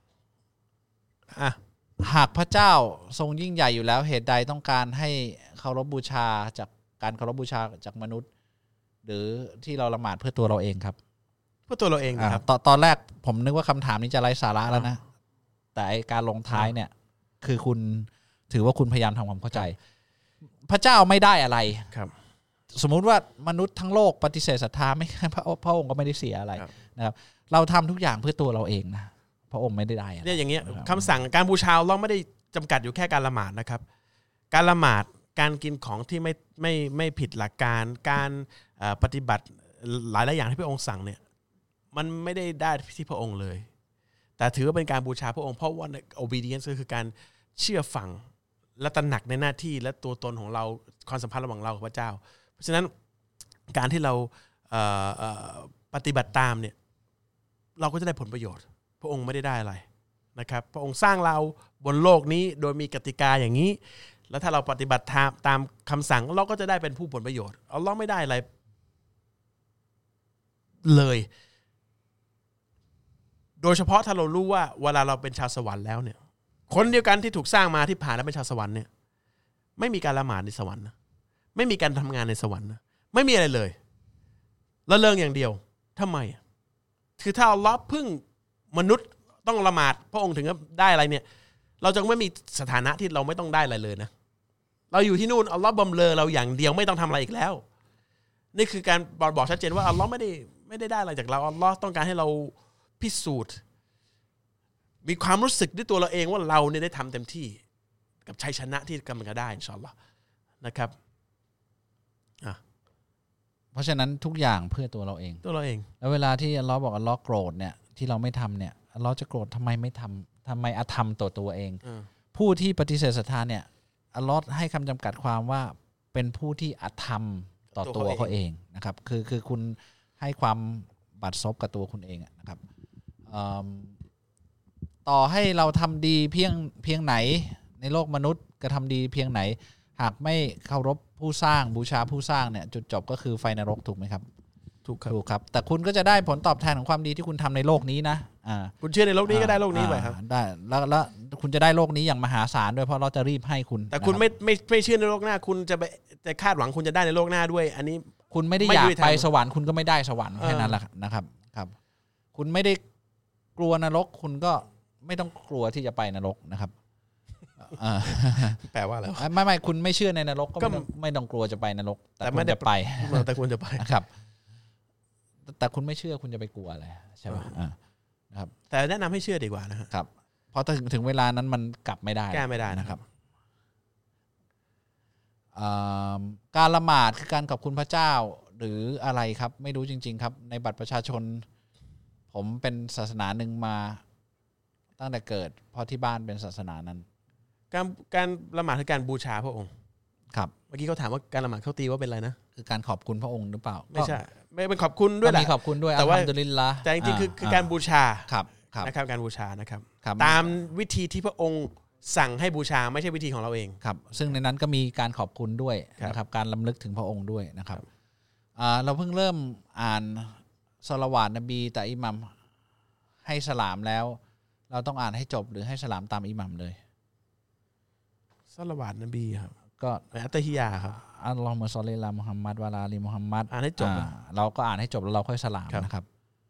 หากพระเจ้าทรงยิ่งใหญ่อยู่แล้วเหตุใดต้องการให้เคารพบูชาจากการเคารพบูชาจากมนุษย์หรือที่เราละหมาดเพื่อตัวเราเองครับ
เพื่อตัวเราเองนะครับ
ตอนตอนแรกผมนึกว่าคำถามนี้จะไร้สาระแล้วนะแต่การลงท้ายเนี่ยคือคุณถือว่าคุณพยายามทำความเข้าใจพระเจ้าไม่ได้อะไร
ครับ
สมมุติว่ามนุษย์ทั้งโลกปฏิเสธศรัทธาไม่พระพระองค์ก็ไม่ได้เสียอะไรนะครับเราทำทุกอย่างเพื่อตัวเราเองนะพระองค์ไม่ได้ได้
เนี่ยอย่างเงี้ยคำสั่งการบูชาเราไม่ได้จำกัดอยู่แค่การละหมาดนะครับการละหมาดการกินของที่ไม่ไม่ไม่ผิดหลักการการปฏิบัติหลายหลายอย่างที่พระองค์สั่งเนี่ยมันไม่ได้ได้ที่พระองค์เลยแต่ถือว่าเป็นการบูชาพระองค์เพราะว่า obedience ก็คือการเชื่อฟังและตระหนักในหน้าที่และตัวตนของเราความสัมพันธ์ระหว่างเรากับพระเจ้าเพราะฉะนั้นการที่เราปฏิบัติตามเนี่ยเราก็จะได้ผลประโยชน์พระองค์ไม่ได้ได้อะไรนะครับพระองค์สร้างเราบนโลกนี้โดยมีกติกาอย่างนี้แล้วถ้าเราปฏิบัติตามคำสั่งเราก็จะได้เป็นผู้ผลประโยชน์อัลเลาะห์ไม่ได้อะไรเลยโดยเฉพาะถ้าเรารู้ว่าเวลาเราเป็นชาวสวรรค์แล้วเนี่ยคนเดียวกันที่ถูกสร้างมาที่ผ่านแล้วเป็นชาวสวรรค์เนี่ยไม่มีการละหมาดในสวรรค์นะไม่มีการทำงานในสวรรค์นะไม่มีอะไรเลยละเลงอย่างเดียวทำไมคือถ้าอัลเลาะห์พึ่งมนุษย์ต้องละหมาดพระองค์ถึงจะได้อะไรเนี่ยเราจะไม่มีสถานะที่เราไม่ต้องได้อะไรเลยนะเราอยู่ที่นู่นอัลเลาะห์บำเรอเราอย่างเดียวไม่ต้องทำอะไรอีกแล้วนี่คือการบอกชัดเจนว่าอัลเลาะห์ไม่ได้ไม่ได้ได้อะไรจากเราอัลเลาะห์ต้องการให้เราพิสูจน์มีความรู้สึกด้วยตัวเราเองว่าเราเนี่ยได้ทำเต็มที่กับชัยชนะที่กำลังจะได้อินชาอัลลอฮ์นะครับอ่ะ
เพราะฉะนั้นทุกอย่างเพื่อตัวเราเอง
ตัวเราเอง
แล้วเวลาที่อัลเลาะห์บอกอัลเลาะห์โกรธเนี่ยที่เราไม่ทำเนี่ยอัลเลาะห์จะโกรธทำไมไม่ทำทำไมอธรรมต่อตัวเองผู้ที่ปฏิเสธศรัทธาเนี่ยอัลเลาะห์ให้คำจำกัดความว่าเป็นผู้ที่อธรรมต่อตัวเขาเองนะครับคือคือคุณให้ความบัดซบกับตัวคุณเองนะครับต่อให้เราทำดีเพียงเพียงไหนในโลกมนุษย์กระทำดีเพียงไหนหากไม่เคารพผู้สร้างบูชาผู้สร้างเนี่ยจุดจบก็คือไฟนรกถูกไหมครับ
ถูกครับ
ถูกครับแต่คุณก็จะได้ผลตอบแทนของความดีที่คุณทำในโลกนี้นะอ่า
คุณเชื่อในโลกนี้ก็ได้โลกนี้ไปครับ
ได้แล้วแล้วคุณจะได้โลกนี้อย่างมหาศาลด้วยเพราะเราจะรีบให้คุณ
แต่คุณไม่ไม่ไม่เชื่อในโลกหน้าคุณจะไปจะคาดหวังคุณจะได้ในโลกหน้าด้วยอันนี้
คุณไม่ได้อยากไปสวรรค์คุณก็ไม่ได้สวรรค์แค่นั้นแหละนะครับครับคุณไม่ได้กลัวนรกคุณก็ไม่ต้องกลัวที่จะไปนรกนะครับ
แปลว่าอะไร
ไม่ไม่คุณไม่เชื่อในนรกก็ไม่ต้องกลัวจะไปนรกแต่คุณจะไป
แต่คุณจะไป
ครับแต่คุณไม่เชื่อคุณจะไปกลัวอะไรใช่ไหมนะครับ
แต่แนะนำให้เชื่อดีกว่า
นะครับเพราะถึงถึงเวลานั้นมันกลับไม่ได้
แก้ไม่ได้
นะครับการละหมาดคือการขอบคุณพระเจ้าหรืออะไรครับไม่รู้จริงๆครับในบัตรประชาชนผมเป็นศาสนาหนึ่งมาตั้งแต่เกิดเพราะที่บ้านเป็นศาสนานั้น
การการละหมาดคือการบูชาพระองค์
ครับ
เมื่อกี้เขาถามว่าการละหมาดเขาตีว่าเป็นอะไรนะ
คือการขอบคุณพระองค์หรือเปล่า
ไม่ใช่ไม่เป็นขอบคุณด้วยแหละ
มีขอบคุณด้วย
แต่ว่า
แต่
จริงๆคือคือการบูชา
ครับ
นะครับการบูชานะครับตามวิธีที่พระองค์สั่งให้บูชาไม่ใช่วิธีของเราเอง
ครับซึ่งในนั้นก็มีการขอบคุณด้วยนะครับการรำลึกถึงพระองค์ด้วยนะครับเราเพิ่งเริ่มอ่านศอลาวาตนบีแต่อิหมัมให้สลามแล้วเราต้องอ่านให้จบหรือให้สลามตามอิหมัมเลย
ศอลาวาตนบีครับ
ก็
อัตฮิยาครับ
อัลลอฮุมะศ็อลลิอะลามุฮัมมัดวะอะลาอาลีมุฮัมมัด
อ่านให้จบ
เราก็อ่านให้จบแล้วเราค่อยสลามนะครับ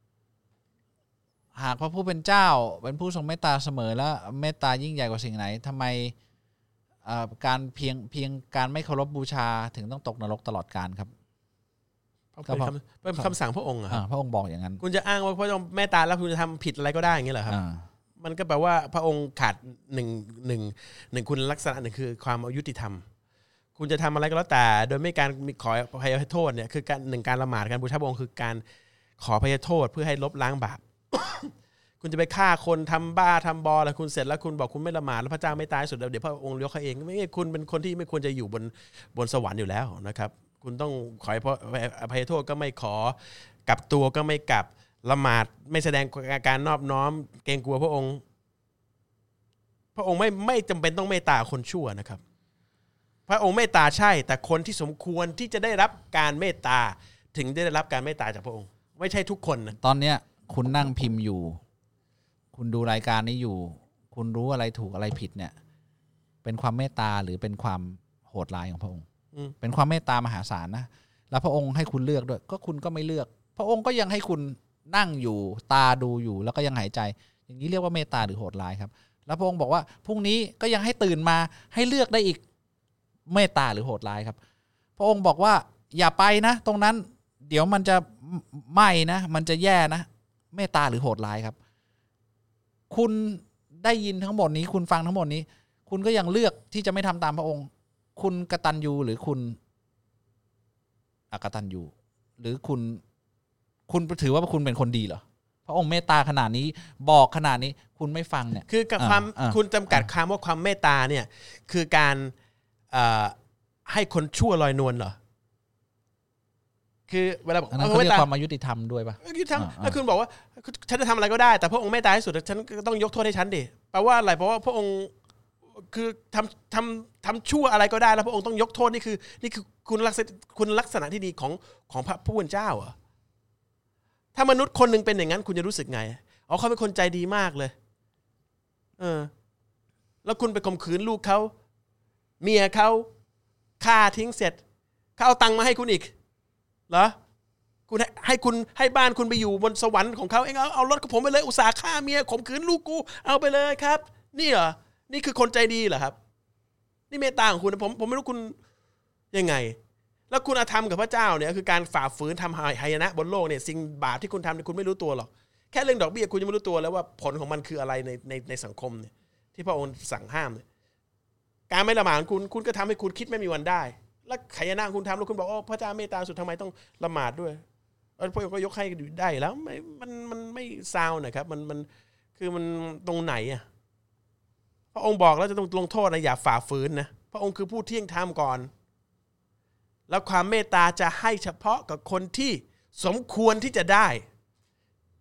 หากพระผู้เป็นเจ้าเป็นผู้ทรงเมตตาเสมอและเมตตายิ่งใหญ่กว่าสิ่งไหนทำไมการเพียงเพียงการไม่เคารพบูชาถึงต้องตกนรกตลอดกาลครับ
เป็นคำเป็นคำสั่งพระองค์อะ
พระองค์บอกอย่างนั้น
คุณจะอ้างว่าพระองค์เมตตาแล้วคุณจะทำผิดอะไรก็ได้อย่างนี้เหรอครับมันก็แปลว่าพระองค์ขาดหนึ่งหนึ่งหนึ่งคุณลักษณะหนึ่งคือความอายุติธรรมคุณจะทำอะไรก็แล้วแต่โดยไม่การขออภัยโทษเนี่ยคือการหนึ่งการละหมาดการบูชาพระองค์คือการขออภัยโทษเพื่อให้ลบล้างบาป คุณจะไปฆ่าคนทำบ้าทำบอแล้วคุณเสร็จแล้วคุณบอกคุณไม่ละหมาดแล้วพระเจ้าไม่ตายสุดเดี๋ยวพระองค์ยกเขาเองไม่ใช่คุณเป็นคนที่ไม่ควรจะอยู่บนบนสวรรค์อยู่แล้วนะครับคุณต้องขออภัยโทษก็ไม่ขอกลับตัวก็ไม่กลับละหมาดไม่แสดงอาการนอบน้อมเกรงกลัวพระองค์พระองค์ไม่ไม่จำเป็นต้องเมตตาคนชั่วนะครับพระองค์เมตตาใช่แต่คนที่สมควรที่จะได้รับการเมตตาถึงได้รับการเมตตาจากพระองค์ไม่ใช่ทุกคนนะ
ตอนเนี้ยคุณนั่งพิมพ์อยู่คุณดูรายการนี้อยู่คุณรู้อะไรถูกอะไรผิดเนี่ยเป็นความเมตตาหรือเป็นความโหดร้ายของพระองค์เป็นความเมตตามหาศาลนะแล้วพระองค์ให้คุณเลือกด้วยก็คุณก็ไม่เลือกพระองค์ก็ยังให้คุณนั่งอยู่ตาดูอยู่แล้วก็ยังหายใจอย่างนี้เรียกว่าเมตตาหรือโหดร้ายครับแล้วพระองค์บอกว่าพรุ่งนี้ก็ยังให้ตื่นมาให้เลือกได้อีกเมตตาหรือโหดร้ายครับพระองค์บอกว่าอย่าไปนะตรงนั้นเดี๋ยวมันจะไหม้นะมันจะแย่นะเมตตาหรือโหดร้ายครับคุณได้ยินทั้งหมดนี้คุณฟังทั้งหมดนี้คุณก็ยังเลือกที่จะไม่ทำตามพระองค์คุณกตัญญูหรือคุณอกตัญญูหรือคุณคุณถือว่าคุณเป็นคนดีเหรอพระองค์เมตตาขนาดนี้บอกขนาดนี้คุณไม่ฟังเนี่ย
คือกับความคุณจำกัดคำว่าความเมตตาเนี่ยคือการให้คนชั่วลอยนวลเหรอคือเวลาบอก
นั่นก็เรียกความอายุติธรรมด้วยป่ะ
ยุติธรรมถ้าคุณบอกว่าฉันจะทำอะไรก็ได้แต่พระองค์เมตตาที่สุดฉันก็ต้องยกโทษให้ฉันดิแปลว่าอะไรเพราะว่าพระองค์คือทำทำทำชั่วอะไรก็ได้แล้วพระองค์ต้องยกโทษนี่คือนี่คือคุณลักษณะคุณลักษณะที่ดีของของพระผู้เป็นเจ้าเหรอถ้ามนุษย์คนหนึ่งเป็นอย่างนั้นคุณจะรู้สึกไงอ๋อเขาเป็นคนใจดีมากเลยเออแล้วคุณไปข่มขืนลูกเขาเมียเขาฆ่าทิ้งเสร็จเขาเอาตังค์มาให้คุณอีกเหรอคุณให้คุณให้บ้านคุณไปอยู่บนสวรรค์ของเขาเองเอาเอารถกับผมไปเลยอุตส่าห์ฆ่าเมียข่มขืนลูกกูเอาไปเลยครับนี่เหรอนี่คือคนใจดีเหรอครับนี่เมตตาของคุณผมผมไม่รู้คุณยังไงแล้วคุณอาธรรมกับพระเจ้าเนี่ยคือการฝ่าฝืนทำหายนะบนโลกเนี่ยสิ่งบาปที่คุณทำเนี่ยคุณไม่รู้ตัวหรอกแค่เรื่องดอกเบี้ยคุณยังไม่รู้ตัวแล้วว่าผลของมันคืออะไรในในในสังคมเนี่ยที่พระองค์สั่งห้ามเนี่ยการไม่ละหมาดคุณคุณก็ทำให้คุณคิดไม่มีวันได้แล้วหายนะคุณทำแล้วคุณบอกโอ้พระเจ้าเมตตาสุดทำไมต้องละหมาดด้วยพระองค์ก็ยกให้ได้แล้วไม่มันมันไม่ซาวนะครับมันมันคือมันตรงไหนอ่ะพระองค์บอกแล้วจะต้องลงโทษนะอย่าฝ่าฝืนนะพระองค์คือผู้เที่ยงธรรมก่อนแล้วความเมตตาจะให้เฉพาะกับคนที่สมควรที่จะได้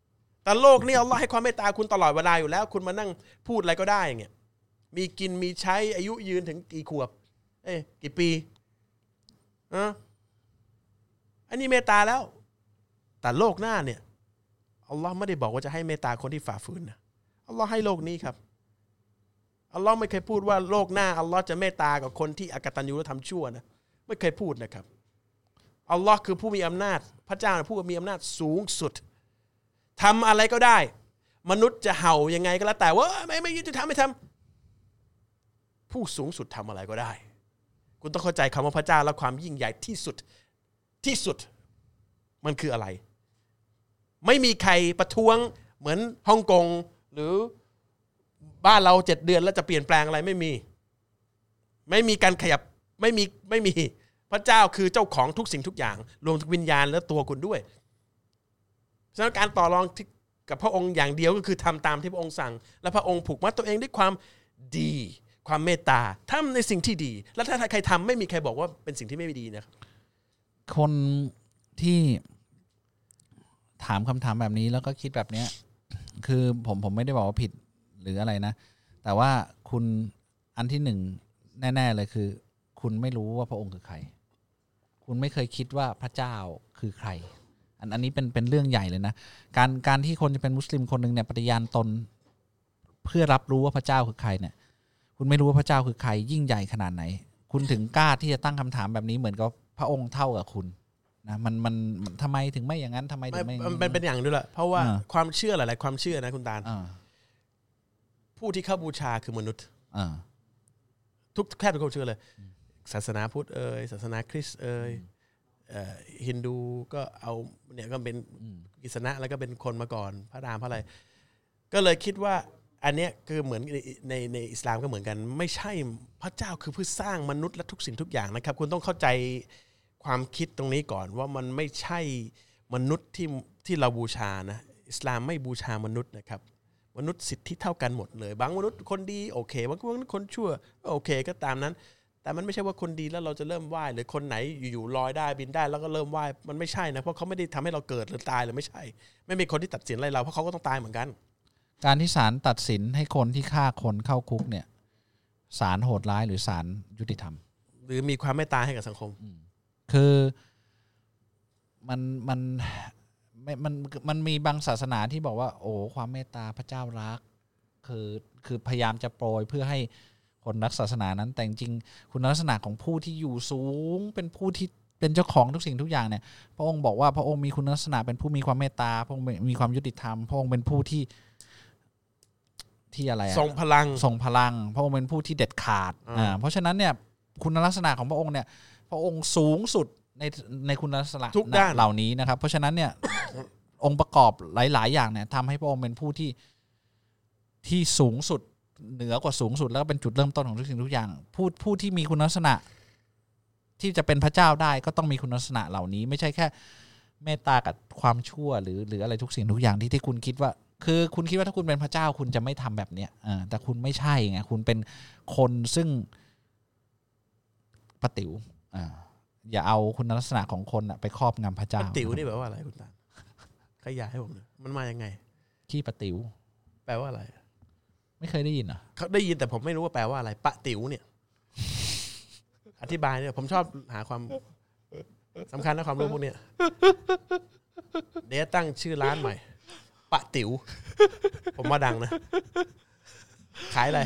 แต่โลกนี้อัลเลาะห์ให้ความเมตตาคุณตลอดเวลาอยู่แล้วคุณมานั่งพูดอะไรก็ได้อย่างเงี้ยมีกินมีใช้อายุยืนถึงกี่ขวบเอ้ยกี่ปีอ่ะอันนี้เมตตาแล้วแต่โลกหน้าเนี่ยอัลเลาะห์ไม่ได้บอกว่าจะให้เมตตาคนที่ฝ่าฝืนนะอัลเลาะห์ให้โลกนี้ครับอัลเลาะห์ไม่เคยพูดว่าโลกหน้าอัลเลาะห์จะเมตตากับคนที่อกตัญญูและทำชั่วนะไม่เคยพูดนะครับอัลเลาะห์คือผู้มีอำนาจพระเจ้าผู้มีอำนาจสูงสุดทำอะไรก็ได้มนุษย์จะเห่ายังไงก็แล้วแต่ว่าไม่ไม่จะทำไม่ทำผู้สูงสุดทำอะไรก็ได้คุณต้องเข้าใจคำว่าพระเจ้าและความยิ่งใหญ่ที่สุดที่สุดมันคืออะไรไม่มีใครประท้วงเหมือนฮ่องกงหรือบ้านเราเจ็ดเดือนแล้วจะเปลี่ยนแปลงอะไรไม่มีไม่มีการขยับไม่มีไม่มีพระเจ้าคือเจ้าของทุกสิ่งทุกอย่างรวมถึงวิญญาณและตัวคุณด้วยฉะนั้นการต่อรองกับพระองค์อย่างเดียวก็คือทำตามที่พระองค์สั่งและพระองค์ผูกมัดตัวเองด้วยความดีความเมตตาทำในสิ่งที่ดีและถ้าใครทำไม่มีใครบอกว่าเป็นสิ่งที่ไม่ดีนะครับ
คนที่ถามคำถามแบบนี้แล้วก็คิดแบบนี้คือผมผมไม่ได้บอกว่าผิดหรืออะไรนะแต่ว่าคุณอันที่หนึ่งแน่ๆเลยคือคุณไม่รู้ว่าพระองค์คือใครคุณไม่เคยคิดว่าพระเจ้าคือใครอันอันนี้เป็นเป็นเรื่องใหญ่เลยนะการการที่คนจะเป็นมุสลิมคนหนึ่งเนี่ยปฏิญาณตนเพื่อรับรู้ว่าพระเจ้าคือใครเนี่ยคุณไม่รู้ว่าพระเจ้าคือใครยิ่งใหญ่ขนาดไหนคุณถึงกล้าที่จะตั้งคำถามแบบนี้เหมือนกับพระองค์เท่ากับคุณนะมันมันทำไมถึงไม่อย่างนั้นทำไมถึงไม่
มันเป็นอย่างด้วยแหละเพราะว่าความเชื่อหลายๆความเชื่อนะคุณตาลผู้ที่เข้าบูชาคือมนุษย์ทุกแค่ทุกคนเชื่อเลยศาสนาพุทธเอ่ยศาสนาคริสต์เอ่ยฮินดูก็เอาเนี่ยก็เป็นกิษณะแล้วก็เป็นคนมาก่อนพระรามพระอะไรก็เลยคิดว่าอันเนี้ยคือเหมือนในในอิสลามก็เหมือนกันไม่ใช่พระเจ้าคือผู้สร้างมนุษย์และทุกสิ่งทุกอย่างนะครับคุณต้องเข้าใจความคิดตรงนี้ก่อนว่ามันไม่ใช่มนุษย์ที่ที่เราบูชานะอิสลามไม่บูชามนุษย์นะครับมนุษย์สิทธิเท่ากันหมดเลยบางมนุษย์คนดีโอเคบางมนุษย์คนชั่วโอเคก็ตามนั้นแต่มันไม่ใช่ว่าคนดีแล้วเราจะเริ่มไหว้หรือคนไหนอยู่ๆลอยได้บินได้แล้วก็เริ่มไหว้มันไม่ใช่นะเพราะเขาไม่ได้ทำให้เราเกิดหรือตายหรือไม่ใช่ไม่มีคนที่ตัดสินอะไรเราเพราะเขาก็ต้องตายเหมือนกัน
การที่ศาลตัดสินให้คนที่ฆ่าคนเข้าคุกเนี่ยศาลโหดร้ายหรือศาลยุติธรรม
หรือมีความเมตตาให้กับสังคม
คือมันมันไม่มันมันมีบางศาสนาที่บอกว่าโอ้ความเมตตาพระเจ้ารักคือคือพยายามจะโปรยเพื่อให้คนรักศาสนานั้นแต่จริงคุณลักษณะของผู้ที่อยู่สูงเป็นผู้ที่เป็นเจ้าของทุกสิ่งทุกอย่างเนี่ยพระองค์บอกว่าพระองค์มีคุณลักษณะเป็นผู้มีความเมตตาพระองค์มีความยุติธรรมพระองค์เป็นผู้ที่ที่อะไร
ทรงพลัง
ทรงพลังพระองค์เป็นผู้ที่เด็ดขาดอ่าเพราะฉะนั้นเนี่ยคุณลักษณะของพระองค์เนี่ยพระองค์สูงสุดในในคุณลักษณะ
ทุกด้าน
เหล่านี้นะครับเพราะฉะนั้นเนี่ย องค์ประกอบหลายๆอย่างเนี่ยทำให้พระองค์เป็นผู้ที่ที่สูงสุดเหนือกว่าสูงสุดแล้วก็เป็นจุดเริ่มต้นของทุกสิ่งทุกอย่างผู้ผู้ที่มีคุณลักษณะที่จะเป็นพระเจ้าได้ก็ต้องมีคุณลักษณะเหล่านี้ไม่ใช่แค่เมตตากับความชั่วหรือหรืออะไรทุกสิ่งทุกอย่างที่ที่คุณคิดว่าคือคุณคิดว่าถ้าคุณเป็นพระเจ้าคุณจะไม่ทำแบบเนี้ยอ่าแต่คุณไม่ใช่ไงคุณเป็นคนซึ่งปะติ๋วอ่าอย่าเอาคุณลักษณะของคนไปครอบงำพระเจ้า
ปะติ๋วนี่แปลว่าอะไรคุณตาขยายให้ผมหน่อยมันมายังไง
ขี้ปะติ๋ว
แปลว่าอะไร
ไม่เคยได้ยินเหรอ
เขาได้ยินแต่ผมไม่รู้ว่าแปลว่าอะไรปะติ๋วเนี่ยอธิบายเนี่ยผมชอบหาความสำคัญนะความรู้พวกเนี้ยเดี๋ยวตั้งชื่อร้านใหม่ปะติ๋วผมว่าดังนะขายอะไร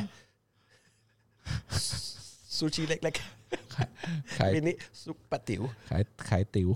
ซูชิเล็กๆขายนี้ซุปปะติ๋ว
ขายขายติ๋ว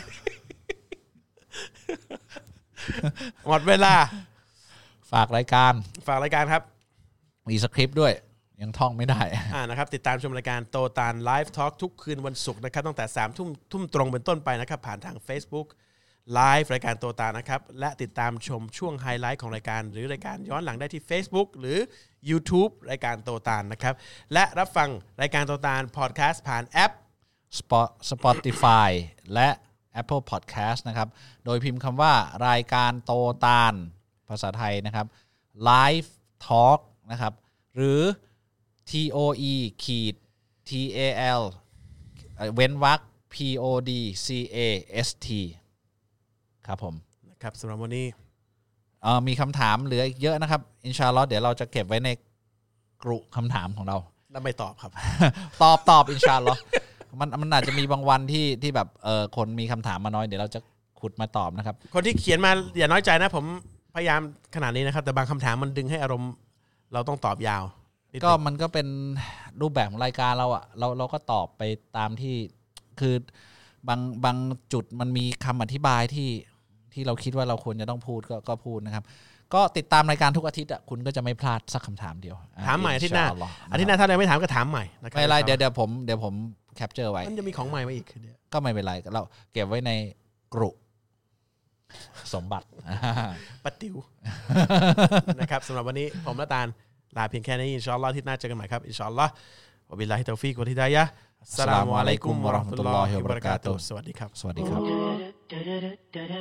หมดเวลา
ฝากรายการ
ฝากรายการครับ
มีสคริปต์ด้วยยังท่องไม่ได้
อ่านะครับติดตามชมรายการโตตาลไลฟ์ทอล์กทุกคืนวันศุกร์นะครับตั้งแต่สามทุ่มทุ่มตรงเป็นต้นไปนะครับผ่านทาง Facebook ไลฟ์รายการโตตาลนะครับและติดตามชมช่วงไฮไลท์ของรายการหรือรายการย้อนหลังได้ที่ Facebook หรือ YouTube รายการโตตาลนะครับและรับฟังรายการโตตาลพอดแคสต์ผ่านแอป
Spotify และ Apple Podcast นะครับโดยพิมพ์คำว่ารายการโตตาลภาษาไทยนะครับ Live Talk นะครับหรือ T O E ขีด T A L เว้นวรรค P O D C A S T ครับผม
นะครับสำหรับวันนี้
เอ่อมีคำถามเหลืออีกเยอะนะครับอินชาอัลลอฮ์เดี๋ยวเราจะเก็บไว้ในกลุ่มคำถามของเรา
แล้วไม่ตอบครับ
ตอบตอบอินชาอัลลอฮ์มันมันอาจจะมีบางวันที่ที่แบบเออคนมีคำถามมาน้อยเดี๋ยวเราจะขุดมาตอบนะครับ
คนที่เขียนมาอย่าน้อยใจนะผมพยายามขนาดนี้นะครับแต่บางคำถามมันดึงให้อารมณ์เราต้องตอบยาว
ก็มันก็เป็นรูปแบบของรายการเราอ่ะเราเราก็ตอบไปตามที่คือบางบางจุดมันมีคำอธิบายที่ที่เราคิดว่าเราควรจะต้องพูดก็ก็พูดนะครับก็ติดตามรายการทุกอาทิตย์อ่ะคุณก็จะไม่พลาดสักคำถามเดียว
ถามใหม่อาทิตย์หน้าอาทิตย์หน้าถ้าเราไม่ถามก็ถามใหม่
ไม่เป็นไรเดี๋ยวเดี๋ยวผมเดี๋ยวผมแคปเจอร์ไว้
มันจะมีของใหม่มาอีก
ก็ไม่เป็นไรเราเก็บไว้ในกลุ่มสมบัติ
ปัตติวนะครับสำหรับวันนี้ผมและตาลลาเพียงแค่นี้อินชาอัลลอฮ์อาทิตย์หน้าเจอกันใหม่ครับอินชาอัลลอฮ์วะบิลลาฮิตอฟิกวะฮิดายะฮ์อัสสลามุอะลัยกุมวะเราะห์มะตุลลอฮิวะบะเราะกาตุฮ์สวัสดีครับ
สวัสดี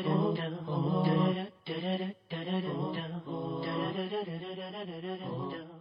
ครับ